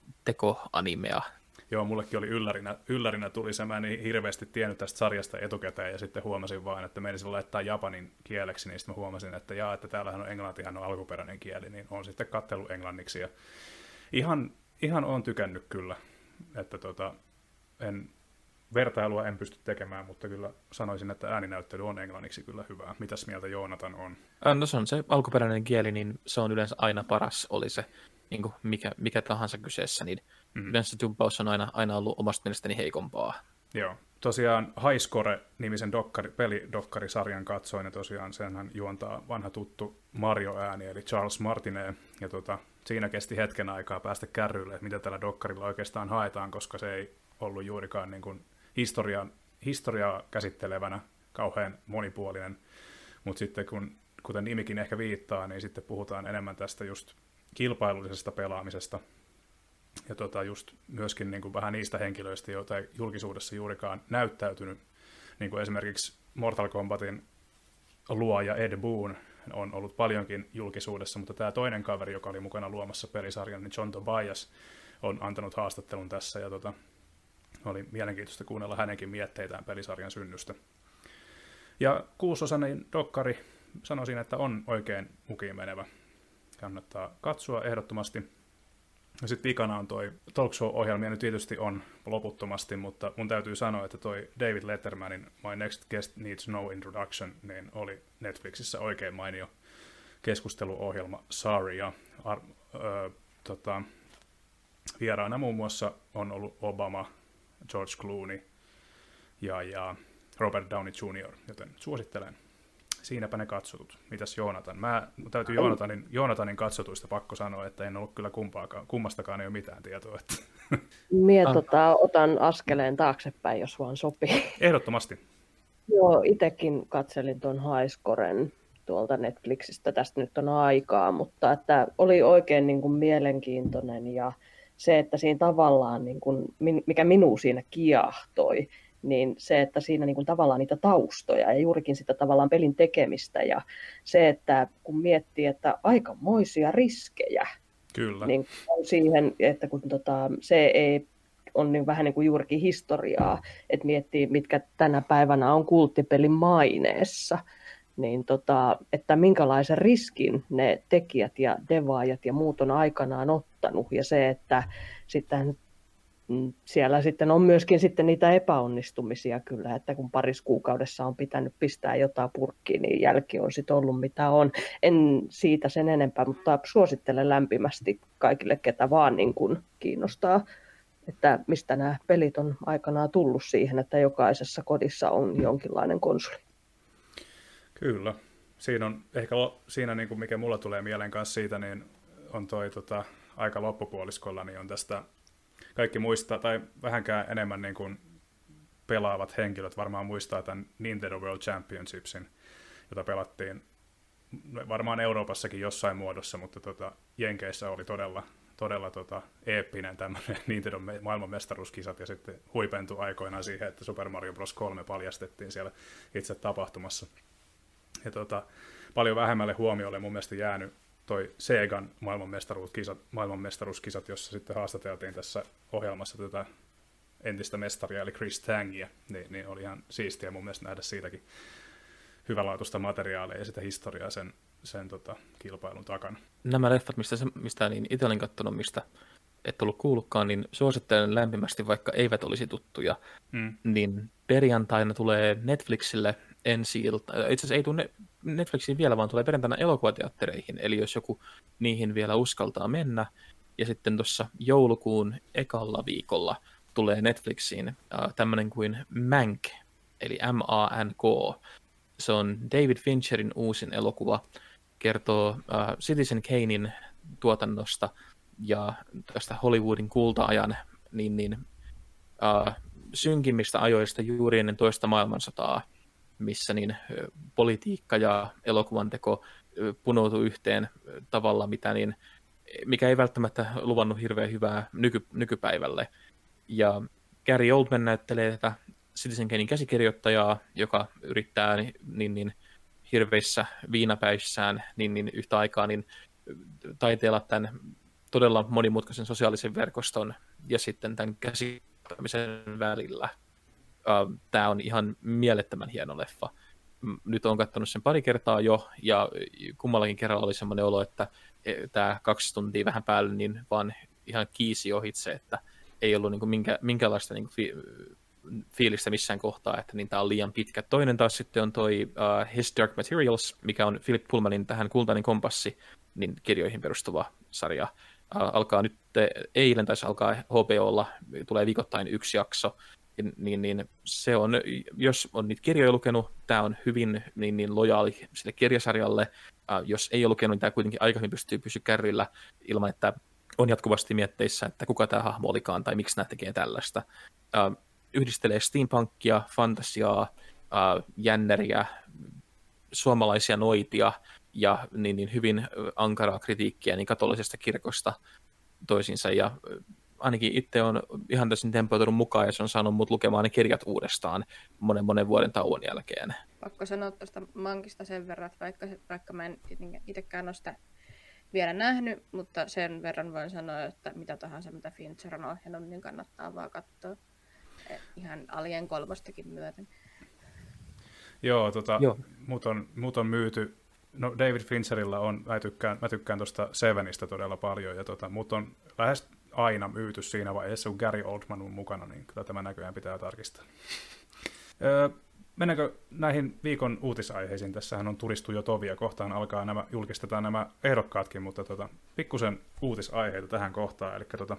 tekoanimea. Joo, mullekin oli yllärinä, yllärinä tuli se, mä en niin hirveästi tiennyt tästä sarjasta etukäteen, ja sitten huomasin vaan, että menisin laittaa japanin kieleksi, niin sitten mä huomasin, että jaa, että täällähän on englantihan on alkuperäinen kieli, niin on sitten katsellut englanniksi, ja ihan, ihan on tykännyt kyllä, että tota, en... Vertailua en pysty tekemään, mutta kyllä sanoisin, että ääninäyttely on englanniksi kyllä hyvää. Mitäs mieltä Joonatan on? No se on se alkuperäinen kieli, niin se on yleensä aina paras, oli se niin kuin mikä, mikä tahansa kyseessä, niin mm. yleensä dumppaus on aina, aina ollut omasta mielestäni heikompaa. Joo, tosiaan Highscore-nimisen dokkari, pelidokkarisarjan katsoin, ja tosiaan senhän juontaa vanha tuttu Mario-ääni, eli Charles Martinet, ja tota, siinä kesti hetken aikaa päästä kärryille, että mitä tällä dokkarilla oikeastaan haetaan, koska se ei ollut juurikaan niin kuin historian, historiaa käsittelevänä kauhean monipuolinen, mutta sitten kun, kuten nimikin ehkä viittaa, niin sitten puhutaan enemmän tästä just kilpailullisesta pelaamisesta ja tota just myöskin niin kuin vähän niistä henkilöistä, joita ei julkisuudessa juurikaan näyttäytynyt, niin kuin esimerkiksi Mortal Kombatin luoja Ed Boon on ollut paljonkin julkisuudessa, mutta tämä toinen kaveri, joka oli mukana luomassa pelisarjan, niin John Tobias on antanut haastattelun tässä ja tota, oli mielenkiintoista kuunnella hänenkin mietteitään pelisarjan synnystä. Ja kuusosainen dokkari, sanoisin, että on oikein mukiin menevä. Kannattaa katsoa ehdottomasti. Ja sitten vikana on toi talk show-ohjelmia, nyt tietysti on loputtomasti, mutta mun täytyy sanoa, että toi David Lettermanin My Next Guest Needs No Introduction niin oli Netflixissä oikein mainio keskusteluohjelma. Sorry, ja ar- ö, tota, vieraana muun muassa on ollut Obama, George Clooney ja, ja Robert Downey juniori, joten suosittelen. Siinäpä ne katsotut. Mitäs Joonatan? Mä täytyy Joonatanin, Joonatanin katsotuista pakko sanoa, että en ollut kyllä kumpaakaan, kummastakaan ei ole mitään tietoa. Että. Mie ah. tota, otan askeleen taaksepäin, jos vaan sopii. Ehdottomasti. Joo, itsekin katselin tuon Highscoren tuolta Netflixistä. Tästä nyt on aikaa, mutta että oli oikein niin kuin mielenkiintoinen ja se, että siinä tavallaan, niin kuin, mikä minua siinä kiehtoi, niin se, että siinä niin kuin tavallaan niitä taustoja ja juurikin sitä tavallaan pelin tekemistä ja se, että kun miettii, että aikamoisia riskejä, Kyllä. niin on siihen, että kun tota, se ei on niin vähän niin kuin juurikin historiaa, että miettii, mitkä tänä päivänä on kulttipelin maineessa, niin tota, että minkälaisen riskin ne tekijät ja devaajat ja muut on aikanaan ottanut, ja se, että sitten siellä sitten on myöskin sitten niitä epäonnistumisia kyllä, että kun paris kuukaudessa on pitänyt pistää jotain purkkiin, niin jälki on sitten ollut mitä on. En siitä sen enempää, mutta suosittelen lämpimästi kaikille, ketä vaan niin kuin kiinnostaa, että mistä nämä pelit on aikanaan tullut siihen, että jokaisessa kodissa on jonkinlainen konsoli. Kyllä. Siinä on ehkä siinä, niin kuin mikä mulla tulee mieleen kanssa siitä, niin on toi tota, aika loppupuoliskolla, niin on tästä kaikki muistaa, tai vähänkään enemmän niin kuin pelaavat henkilöt varmaan muistaa tämän Nintendo World Championshipsin, jota pelattiin varmaan Euroopassakin jossain muodossa, mutta tota, Jenkeissä oli todella, todella tota, eeppinen tämmöinen Nintendo maailmanmestaruuskisat, ja sitten huipentui aikoinaan siihen, että Super Mario Bros. kolme paljastettiin siellä itse tapahtumassa. Ja tota, paljon vähemmälle huomiolle mun mielestä jäänyt toi Segan maailmanmestaruuskisat, maailmanmestaruuskisat, jossa sitten haastateltiin tässä ohjelmassa tätä entistä mestaria, eli Chris Tangia, niin, niin oli ihan siistiä mun mielestä nähdä siitäkin hyvänlaatuista materiaalia ja sitä historiaa sen, sen tota, kilpailun takana. Nämä leffat, mistä, mistä niin itse olin katsonut, mistä et ollut kuullutkaan, niin suosittelen lämpimästi, vaikka eivät olisi tuttuja, mm. niin perjantaina tulee Netflixille ensi ilta. Itse asiassa ei tule Netflixiin vielä, vaan tulee perjantaina elokuvateattereihin, eli jos joku niihin vielä uskaltaa mennä. Ja sitten tuossa joulukuun ekalla viikolla tulee Netflixiin äh, tämmöinen kuin Mank, eli M A N K. Se on David Fincherin uusin elokuva, kertoo äh, Citizen Kanein tuotannosta ja tästä Hollywoodin kulta-ajan niin, niin, äh, synkimmistä ajoista juuri ennen toista maailmansotaa, missä niin politiikka ja elokuvanteko punoutu yhteen tavalla, mitä niin, mikä ei välttämättä luvannut hirveän hyvää nyky, nykypäivälle. Ja Gary Oldman näyttelee tätä Citizen Kanein käsikirjoittajaa, joka yrittää niin, niin hirveissä viinapäissään niin, niin yhtä aikaa niin taiteella tämän todella monimutkaisen sosiaalisen verkoston ja sitten tämän käsikirjoittamisen välillä. Tämä on ihan mielettömän hieno leffa. Nyt olen katsonut sen pari kertaa jo, ja kummallakin kerralla oli semmoinen olo, että tämä kaksi tuntia vähän päälle, niin vaan ihan kiisi ohitse, että ei ollut niin minkä, minkäänlaista niin fi, fiilistä missään kohtaa, että niin tämä on liian pitkä. Toinen taas sitten on toi uh, His Dark Materials, mikä on Philip Pullmanin tähän Kultainen kompassi niin kirjoihin perustuva sarja. Uh, alkaa nyt, eilen taisi alkaa H B O:lla, tulee viikoittain yksi jakso, Niin, niin se on, jos on niitä kirjoja lukenut, tämä on hyvin niin, niin lojaali sille kirjasarjalle. Uh, jos ei ole lukenut, niin tämä kuitenkin aika hyvin pystyy pysyä kärryillä ilman, että on jatkuvasti mietteissä, että kuka tämä hahmo olikaan tai miksi nämä tekee tällaista. Uh, yhdistelee steampunkia, fantasiaa, uh, jänneriä, suomalaisia noitia ja niin, niin hyvin ankaraa kritiikkiä niin katolisesta kirkosta toisiinsa. Ja ainakin itse on ihan täysin tempoitunut mukaan ja se on saanut mut lukemaan ne kirjat uudestaan monen monen vuoden tauon jälkeen. Pakko sanoa tuosta Mankista sen verran, että vaikka, vaikka mä en itsekään ole sitä vielä nähnyt, mutta sen verran voin sanoa, että mitä tahansa mitä Fincher on ohjannut, niin kannattaa vaan katsoa. Ihan Alien kolmostakin myöten. Joo, tota, Joo. Mut, on, mut on myyty. No David Fincherillä on, mä tykkään, mä tykkään tuosta Sevenistä todella paljon, ja tota, mut on lähes aina myyty siinä vaiheessa, kun Gary Oldman on mukana, niin kyllä tämä näköjään pitää tarkistaa. Öö, mennäänkö näihin viikon uutisaiheisiin? Tässähän on turistu jo tovia, kohtaan alkaa nämä, julkistetaan nämä ehdokkaatkin, mutta tota, pikkusen uutisaiheita tähän kohtaan, eli tota,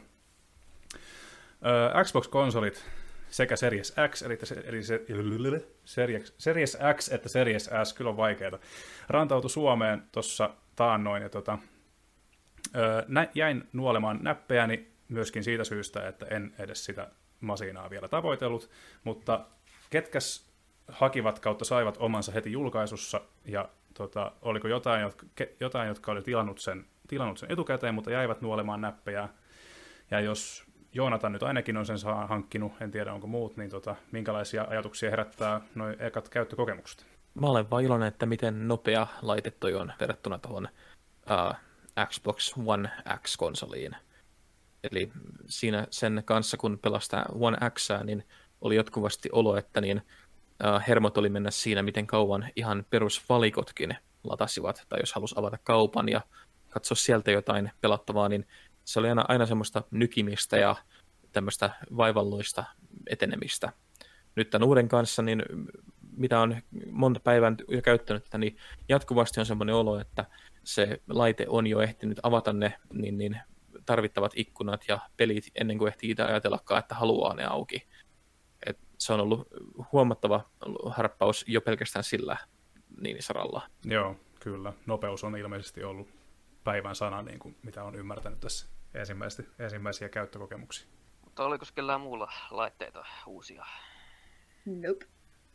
öö, Xbox-konsolit sekä Series X, eli, se, eli se, Series, Series X että Series S, kyllä on vaikeaa, rantautui Suomeen tuossa taannoin, ja tota, öö, nä, jäin nuolemaan näppejäni myöskin siitä syystä, että en edes sitä masiinaa vielä tavoitellut, mutta ketkäs hakivat kautta saivat omansa heti julkaisussa, ja tota, oliko jotain, jotka, jotain, jotka oli tilannut sen, tilannut sen etukäteen, mutta jäivät nuolemaan näppejä, ja jos Joonatan nyt ainakin on sen saa hankkinut, en tiedä onko muut, niin tota, minkälaisia ajatuksia herättää nuo ekat käyttökokemukset? Mä olen vaan iloinen, että miten nopea laite toi on verrattuna tuohon uh, Xbox One X-konsoliin. Eli siinä sen kanssa, kun pelastaa One Xää, niin oli jatkuvasti olo, että niin, uh, hermot oli mennä siinä, miten kauan ihan perusvalikotkin latasivat, tai jos halusi avata kaupan ja katsoa sieltä jotain pelattavaa, niin se oli aina, aina semmoista nykimistä ja tämmöistä vaivalloista etenemistä. Nyt tämän uuden kanssa, niin mitä on monta päivää jo käyttänyt, niin jatkuvasti on semmoinen olo, että se laite on jo ehtinyt avata ne niin, niin tarvittavat ikkunat ja pelit ennen kuin ehtii itse ajatellakaan, että haluaa ne auki. Et se on ollut huomattava harppaus jo pelkästään sillä niin saralla. Joo, kyllä. Nopeus on ilmeisesti ollut päivän sana, niin kuin mitä on ymmärtänyt tässä ensimmäisiä käyttökokemuksia. Mutta oliko kellään muulla laitteita uusia? Nope.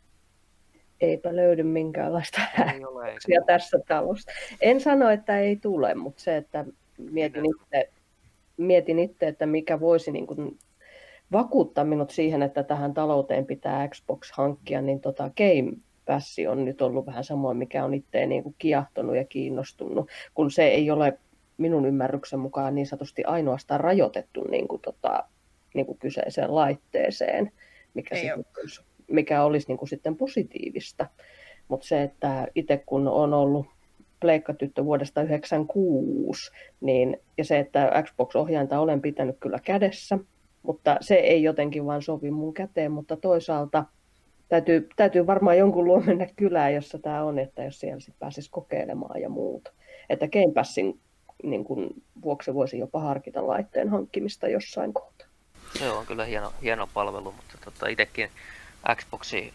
Eipä löydy minkäänlaista Ei ole, häksyä tässä talosta. En sano, että ei tule, mutta se, että mietin itse, mietin itse että mikä voisi niin kuin vakuuttaa minut siihen, että tähän talouteen pitää Xbox hankkia, niin tota Game Pass on nyt ollut vähän samoin, mikä on itse niin kuin kiahtonut ja kiinnostunut, kun se ei ole minun ymmärryksen mukaan niin sanotusti ainoastaan rajoitettu niin kuin tota, niin kuin kyseiseen laitteeseen, mikä, sitten, mikä olisi niin kuin sitten positiivista. Mutta se, että itse kun on ollut pleikkatyttö vuodesta yhdeksänkymmentäkuusi, niin, ja se, että Xbox-ohjainta olen pitänyt kyllä kädessä, mutta se ei jotenkin vaan sovi mun käteen, mutta toisaalta täytyy, täytyy varmaan jonkun luo mennä kylään, jossa tämä on, että jos siellä sitten pääsisi kokeilemaan ja muuta. Että Game Passin niin kun, vuoksi voisi jopa harkita laitteen hankkimista jossain kohtaa. Se on kyllä hieno, hieno palvelu, mutta tota, itsekin Xboxin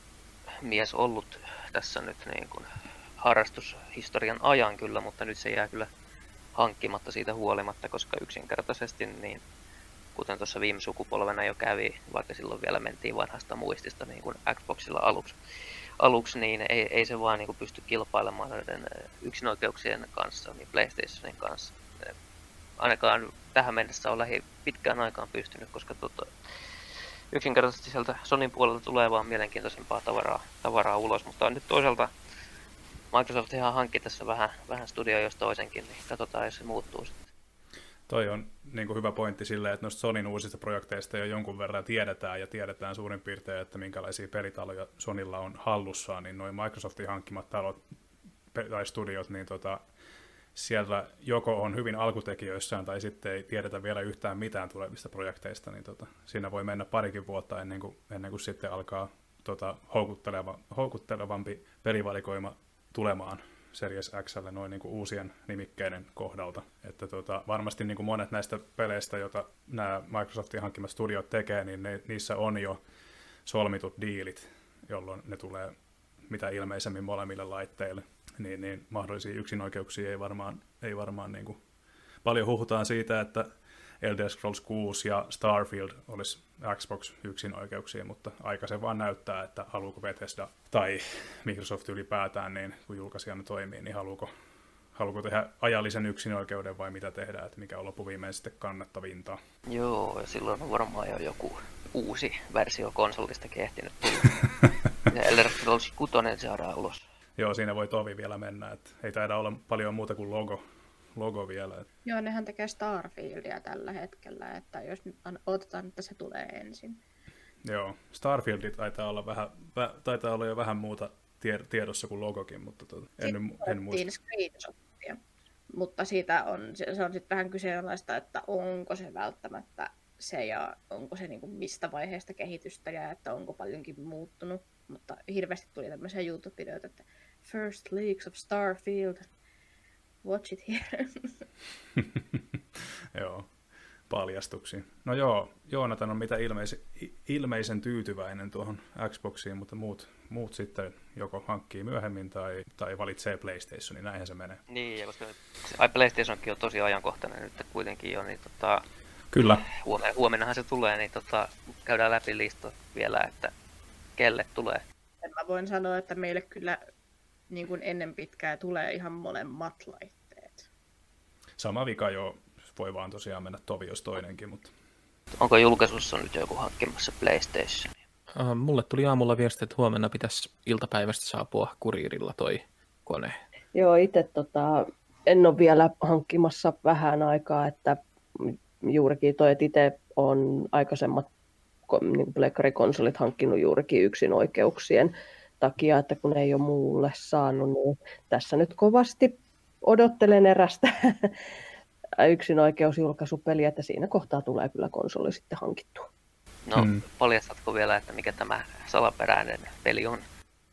mies ollut tässä nyt niin kuin harrastushistorian ajan kyllä, mutta nyt se jää kyllä hankkimatta siitä huolimatta, koska yksinkertaisesti, niin, kuten tuossa viime sukupolvena jo kävi, vaikka silloin vielä mentiin vanhasta muistista niin kuin Xboxilla aluksi, aluksi niin ei, ei se vaan niin kuin pysty kilpailemaan noiden yksinoikeuksien kanssa, niin PlayStationin kanssa. Ainakaan tähän mennessä on lähi pitkään aikaan pystynyt, koska tota, yksinkertaisesti sieltä Sonyn puolelta tulee vaan mielenkiintoisempaa tavaraa, tavaraa ulos, mutta on nyt toisaalta Microsoft ihan hankki tässä vähän, vähän studio jos toisenkin, niin katsotaan, jos se muuttuu sitten. Toi on niin kuin hyvä pointti silleen, että noista Sonyn uusista projekteista jo jonkun verran tiedetään, ja tiedetään suurin piirtein, että minkälaisia pelitaloja Sonylla on hallussaan, niin noin Microsoftin hankkimat talot tai studiot, niin tota, siellä joko on hyvin alkutekijöissään, tai sitten ei tiedetä vielä yhtään mitään tulevista projekteista, niin tota, siinä voi mennä parikin vuotta ennen kuin, ennen kuin sitten alkaa tota, houkutteleva, houkuttelevampi pelivalikoima tulemaan Series X:lle noin niin kuin uusien nimikkeiden kohdalta. Että tota, varmasti niin kuin monet näistä peleistä, joita nämä Microsoftin hankkimat studiot tekee, niin ne, niissä on jo solmitut diilit, jolloin ne tulee mitä ilmeisemmin molemmille laitteille. Niin, niin mahdollisia yksinoikeuksia ei varmaan, ei varmaan niin kuin, paljon huhutaan siitä, että Elder Scrolls kuusi ja Starfield olisi Xbox yksinoikeuksia, mutta aika se vaan näyttää, että haluuko Bethesda tai Microsoft ylipäätään, niin kun julkaisijana toimii, niin haluuko, haluuko tehdä ajallisen yksinoikeuden vai mitä tehdään, että mikä on loppuviimein sitten kannattavinta. Joo, ja silloin on varmaan jo joku uusi versio konsolista ehtinyt tulla. Ja Elder Scrolls kuusi saadaan ulos. Joo, siinä voi tovi vielä mennä, että ei taida olla paljon muuta kuin logo, logo vielä. Joo, nehän tekee Starfieldia tällä hetkellä, että jos nyt odotetaan, että se tulee ensin. Joo, Starfield taitaa olla, vähän, taitaa olla jo vähän muuta tiedossa kuin logokin, mutta tuota, en, en muista. Screenshottia, mutta siitä on, se on sitten vähän kyseenalaista, että onko se välttämättä se ja onko se niinku mistä vaiheesta kehitystä ja että onko paljonkin muuttunut. Mutta hirveästi tuli tämmöisiä YouTube-videoita, että First Leaks of Starfield, watch it here. Joo, paljastuksia. No joo, Joonatan on mitä ilmeisen, ilmeisen tyytyväinen tuohon Xboxiin, mutta muut, muut sitten joko hankkii myöhemmin tai, tai valitsee PlayStationin, näinhän se menee. Niin, ja koska ai PlayStationkin on tosi ajankohtainen nyt kuitenkin jo, niin tota, kyllä. Huomenna, huomennahan se tulee, niin tota, käydään läpi lista vielä, että kelle tulee. Mä voin sanoa, että meille kyllä niin kuin ennen pitkää tulee ihan molemmat laitteet. Sama vika jo, voi vaan tosiaan mennä tovi jos toinenkin, mutta Onko julkaisussa nyt joku hankkimassa PlayStationia? Uh, mulle tuli aamulla viesti, että huomenna pitäisi iltapäivästä saapua kuriirilla toi kone. Joo, itse tota, en ole vielä hankkimassa vähän aikaa, että juurikin toi, että itse on aikaisemmat niin pleikkarikonsolit hankkinut juurikin yksin oikeuksien takia, että kun ei ole muulle saanut, niin tässä nyt kovasti odottelen erästä yksin oikeusjulkaisupeliä, että siinä kohtaa tulee kyllä konsoli sitten hankittua. No, hmm. paljastatko vielä, että mikä tämä salaperäinen peli on?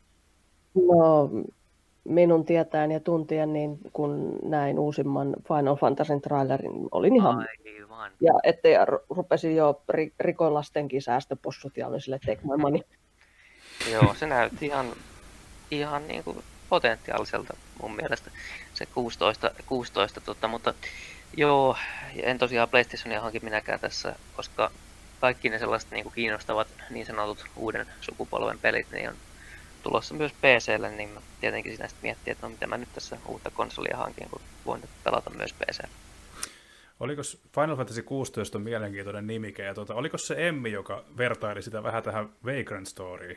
No, minun tietäen ja tuntien, niin kun näin uusimman Final Fantasyn trailerin, olin ihan... Aivan. Ja ettei rupesin jo rikolastenkin säästöpossut ja olin sille take my money. Joo, se näytti ihan, ihan niin kuin potentiaaliselta mun mielestä, se kuusitoista, kuusitoista tota, mutta joo, en tosiaan PlayStationia hankin minäkään tässä, koska kaikki ne sellaiset niin kuin kiinnostavat niin sanotut uuden sukupolven pelit, niin on tulossa myös P C:lle, niin mä tietenkin siinä sitten miettii, että no mitä mä nyt tässä uutta konsolia hankin, kun voin nyt pelata myös P C:lle. Oliko Final Fantasy kuusitoista on mielenkiintoinen nimike, ja tuota, oliko se Emmi, joka vertaili sitä vähän tähän Vagrant Storyin?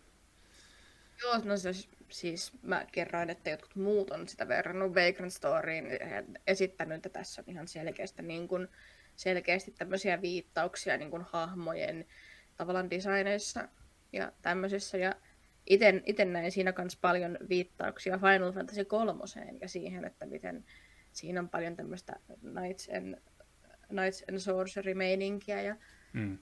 Joo, no se, siis mä kerroin, että jotkut muut on sitä verrannut Vagrant Storyin ja esittänyt, että tässä on ihan selkeästi, niin kuin, selkeästi tämmöisiä viittauksia niin kuin hahmojen tavallaan designeissa ja tämmöisissä. Ja itse näin siinä kanssa paljon viittauksia Final Fantasy kolmoseen ja siihen, että miten siinä on paljon tämmöistä Knights and, Knights and Sorcery-meininkiä ja, mm.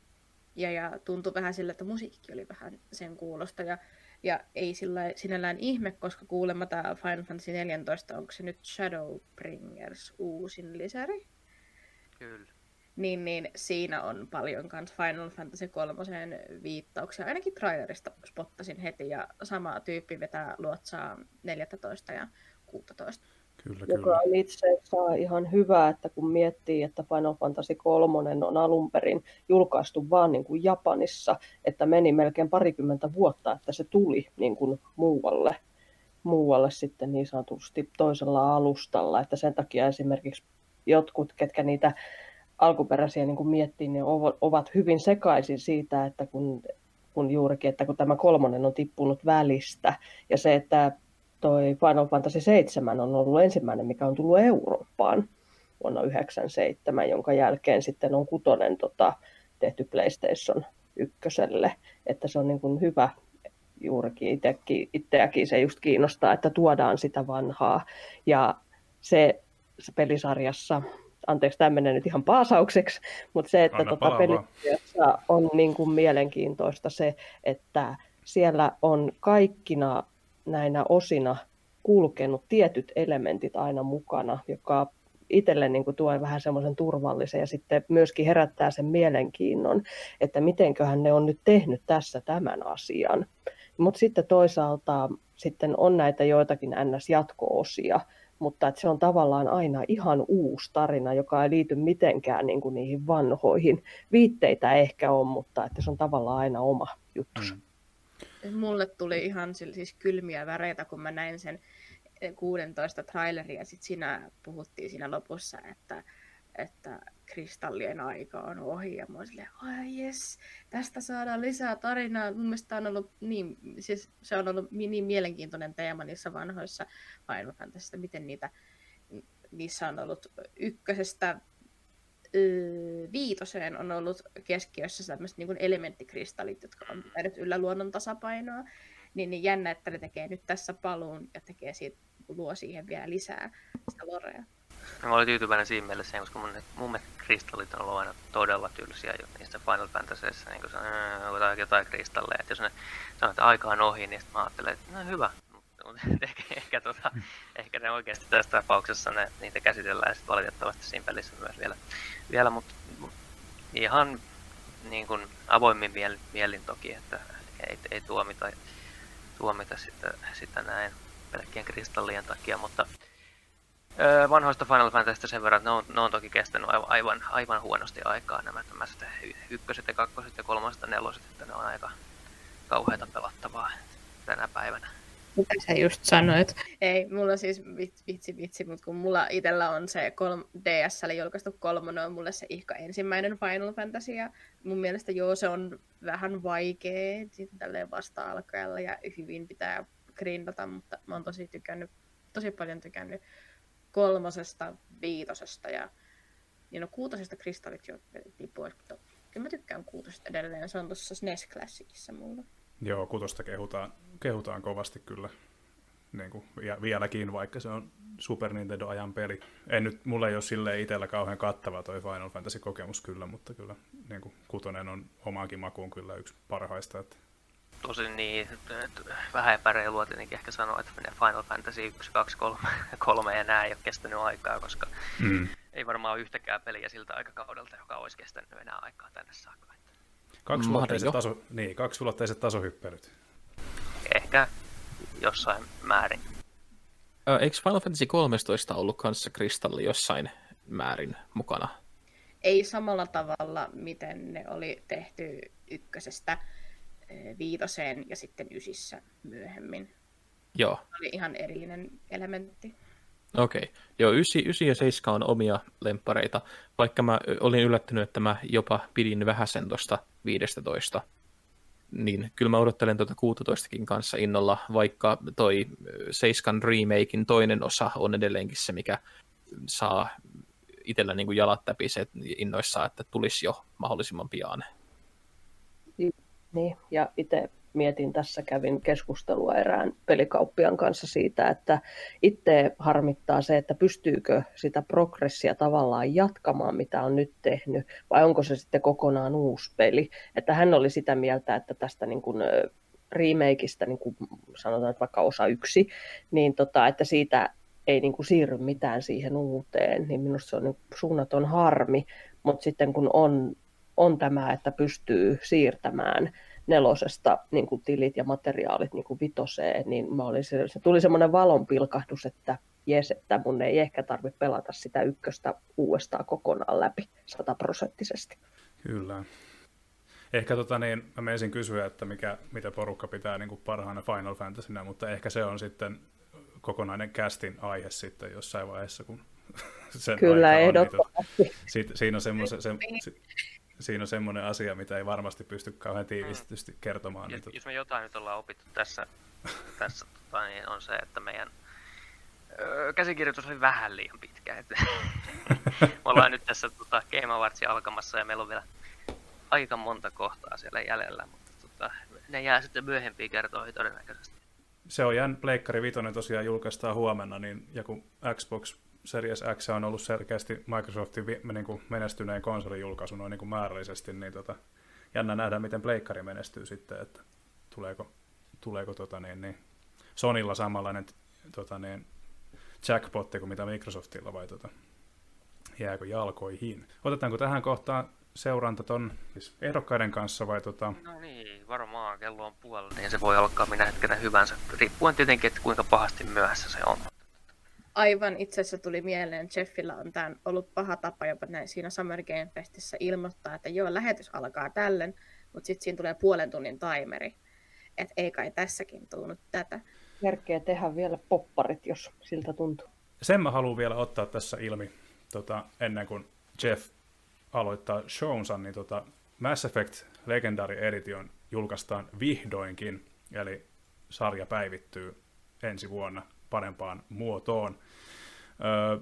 ja, ja tuntui vähän sillä, että musiikki oli vähän sen kuulosta. Ja, ja ei sillä, sinällään ihme, koska kuulemma tämä Final Fantasy neljätoista, onko se nyt Shadowbringers uusin lisäri? Kyllä. Niin, niin siinä on paljon kans Final Fantasy kolmoseen viittauksia. Ainakin trailerista spottasin heti ja sama tyyppi vetää luotsaa neljätoista ja kuusitoista. Kyllä, joka kyllä. on itse asiassa ihan hyvä, että kun miettii, että Final Fantasy kolme on alun perin julkaistu vaan niin kuin Japanissa, että meni melkein parikymmentä vuotta, että se tuli niin kuin muualle, muualle sitten niin sanotusti toisella alustalla. Että sen takia esimerkiksi jotkut, ketkä niitä alkuperäisiä niin kuin miettii, niin ovat hyvin sekaisin siitä, että kun, kun juurikin, että kun tämä kolmonen on tippunut välistä ja se, että toi Final Fantasy seitsemän on ollut ensimmäinen, mikä on tullut Eurooppaan vuonna yhdeksänkymmentäseitsemän, jonka jälkeen sitten on kutonen tota, tehty PlayStation ykköselle, että se on niin kuin hyvä juurikin itsekin, itseäkin se just kiinnostaa, että tuodaan sitä vanhaa ja se, se pelisarjassa, anteeksi tämä menee nyt ihan paasaukseksi, mutta se, että tota, pelisarjassa on niin kuin mielenkiintoista se, että siellä on kaikkina näinä osina kulkenut tietyt elementit aina mukana, joka itselle niin kuin tuo vähän semmoisen turvallisen ja sitten myöskin herättää sen mielenkiinnon, että mitenköhän ne on nyt tehnyt tässä tämän asian. Mutta sitten toisaalta sitten on näitä joitakin N S-jatko-osia, mutta että se on tavallaan aina ihan uusi tarina, joka ei liity mitenkään niin kuin niihin vanhoihin. Viitteitä ehkä on, mutta että se on tavallaan aina oma juttusa. Mm. Mulle tuli ihan siis kylmiä väreitä, kun mä näin sen kuusitoista traileria, ja sitten siinä puhuttiin siinä lopussa, että, että kristallien aika on ohi, ja mä olin silleen, ai jes, tästä saadaan lisää tarinaa. Mun mielestä on ollut niin, siis se on ollut niin mielenkiintoinen teema niissä vanhoissa Final Fantasyissa, miten niitä, niissä on ollut ykkösestä viitoseen on ollut keskiössä tämmöiset niin kuin elementtikristallit, jotka on pitänyt yllä luonnon tasapainoa, niin, niin jännä, että ne tekee nyt tässä paluun ja tekee siitä, luo siihen vielä lisää sitä lorea. Mä olin tyytyväinen siinä mielessä, koska mun, mun mielestä kristallit on ollut aina todella tylsiä niissä Final Fantasyissa, niin kun sanotaan jotain kristalleja, että jos ne sanoo, että aika on ohi, niin sitten mä ajattelen, että no hyvä, mutta ehkä, ehkä, tota, ehkä ne oikeasti tässä tapauksessa ne, niitä käsitellään sitten valitettavasti siinä pelissä myös vielä, vielä mutta ihan niin kuin avoimin mielin, mielin toki, että ei, ei tuomita, tuomita sitä, sitä näin pelkkien kristallien takia, mutta öö, vanhoista Final Fantasysta sen verran, että ne on, ne on toki kestänyt aivan, aivan huonosti aikaa nämä tämmöiset ykköset ja kakkoset ja kolmoset ja neloset, että ne on aika kauheita pelattavaa tänä päivänä. Mitä sä just sanoit? Ei, mulla siis vitsi vitsi, mutta kun mulla itsellä on se kolm, D S L julkaistu kolmonen, on mulle se ihka ensimmäinen Final Fantasy, ja mun mielestä joo, se on vähän vaikea siitä tälleen vasta-alkajalla, ja hyvin pitää grindata, mutta mä oon tosi tykännyt, tosi paljon tykännyt kolmosesta, viitosesta, ja niin no kuutosesta kristallit jo tipuisi, mutta kyllä mä tykkään kuutosesta edelleen, se on tuossa S N E S Classicissa mulla. Joo, kutosta kehutaan, kehutaan kovasti kyllä. Niin kuin vieläkin, vaikka se on Super Nintendo-ajan peli. En nyt, mulla ei ole silleen itsellä kauhean kattava toi Final Fantasy-kokemus kyllä, mutta kyllä niin kuin kutonen on omaakin makuun kyllä yksi parhaista. Että... Tosin niin, vähän epäreilua tietenkin ehkä sanoa, että Final Fantasy yksi, kaksi, kolme, kolme ja nää ei ole kestänyt aikaa, koska mm. ei varmaan ole yhtäkään peliä siltä aikakaudelta, joka olisi kestänyt enää aikaa tänne saakka. Kaksiulotteiset, taso, niin, kaksiulotteiset tasohyppelyt. Ehkä jossain määrin. Ö, eikö Final Fantasy kolmetoista ollut kanssa kristalli jossain määrin mukana? Ei samalla tavalla, miten ne oli tehty ykkösestä viitoseen ja sitten ysissä myöhemmin. Joo. Oli ihan erillinen elementti. Okei. Okay. Joo, yhdeksän ja seitsemän on omia lemppareita, vaikka mä olin yllättynyt, että mä jopa pidin vähäsen tuosta viisitoista. Niin kyllä mä odottelen tuota kuusitoistakin kanssa innolla, vaikka toi seitsemän remakein toinen osa on edelleenkin se, mikä saa itsellä niin kuin jalat läpi se innoissaan, että tulisi jo mahdollisimman pian. Niin, ja itse mietin tässä, kävin keskustelua erään pelikauppian kanssa siitä, että itse harmittaa se, että pystyykö sitä progressia tavallaan jatkamaan, mitä on nyt tehnyt, vai onko se sitten kokonaan uusi peli. Että hän oli sitä mieltä, että tästä niin kuin remakeista, niin kuin sanotaan että vaikka osa yksi, niin tota, että siitä ei niin kuin siirry mitään siihen uuteen, niin minusta se on niin suunnaton harmi, mutta sitten kun on, on tämä, että pystyy siirtämään nelosesta niin kuin tilit ja materiaalit niin kuin vitoseen, niin mä olin, se, se tuli semmoinen valonpilkahdus, että jes, että mun ei ehkä tarvitse pelata sitä ykköstä uudestaan kokonaan läpi sataprosenttisesti. Kyllä. Ehkä tota niin, mä menisin kysyä, että mikä, mitä porukka pitää niin kuin parhaana Final Fantasyna, mutta ehkä se on sitten kokonainen castin aihe sitten jossain vaiheessa, kun sen Kyllä, aika on, ehdottomasti. niin, sit, siinä on semmoisen... Se, si, Siinä on semmoinen asia, mitä ei varmasti pysty kauhean tiivistetysti kertomaan. Jos, niin jos me jotain nyt ollaan opittu tässä, tässä tota, niin on se, että meidän öö, käsikirjoitus oli vähän liian pitkä. Et, me ollaan nyt tässä tota, Game Awardsia alkamassa ja meillä on vielä aika monta kohtaa siellä jäljellä, mutta tota, ne jää sitten myöhempiin kertoihin todennäköisesti. Se on jään Pleikkari Vitoinen tosiaan julkaistaan huomenna, niin, ja kun Xbox Series X on ollut selkeästi Microsoftin vi, niin kuin menestyneen konsolin julkaisu noin niin kuin määrällisesti, niin tota, jännä nähdä, miten Pleikkari menestyy sitten, että tuleeko, tuleeko tota niin, niin Sonylla samanlainen tota niin, jackpotti kuin mitä Microsoftilla, vai tota, jääkö jalkoihin. Otetaanko tähän kohtaan seuranta ton siis ehdokkaiden kanssa, vai tota... No niin, varmaan kello on puolella, niin se voi alkaa minä hetkenä hyvänsä, riippuen tietenkin, että kuinka pahasti myöhässä se on. Aivan, itse asiassa tuli mieleen, Jeffillä on tämän ollut paha tapa jopa näin siinä Summer Game Festissä ilmoittaa, että joo, lähetys alkaa tällen, mutta sitten siinä tulee puolen tunnin timeri. Että ei kai tässäkin tullut tätä. Järkeä tehdä vielä popparit, jos siltä tuntuu. Sen mä haluan vielä ottaa tässä ilmi, tota, ennen kuin Jeff aloittaa shownsa, niin tota, Mass Effect Legendary Edition julkaistaan vihdoinkin, eli sarja päivittyy ensi vuonna parempaan muotoon. Öö,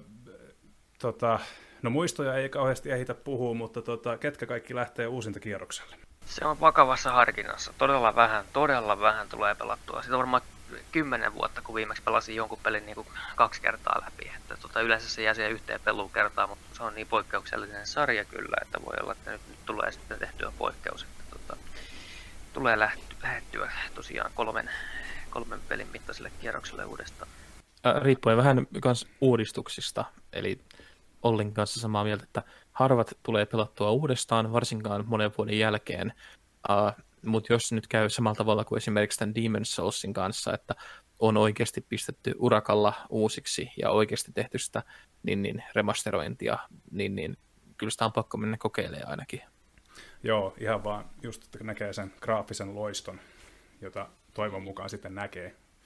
tota, no muistoja ei kauheasti ehditä puhua, mutta tota, ketkä kaikki lähtee uusintakierrokselle? Se on vakavassa harkinnassa. Todella vähän, todella vähän tulee pelattua. Siitä on varmaan kymmenen vuotta, kun viimeksi pelasin jonkun pelin niin kuin kaksi kertaa läpi. Että tota, yleensä se jää siihen yhteen peluun kertaa, mutta se on niin poikkeuksellinen sarja kyllä, että voi olla, että nyt, nyt tulee sitten tehtyä poikkeus. Että, tota, tulee lähettyä tosiaan kolmen, kolmen pelin mittaiselle kierrokselle uudestaan. Äh, riippuen vähän kans uudistuksista, eli Ollin kanssa samaa mieltä, että harvat tulee pelattua uudestaan, varsinkaan monen vuoden jälkeen, uh, mutta jos nyt käy samalla tavalla kuin esimerkiksi tämän Demon's Soulsin kanssa, että on oikeasti pistetty urakalla uusiksi ja oikeasti tehty sitä niin, niin remasterointia, niin, niin kyllä sitä on pakko mennä kokeilemaan ainakin. Joo, ihan vaan just, että näkee sen graafisen loiston, jota toivon mukaan sitten näkee.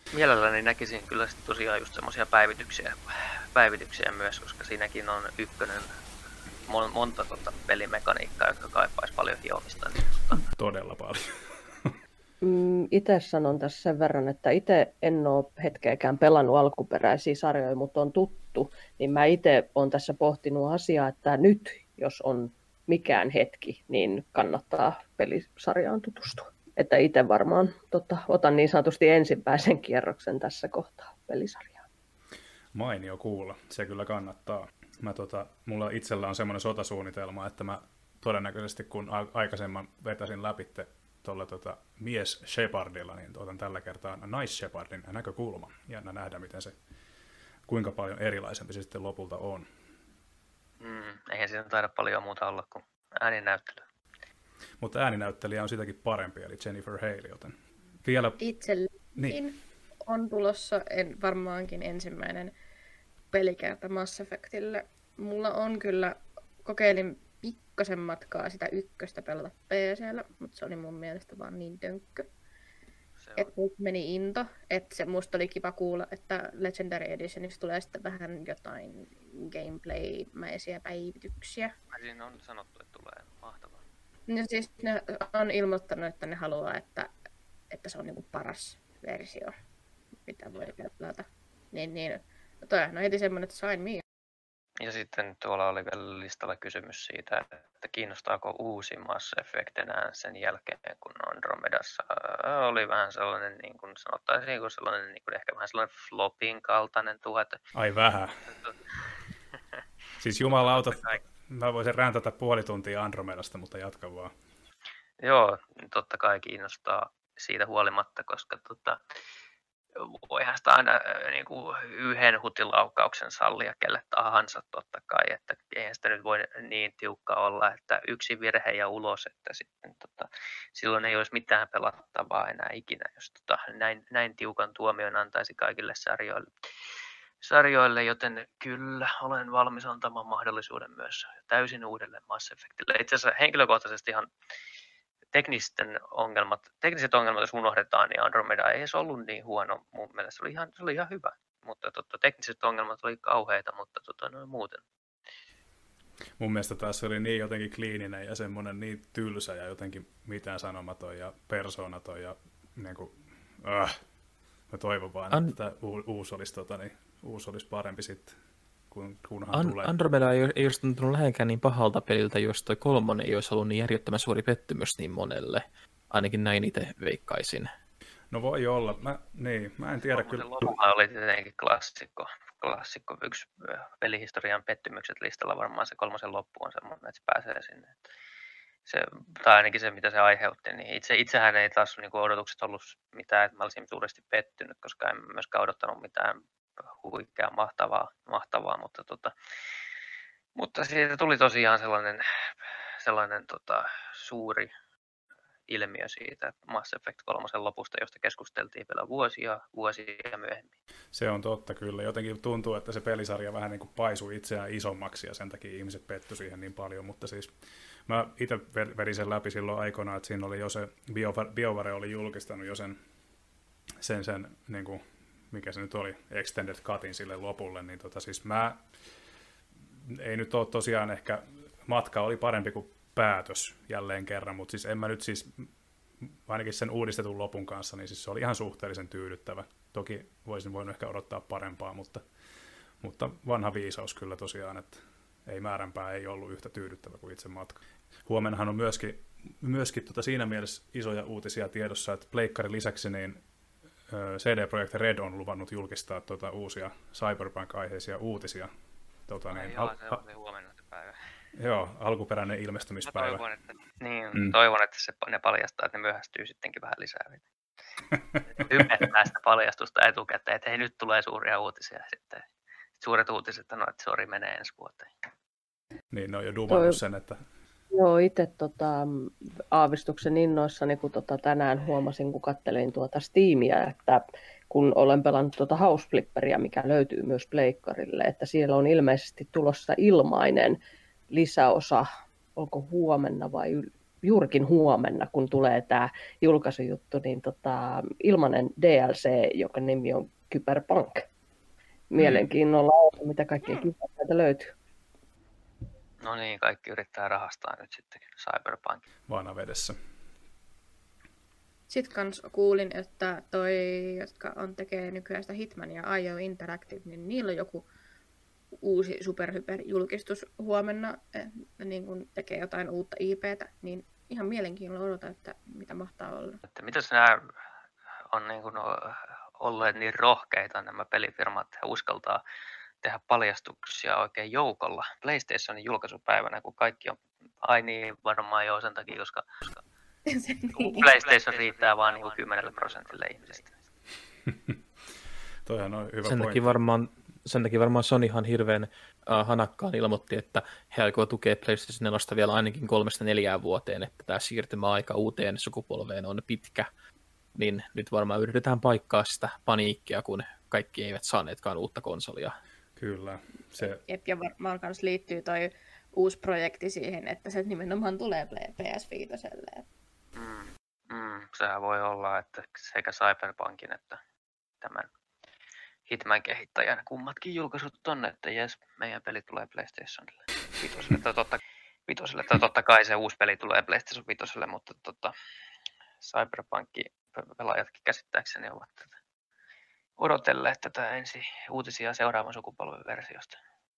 Mielelläni näkisin kyllä sit tosiaan just semmoisia päivityksiä, päivityksiä myös, koska siinäkin on ykkönen mon, monta tota pelimekaniikkaa, jotka kaipaisi paljon hiomista. Niin, tota... Todella paljon. Itse sanon tässä sen verran, että itse en ole hetkeäkään pelannut alkuperäisiä sarjoja, mutta on tuttu, niin mä itse olen tässä pohtinut asiaa, että nyt, jos on mikään hetki, niin kannattaa pelisarjaan tutustua. Että itse varmaan tota, otan niin sanotusti ensimmäisen kierroksen tässä kohtaa pelisarjaa. Mainio kuulla, se kyllä kannattaa. Mä, tota, mulla itsellä on semmoinen sotasuunnitelma, että mä todennäköisesti kun aikaisemman vetäsin läpitte tuolla tota, mies Shepardilla, niin otan tällä kertaa Nice Shepardin näkökulma. Jännä nähdä, miten se, kuinka paljon erilaisempi se sitten lopulta on. Mm, eihän siinä taida paljon muuta olla kuin ääninäyttely. Mutta ääninäyttelijä on sitäkin parempi, eli Jennifer Haley, joten vielä... Itselleni niin. On tulossa en, varmaankin ensimmäinen pelikerta Mass Effectille. Mulla on kyllä, kokeilin pikkasen matkaa sitä ykköstä pelata P C:llä, mutta se oli mun mielestä vaan niin tönkkö. Että meni into, että se musta oli kiva kuulla, että Legendary Editionissa tulee sitten vähän jotain gameplay-mäisiä päivityksiä. Siinä on sanottu, että tulee mahtavaa. No siis ne on ilmoittanut, että ne haluaa, että, että se on niinku paras versio, mitä voi pelata. Niin, niin. Toihan on heti semmoinen, että sign me. Ja sitten tuolla oli vielä listalla kysymys siitä, että kiinnostaako uusi Mass Effect enää sen jälkeen, kun Andromedassa oli vähän sellainen, niin kuin sanottaisiin, sellainen, niin kuin ehkä vähän sellainen flopin kaltainen tuote. Ai vähän. Siis jumalauta, mä voisin räntätä puoli tuntia Andromedasta, mutta jatka vaan. Joo, totta kai kiinnostaa siitä huolimatta, koska tota, voihan sitä aina niin kuin yhden hutilaukauksen sallia kelle tahansa totta kai, että eihän sitä nyt voi niin tiukka olla, että yksi virhe ja ulos, että sitten tota, silloin ei olisi mitään pelattavaa enää ikinä, jos tota, näin, näin tiukan tuomion antaisi kaikille sarjoille. sarjoille, joten kyllä olen valmis antamaan mahdollisuuden myös täysin uudelle Mass Effectille. Itse asiassa henkilökohtaisesti ihan teknisten ongelmat, tekniset ongelmat, jos unohdetaan, niin Andromeda ei edes ollut niin huono. Mun mielestä se oli ihan, se oli ihan hyvä, mutta totta, tekniset ongelmat oli kauheita, mutta totta, noin muuten. Mun mielestä taas oli niin jotenkin kliininen ja semmoinen niin tylsä ja jotenkin mitään sanomaton ja persoonaton ja niin kuin, äh, mä toivon vaan, An- että u- uusi, olisi, tota, niin, uusi olisi parempi sitten, kun, kunhan An- tulee. Andromeda ei, ei olisi tuntunut lähenkään niin pahalta peliltä, jos toi kolmonen ei olisi ollut niin järjettömän suuri pettymys niin monelle. Ainakin näin itse veikkaisin. No voi olla. Mä, niin, mä en tiedä kyllä. Loppuhan oli tietenkin klassikko. Klassikko, yksi pelihistorian pettymykset listalla varmaan se kolmosen loppu on semmoinen, että se pääsee sinne. Se, tai ainakin se, mitä se aiheutti, niin itse, itsehän ei taas niin kuin odotukset ollut mitään, että mä olisin suuresti pettynyt, koska en myöskään odottanut mitään huikeaa mahtavaa, mahtavaa mutta, tota, mutta siitä tuli tosiaan sellainen, sellainen tota, suuri ilmiö siitä Mass Effect kolmosen lopusta, josta keskusteltiin vielä vuosia, vuosia myöhemmin. Se on totta kyllä. Jotenkin tuntuu, että se pelisarja vähän niin kuin paisui itseään isommaksi ja sen takia ihmiset petty siihen niin paljon, mutta siis mä itse vedin sen läpi silloin aikoinaan, että siinä oli jo se, BioWare oli julkistanut jo sen, sen, sen niin kuin, mikä se nyt oli, extended cutin sille lopulle, niin tota siis mä, ei nyt ole tosiaan ehkä, matka oli parempi kuin päätös jälleen kerran, mutta siis en mä nyt siis, ainakin sen uudistetun lopun kanssa, niin siis se oli ihan suhteellisen tyydyttävä. Toki voisin voinut ehkä odottaa parempaa, mutta, mutta vanha viisaus kyllä tosiaan, että ei määränpää ei ollut yhtä tyydyttävä kuin itse matka. Huomennahan on myöskin, myöskin tota siinä mielessä isoja uutisia tiedossa, että Pleikkarin lisäksi niin C D Projekt Red on luvannut julkistaa tota uusia Cyberpunk-aiheisia uutisia. Tota, niin, joo, se on se huomenna se päivä. Joo, alkuperäinen ilmestymispäivä. Mä toivon, että, niin, mm. toivon, että se, ne paljastaa, että ne myöhästyy sittenkin vähän lisää. Ymmärtää sitä paljastusta etukäteen, että hei, nyt tulee suuria uutisia. Sitten suuret uutiset on, että sori menee ensi vuoteen. Niin, ne on jo dumannut sen, että... Joo, itse tota, aavistuksen innoissani, kun tota, tänään huomasin, kun kattelin tuota Steamia, että kun olen pelannut tuota House Flipperia, mikä löytyy myös Pleikkarille, että siellä on ilmeisesti tulossa ilmainen lisäosa, onko huomenna vai juurikin huomenna, kun tulee tämä julkaisujuttu, niin tota, ilmainen D L C, joka nimi on Cyberpunk. Mielenkiinnolla, mitä kaikkea kyberpäitä löytyy. No niin, kaikki yrittää rahastaa nyt sitten Cyberpunk. Vanavedessä. Sitten kans kuulin, että toi, jotka on tekee nykyään sitä Hitmania ja I O Interactive, niin niillä on joku uusi superhyper-julkistus huomenna, niin kun tekee jotain uutta I P:tä, niin ihan mielenkiinnolla odotan, että mitä mahtaa olla. Että mitäs nämä on niin kuin olleet niin rohkeita nämä pelifirmat, he uskaltaa tehdä paljastuksia oikein joukolla PlayStationin julkaisupäivänä, kun kaikki on, ai niin, varmaan jo sen takia, koska, koska PlayStation riittää vaan niin kuin kymmenelle prosentille ihmisistä. Toihan on hyvä sen pointti. takia varmaan Sen takia varmaan Sonyhan hirveän uh, hanakkaan ilmoitti, että he aikoo tukea PlayStation neljä vielä ainakin kolmesta neljään vuoteen, että tämä siirtymäaika uuteen sukupolveen on pitkä. Niin nyt varmaan yritetään paikkaa sitä paniikkia, kun kaikki eivät saaneetkaan uutta konsolia. Kyllä. Se... Jep, ja varmaan kanssa liittyy toi uusi projekti siihen, että se nimenomaan tulee P S viitoselle. Mm, mm, sehän voi olla, että sekä Cyberpunkin että tämän Hitman kehittäjän kummatkin julkaisut tonne, että jes, meidän peli tulee PlayStationille vitoselle. Tai totta, vitoselle, tai totta kai se uusi peli tulee PlayStation vitoselle, mutta tota, Cyberpunkin pelaajatkin käsittääkseni ovat tätä odotelleet tätä ensi uutisia seuraavan sukupolven versiosta.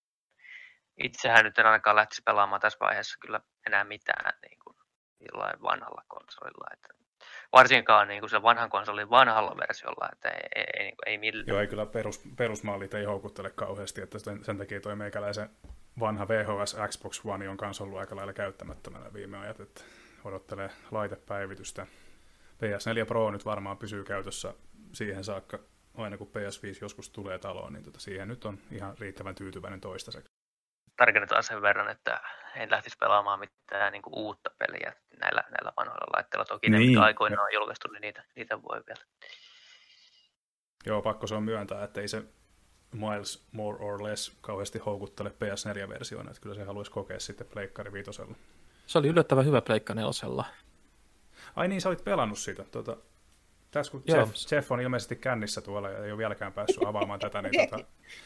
Itsehän nyt en ainakaan lähtisi pelaamaan tässä vaiheessa kyllä enää mitään niin kuin jollain vanhalla konsolilla. Että varsinkaan niin kuin se vanhan konsolin vanhalla versiolla, että ei, ei, ei, ei millään. Joo, ei kyllä perus, perusmallit ei houkuttele kauheasti, että sen takia toi meikäläisen vanha V H S Xbox One on kanssa ollut aika lailla käyttämättömänä viime ajat, että odottelee laitepäivitystä. P S neljä Pro nyt varmaan pysyy käytössä siihen saakka, aina kun P S viisi joskus tulee taloon, niin tota siihen nyt on ihan riittävän tyytyväinen toistaiseksi. Tarkennetaan sen verran, että en lähtisi pelaamaan mitään niin kuin uutta peliä näillä, näillä vanhoilla laitteilla. Toki ne, niin, mitkä aikoinaan on julkaistu, niin niitä, niitä voi vielä. Joo, pakko se on myöntää, että ei se Miles more or less kauheasti houkuttele P S neljä-versioon, että kyllä se haluaisi kokea sitten Pleikkari viitosella. Se oli yllättävän hyvä Pleikka nelosella. Ai niin, sä olit pelannut sitä. Tuota, tässä kun Jeff, Jeff on ilmeisesti kännissä tuolla ja ei ole vieläkään päässyt avaamaan tätä, niin tota,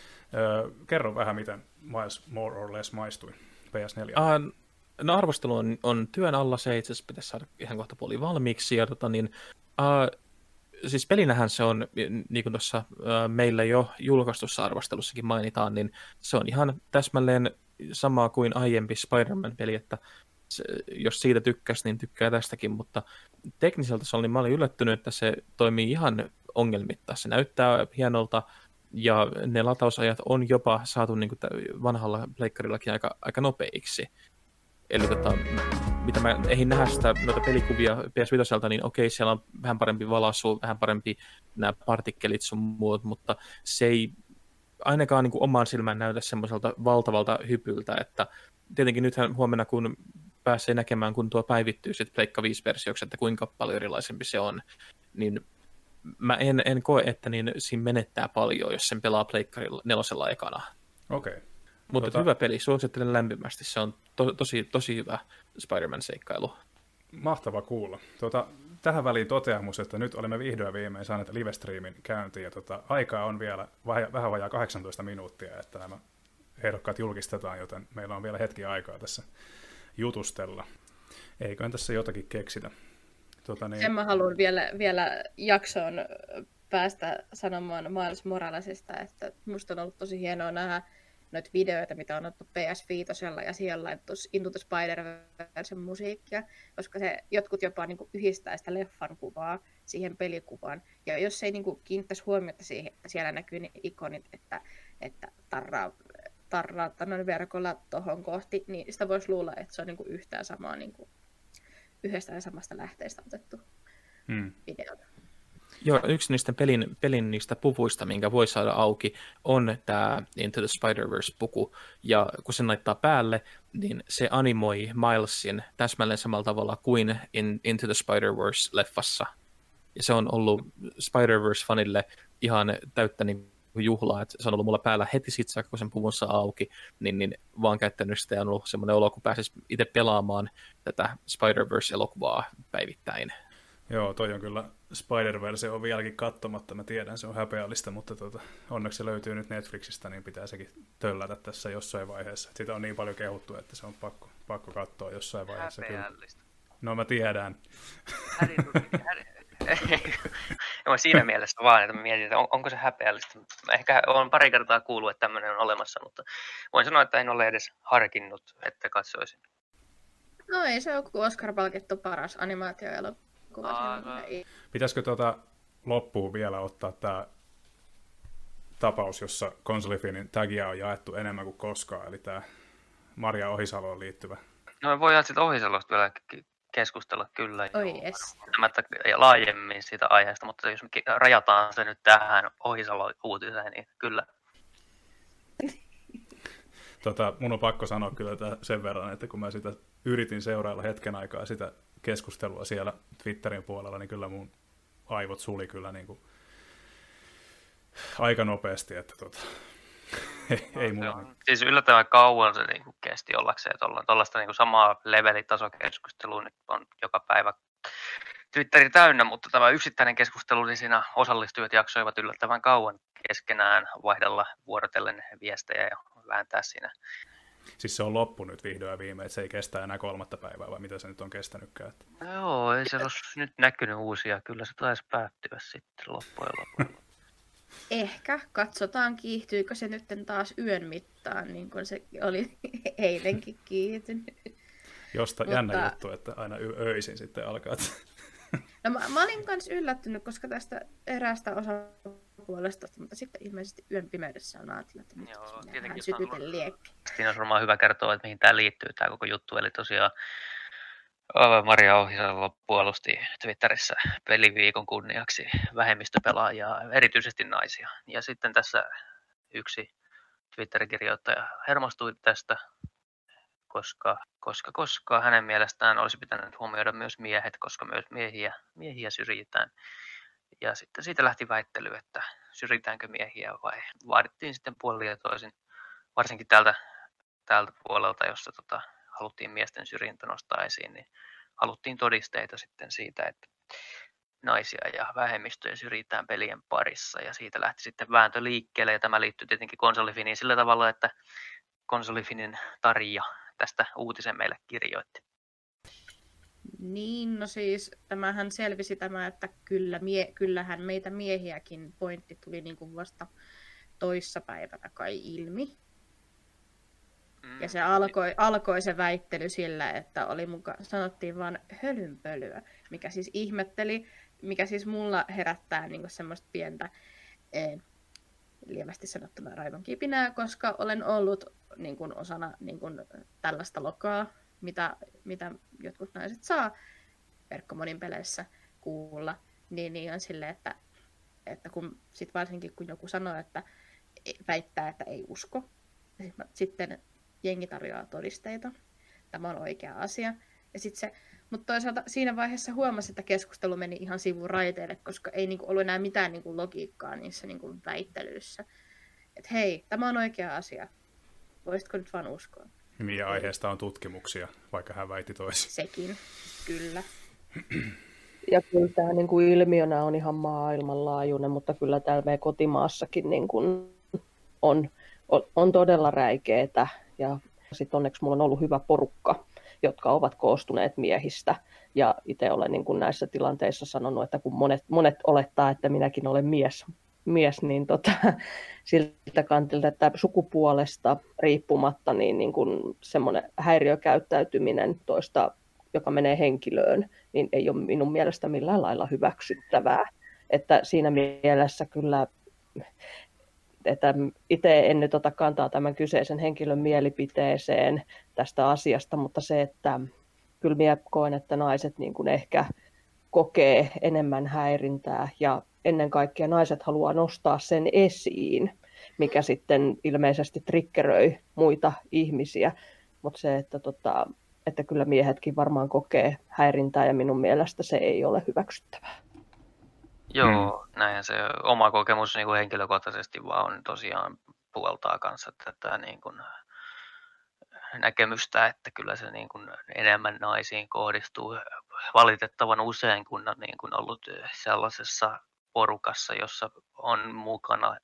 ö, kerro vähän, miten Miles more or less maistui P S neljä. Uh, no arvostelu on, on työn alla, se itse asiassa pitäisi saada ihan kohta puoli valmiiksi. Ja, tota, niin, uh, siis pelinähän se on, niin kuin tuossa uh, meillä jo julkaistussa arvostelussakin mainitaan, niin se on ihan täsmälleen sama kuin aiempi Spider-Man-peli, että se, jos siitä tykkäsi, niin tykkää tästäkin, mutta tekniseltä tasolla niin mä olin yllättynyt, että se toimii ihan ongelmitta. Se näyttää hienolta, ja ne latausajat on jopa saatu niin kuin vanhalla pleikkarillakin aika, aika nopeiksi. Eli tota, mitä mä eihin nähdä sitä noita pelikuvia P S viisi, niin okei, siellä on vähän parempi valaisu, vähän parempi nämä partikkelit sun muut, mutta se ei ainakaan niin kuin omaan silmään näytä semmoiselta valtavalta hypyltä, että tietenkin nythän huomenna, kun pääsee näkemään, kun tuo päivittyy sitten Pleikka viisi-versioksi, että kuinka paljon erilaisempi se on, niin mä en, en koe, että niin siinä menettää paljon, jos sen pelaa Pleikkarilla nelosella ekana. Okei. Okay. Mutta tota... hyvä peli, suosittelen lämpimästi. Se on to, tosi, tosi hyvä Spider-Man-seikkailu. Mahtava kuulla. Tuota, tähän väliin toteamus, että nyt olemme vihdoin viimein saaneet live-streamin käyntiin. Ja tota, aikaa on vielä vähän, vähän vajaa kahdeksantoista minuuttia, että nämä ehdokkaat julkistetaan, joten meillä on vielä hetki aikaa tässä jutustella. Eiköhän tässä jotakin keksitä. Tuota, niin... Sen mä haluan vielä, vielä jaksoon päästä sanomaan Miles Moralesista, että musta on ollut tosi hienoa nähdä noita videoita, mitä on otettu P S viisi ja siellä laittu Into the Spider-Versen musiikkia, koska se jotkut jopa niin kuin yhdistää sitä leffan kuvaa siihen pelikuvaan. Ja jos ei niin kuin kiinnittäisi huomiota siihen, että siellä näkyy ne ikonit, että, että tarraa, tarraa noin verkolla tuohon kohti, niin sitä voisi luulla, että se on niin kuin yhtään samaa niin kuin yhdestä ja samasta lähteestä otettu hmm. videota. Joo, yksi niistä pelin, pelin niistä puvuista, minkä voi saada auki, on tämä Into the Spider-Verse-puku. Ja kun sen laittaa päälle, niin se animoi Milesin täsmälleen samalla tavalla kuin in, Into the Spider-Verse-leffassa. Ja se on ollut Spider-Verse-fanille ihan täyttä niin juhlaa, että se on ollut mulla päällä heti sit saakka, kun sen puvunsa auki, niin, niin vaan käyttänyt sitä ja on ollut semmoinen olo, kun pääsis itse pelaamaan tätä Spider-Verse-elokuvaa päivittäin. Joo, toi on kyllä, Spider-Verse on vieläkin katsomatta, mä tiedän, se on häpeällistä, mutta tuota, onneksi se löytyy nyt Netflixistä, niin pitää sekin töllätä tässä jossain vaiheessa. Sitä on niin paljon kehuttu, että se on pakko, pakko katsoa jossain vaiheessa. Häpeällistä. Kyllä. No mä tiedän. No, siinä mielessä vaan, että mä mietin, että on, onko se häpeällistä. Mä ehkä olen pari kertaa kuullut, että tämmöinen on olemassa, mutta voin sanoa, että en ole edes harkinnut, että katsoisin. No ei se ole kuin Oscar-palkittu paras animaatioelokuva. Pitäisikö tuota loppuun vielä ottaa tämä tapaus, jossa konsolifinin tagia on jaettu enemmän kuin koskaan, eli tämä Maria Ohisaloon liittyvä. No voidaan sitten Ohisalosta vielä keskustella kyllä. Oi jes. Laajemmin siitä aiheesta, mutta jos me rajataan se nyt tähän Ohisalo-uutiseen, niin kyllä. Tota, mun on pakko sanoa kyllä sen verran, että kun mä sitä yritin seurailla hetken aikaa sitä keskustelua siellä Twitterin puolella, niin kyllä mun aivot suli kyllä niin kuin aika nopeasti, että tota, ei, ei mulla. Siis yllättävän kauan se niin kuin kesti ollakseen, että ollaan tuollaista niin kuin samaa levelitaso-keskustelua nyt on joka päivä Twitteri täynnä, mutta tämä yksittäinen keskustelu, niin siinä osallistujat jaksoivat yllättävän kauan keskenään vaihdella vuorotellen viestejä ja vääntää siinä. Siis se on loppu nyt vihdoin ja viimein, että se ei kestä enää kolmatta päivää, vai mitä se nyt on kestänytkään? Joo, ei se olisi nyt näkynyt uusia. Kyllä se taisi päättyä sitten loppujen lopuksi. Ehkä. Katsotaan, kiihtyykö se nyt taas yön mittaan, niin kuin se oli eilenkin kiihtynyt. Josta Mutta... jännä juttu, että aina öisin sitten alkaa. No, mä, mä olin myös yllättynyt, koska tästä eräästä osapuolesta, mutta sitten ilmeisesti yön pimeydessä on ajatellut, että nyt vähän sytyten liekki. Siinä on varmaan hyvä kertoa, että mihin tämä liittyy, tämä koko juttu. Eli tosiaan Maria Ohisalo puolusti Twitterissä peliviikon kunniaksi vähemmistöpelaajia, erityisesti naisia. Ja sitten tässä yksi Twitter-kirjoittaja hermostui tästä, koska, koska, koska hänen mielestään olisi pitänyt huomioida myös miehet, koska myös miehiä, miehiä syrjitään. Ja sitten siitä lähti väittely, että syrjitäänkö miehiä vai vaadittiin sitten puolin ja toisin, varsinkin tältä, tältä puolelta, jossa tota, haluttiin miesten syrjintä nostaa esiin, niin haluttiin todisteita sitten siitä, että naisia ja vähemmistöjä syrjitään pelien parissa. Ja siitä lähti sitten vääntö liikkeelle, ja tämä liittyy tietenkin konsolifiniin sillä tavalla, että konsolifinin Tarja tästä uutisen meille kirjoitti. Niin, no siis tämähän selvisi tämä, että kyllä, mie, kyllähän meitä miehiäkin pointti tuli niin kuin vasta toissapäivänä kai ilmi. Mm. Ja se alkoi, alkoi se väittely sillä, että oli muka, sanottiin vaan hölynpölyä, mikä siis ihmetteli, mikä siis mulla herättää niin kuin semmoista pientä, eh, lievästi sanottuna raivon kipinää, koska olen ollut niin kuin osana niin kuin tällaista lokaa, mitä, mitä jotkut naiset saa verkkomonin peleissä kuulla, niin, niin on silleen, että, että kun, sit varsinkin kun joku sanoo, että väittää, että ei usko, sitten jengi tarjoaa todisteita, tämä on oikea asia. Ja sit se, mutta toisaalta siinä vaiheessa huomasi, että keskustelu meni ihan sivun raiteille, koska ei niinku ollut enää mitään niinku logiikkaa niissä niinku väittelyissä. Että hei, tämä on oikea asia. Voisitko nyt vaan uskoa? Ja aiheesta on tutkimuksia, vaikka hän väitti toisin. Sekin, kyllä. Ja kyllä tämä niin kuin ilmiönä on ihan maailmanlaajuinen, mutta kyllä täällä meidän kotimaassakin niin kuin on, on, on todella räikeetä. Ja sitten onneksi mulla on ollut hyvä porukka, jotka ovat koostuneet miehistä. Ja itse olen niin kuin näissä tilanteissa sanonut, että kun monet, monet olettaa, että minäkin olen mies, mies niin tota, siltä kantilta, että sukupuolesta riippumatta niin, niin kuin semmoinen häiriökäyttäytyminen toista, joka menee henkilöön, niin ei ole minun mielestä millään lailla hyväksyttävää. Että siinä mielessä kyllä, että itse en nyt ota kantaa tämän kyseisen henkilön mielipiteeseen tästä asiasta, mutta se, että kyllä minä koen, että naiset niin kuin ehkä kokee enemmän häirintää ja ennen kaikkea naiset haluaa nostaa sen esiin, mikä sitten ilmeisesti triggeröi muita ihmisiä, mutta se, että, tota, että kyllä miehetkin varmaan kokee häirintää ja minun mielestä se ei ole hyväksyttävää. Joo, mm. näinhän se oma kokemus niin kuin henkilökohtaisesti vaan on tosiaan puoltaa kanssa tätä niin kuin näkemystä, että kyllä se niin kuin enemmän naisiin kohdistuu valitettavan usein, kun on niin kuin ollut sellaisessa porukassa, jossa on mukana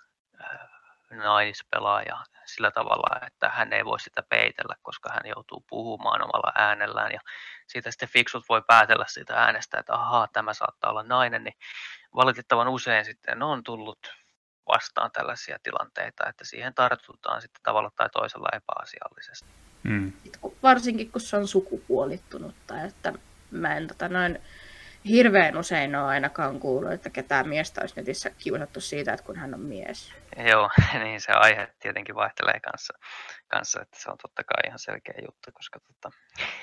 naispelaaja sillä tavalla, että hän ei voi sitä peitellä, koska hän joutuu puhumaan omalla äänellään ja siitä sitten fiksut voi päätellä siitä äänestä, että ahaa, tämä saattaa olla nainen, niin valitettavan usein sitten on tullut vastaan tällaisia tilanteita, että siihen tartutaan sitten tavalla tai toisella epäasiallisesti. Mm. Varsinkin kun se on sukupuolittunutta, että mä en tota noin hirveän usein ole ainakaan kuullut, että ketään miestä olisi netissä kiusattu siitä, että kun hän on mies. Joo, niin se aihe tietenkin vaihtelee kanssa, kanssa että se on totta kai ihan selkeä juttu, koska tota,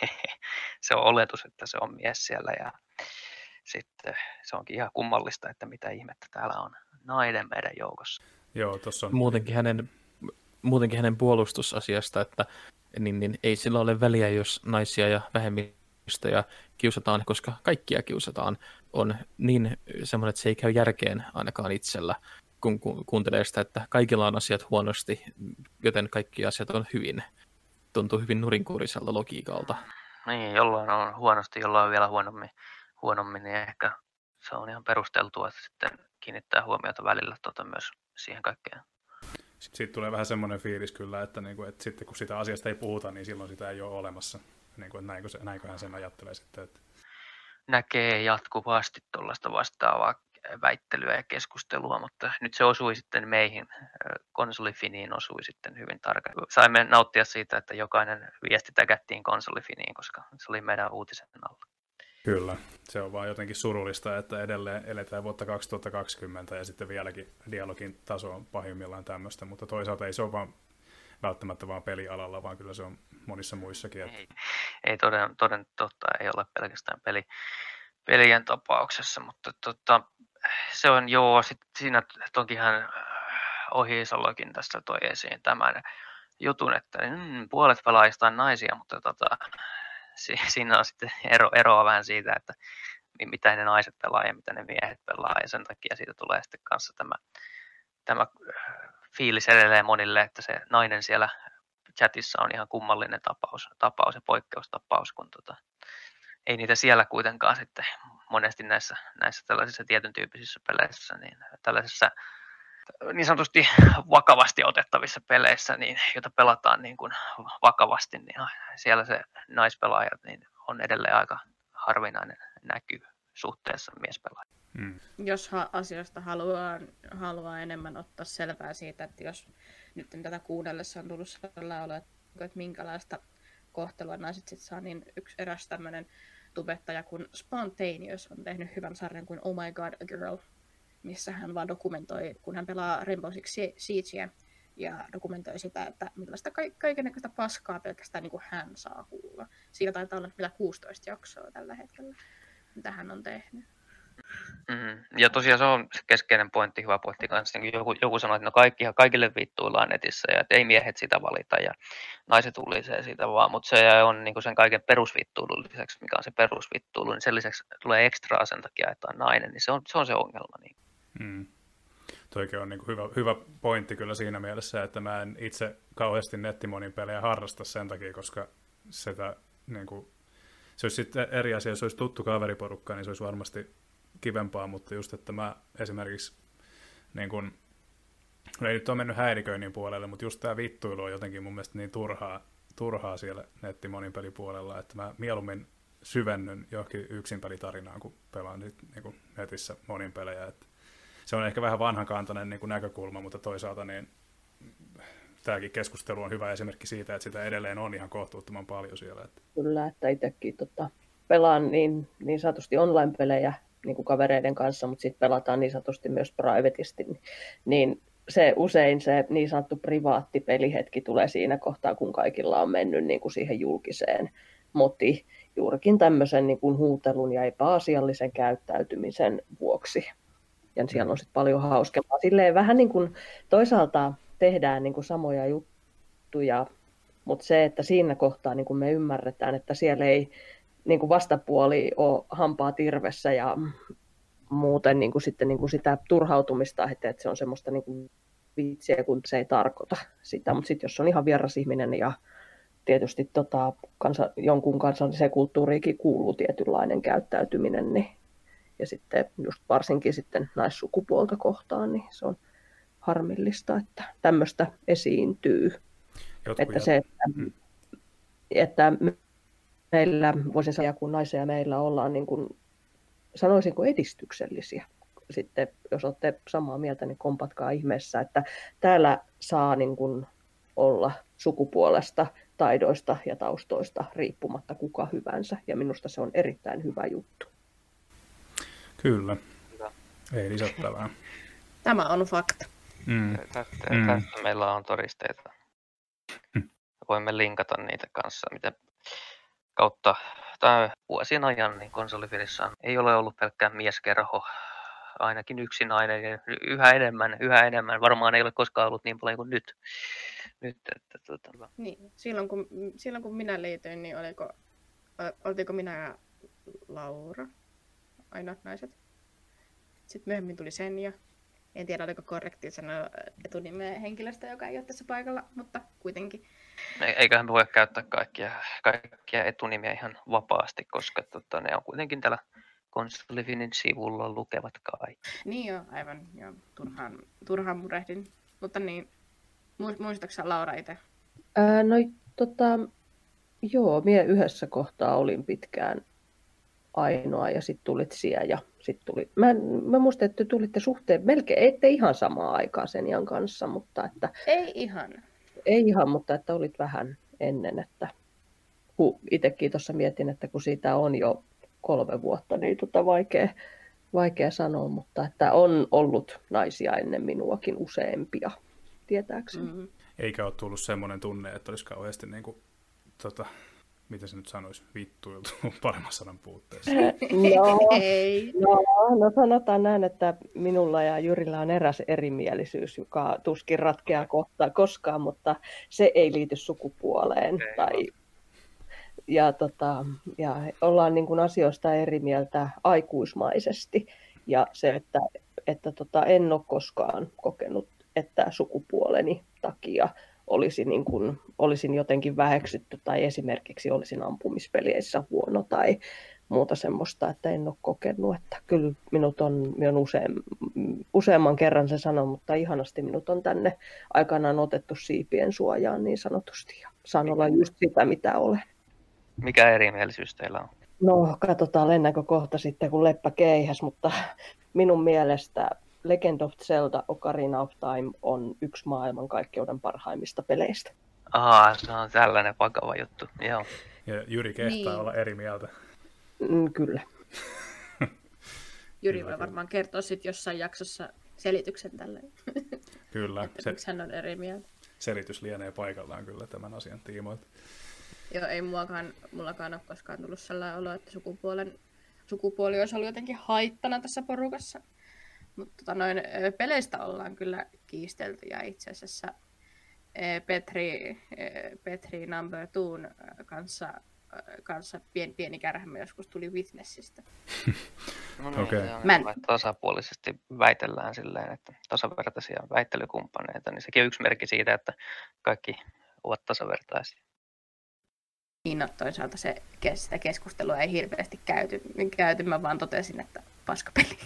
se on oletus, että se on mies siellä ja sitten se onkin ihan kummallista, että mitä ihmettä täällä on nainen meidän joukossa. Joo, tossa on. Muutenkin hänen, muutenkin hänen puolustusasiasta, että niin, niin ei sillä ole väliä, jos naisia ja vähemmistöjä kiusataan, koska kaikkia kiusataan. On niin semmoinen, että se ei käy järkeen ainakaan itsellä, kun ku- kuuntelee sitä, että kaikilla on asiat huonosti, joten kaikki asiat on hyvin. Tuntuu hyvin nurinkuriselta logiikalta. Niin, jollain on huonosti, jollain on vielä huonommin, huonommin niin ehkä se on ihan perusteltua, että sitten kiinnittää huomiota välillä tuota myös siihen kaikkeen. Sitten siitä tulee vähän semmoinen fiilis kyllä, että, niinku, että sitten kun sitä asiasta ei puhuta, niin silloin sitä ei ole olemassa. Niinku, että näinkö se, näinköhän sen ajattelee sitten. Että... Näkee jatkuvasti tuollaista vastaavaa väittelyä ja keskustelua, mutta nyt se osui sitten meihin, konsolifiniin osui sitten hyvin tarkkaan. Saimme nauttia siitä, että jokainen viesti tägättiin konsolifiniin, koska se oli meidän uutisen alla. Kyllä, se on vaan jotenkin surullista, että edelleen eletään vuotta kaksituhattakaksikymmentä ja sitten vieläkin dialogin taso on pahimmillaan tämmöistä, mutta toisaalta ei se ole vaan välttämättä vaan pelialalla, vaan kyllä se on monissa muissakin. Että... Ei, ei toden, toden totta, ei ole pelkästään peli, pelien tapauksessa, mutta tota, se on joo, sit siinä tokihan Ohisalokin tässä toi esiin tämän jutun, että mm, puolet pelaajista on naisia, mutta tota, siinä on sitten ero, eroa vähän siitä, että mitä ne naiset pelaa ja mitä ne miehet pelaa, ja sen takia siitä tulee sitten kanssa tämä, tämä fiilis edelleen monille, että se nainen siellä chatissa on ihan kummallinen tapaus, tapaus ja poikkeustapaus, kun tota, ei niitä siellä kuitenkaan sitten monesti näissä, näissä tällaisissa tietyn tyyppisissä peleissä, niin tällaisissa niin sanotusti vakavasti otettavissa peleissä, niin, joita pelataan niin kuin vakavasti, niin siellä se naispelaajat niin on edelleen aika harvinainen näky suhteessa miespelaajia. Mm. Jos ha- asiasta haluaa, haluaa enemmän ottaa selvää siitä, että jos nyt tätä kuunnellessa on tullut sellainen olo, että minkälaista kohtelua naiset sitten saa, niin yksi eräs tämmöinen tubettaja kuin Spontaneous on tehnyt hyvän sarjan kuin Oh My God, A Girl, missä hän vaan dokumentoi, kun hän pelaa Rainbow Six Siegea, ja dokumentoi sitä, että millaista ka- kaikennäköistä paskaa pelkästään niin kuin hän saa kuulla. Siinä taitaa olla vielä kuusitoista jaksoa tällä hetkellä, mitä hän on tehnyt. Mm-hmm. Ja tosiaan se on se keskeinen pointti, hyvä pointti kanssa. Niin joku, joku sanoi, että no kaikki, kaikille vittuillaan netissä ja että ei miehet sitä valita ja naiset ulisee siitä vaan, mutta se on niin kuin sen kaiken perusvittuilun lisäksi, mikä on se perusvittuilu, niin sen lisäksi tulee ekstraa sen takia, että on nainen, niin se on se, on se ongelma. Niin. Mm. Toikin on niin kuin hyvä, hyvä pointti kyllä siinä mielessä, että mä en itse kauheasti nettimonin pelejä harrasta sen takia, koska sitä, niin kuin, se olisi sitten eri asia, jos olisi tuttu kaveriporukka, niin se olisi varmasti kivempaa, mutta just, että mä esimerkiksi, niin kun, ei nyt ole mennyt häiriköinnin puolelle, mutta just tämä vittuilu on jotenkin mun mielestä niin turhaa, turhaa siellä nettimonin pelipuolella, että mä mieluummin syvennyn johonkin yksinpelitarinaan, kun pelaan sit, niin kun netissä monin pelejä. Että se on ehkä vähän vanhankantainen niin kun näkökulma, mutta toisaalta niin tämäkin keskustelu on hyvä esimerkki siitä, että sitä edelleen on ihan kohtuuttoman paljon siellä. Että... Kyllä, että itsekin tota, pelaan niin, niin sanotusti online-pelejä niin kuin kavereiden kanssa, mutta sitten pelataan niin sanotusti myös privatisti, niin se usein se niin sanottu privaatti pelihetki tulee siinä kohtaa, kun kaikilla on mennyt niin kuin siihen julkiseen moti juurikin tämmöisen niin kuin huutelun ja epäasiallisen käyttäytymisen vuoksi. Ja siellä on sitten paljon hauskempaa. Silleen vähän niin kuin toisaalta tehdään niin kuin samoja juttuja, mutta se, että siinä kohtaa niin kuin me ymmärretään, että siellä ei niin kuin vastapuoli ole hampaa tirvessä ja muuten niin kuin sitten niin kuin sitä turhautumista, että, että se on semmoista niin kuin vitsiä, kun se ei tarkoita sitä. Mutta sitten jos on ihan vieras ihminen ja tietysti tota, kansa, jonkun kansalliseen kulttuuriinkin kuuluu tietynlainen käyttäytyminen, niin, ja sitten just varsinkin sitten naissukupuolta kohtaan, niin se on harmillista, että tämmöistä esiintyy. Jotkut että jat- se, että, hmm. että meillä, voisin sanoa, kun naisia meillä ollaan, niin kuin, sanoisinko edistyksellisiä. Sitten, jos olette samaa mieltä, niin kompatkaa ihmeessä, että täällä saa niin kuin olla sukupuolesta, taidoista ja taustoista riippumatta kuka hyvänsä. Ja minusta se on erittäin hyvä juttu. Kyllä. Ei lisättävää. Tämä on fakta. Mm. Tästä, Mm. tästä meillä on todisteita. Voimme linkata niitä kanssa, miten kautta tai vuosien ajan niin konsolifilissa ei ole ollut pelkkää mieskerho, ainakin yksi nainen ja yhä enemmän, yhä enemmän. Varmaan ei ole koskaan ollut niin paljon kuin nyt. nyt että, tuota... niin, silloin, kun, silloin kun minä liityin, niin oliko, oltiinko minä ja Laura ainoat naiset? Sitten myöhemmin tuli Senja. En tiedä, oliko korrekti sanoa etunimeä henkilöstä, joka ei ole tässä paikalla, mutta kuitenkin. Eiköhän me voi käyttää kaikkia, kaikkia etunimiä ihan vapaasti, koska tota, ne on kuitenkin täällä Konsolifinin sivulla lukevat kaikki. Niin joo, aivan. Joo. Turhaan, turhaan murehdin. Mutta niin, muistatko Laura itse? Ää, no tota, joo, minä yhdessä kohtaa olin pitkään ainoa ja sitten tulit siellä ja sitten tuli. Mä, mä muistan, että tulitte suhteen melkein, ette ihan samaan aikaan Senjan kanssa, mutta että... Ei ihan. Ei ihan, mutta että olit vähän ennen, että kun itsekin tuossa mietin, että kun siitä on jo kolme vuotta, niin tota vaikea, vaikea sanoa, mutta että on ollut naisia ennen minuakin useampia, tietääkseni. Mm-hmm. Eikä ole tullut semmoinen tunne, että olisi kauheasti niin kuin, tota, mitä se nyt sanoisi, vittuiltu paremman sanan puutteessa. No, Ei. no, no sanotaan näin, että minulla ja Jyrillä on eräs erimielisyys, joka tuskin ratkeaa kohta, koskaan, mutta se ei liity sukupuoleen. Ei, tai, ja, tota, ja ollaan niin kuin asioista eri mieltä aikuismaisesti. Ja se, että, että tota, en ole koskaan kokenut, että sukupuoleni takia olisi niin kuin, olisin jotenkin väheksytty tai esimerkiksi olisin ampumispeleissä huono tai muuta semmoista, että en ole kokenut. Että kyllä minut on, minun usein, useamman kerran se sanon, mutta ihanasti minut on tänne aikanaan otettu siipien suojaan niin sanotusti ja saan olla just sitä, mitä olen. Mikä erimielisyys teillä on? No katsotaan, lennänkö kohta sitten, kun leppä keihäs, mutta minun mielestä Legend of Zelda Ocarina of Time on yksi maailmankaikkeuden parhaimmista peleistä. Aa, se on tällainen vakava juttu, joo. Ja Jyri kehtaa Niin. olla eri mieltä. Mm, kyllä. Jyri voi varmaan kertoa sitten jossain jaksossa selityksen tälle, Kyllä, että se miksi hän on eri mieltä. selitys lienee paikallaan kyllä tämän asian tiimoilta. Joo, ei muakaan, mullakaan ole koskaan tullut sellainen olo, että sukupuolen, sukupuoli olisi ollut jotenkin haittana tässä porukassa. Mutta tota noin, ö, peleistä ollaan kyllä kiistelty ja itse asiassa ö, Petri, ö, Petri number two'n kanssa, ö, kanssa pieni, pieni kärhämme joskus tuli Witnessistä. No niin, Okei. se on Mä en- hyvä, että tasapuolisesti väitellään silleen, että tasavertaisia väittelykumppaneita, niin sekin on yksi merkki siitä, että kaikki ovat tasavertaisia. Niin, no, toisaalta se, sitä keskustelua ei hirveästi käyty, käyty. Mä vaan totesin, että paskapeli.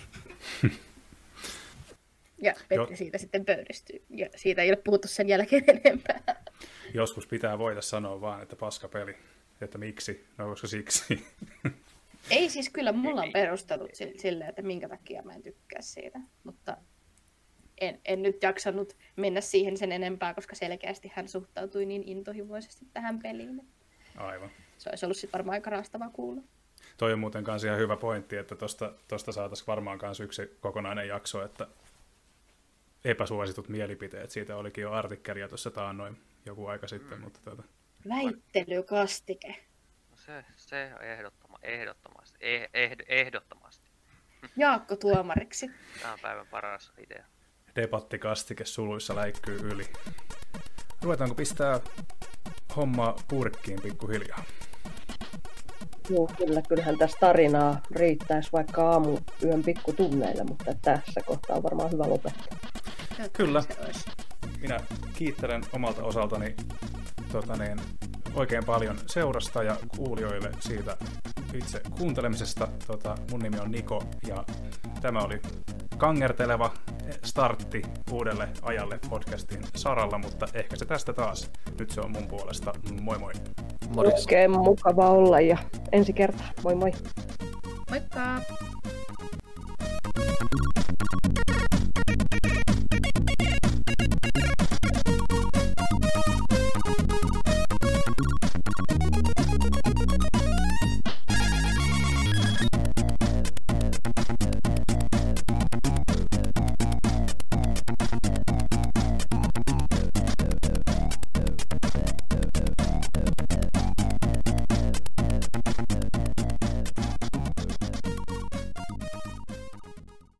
Ja Petri Jo- siitä sitten pöyristyy. Ja siitä ei ole puhuttu sen jälkeen enempää. Joskus pitää voida sanoa vaan, että paskapeli. Että miksi? No koska siksi. Ei siis kyllä, mulla on perustelut si- sille, että minkä takia mä en tykkää siitä. Mutta en, en nyt jaksanut mennä siihen sen enempää, koska selkeästi hän suhtautui niin intohimoisesti tähän peliin. Aivan. Se olisi ollut sitten varmaan aika raastavaa kuulla. Toi on muuten kanssa ihan hyvä pointti, että tosta, tosta saataisiin varmaan kanssa yksi kokonainen jakso, että epäsuositut mielipiteet. Siitä olikin jo artikkelia tuossa taannoin joku aika sitten, mm. mutta tuota... Väittelykastike. No se, se on ehdottoma, ehdottomasti, eh, eh, ehdottomasti. Jaakko tuomariksi. Tämä on päivän paras idea. Debattikastike suluissa läikkyy yli. Ruvetaanko pistää homma purkkiin pikkuhiljaa? Joo, kyllä, kyllähän tässä tarinaa riittäisi vaikka aamuyön pikkutunneille, mutta tässä kohtaa on varmaan hyvä lopettaa. Kyllä. Minä kiittelen omalta osaltani tota niin, oikein paljon seurasta ja kuulijoille siitä itse kuuntelemisesta. Tota, mun nimi on Niko ja tämä oli kangerteleva startti uudelle ajalle podcastin saralla, mutta ehkä se tästä taas. Nyt se on mun puolesta. Moi moi! Morjens. Oikein mukava olla ja ensi kertaa. Moi moi! Moikka!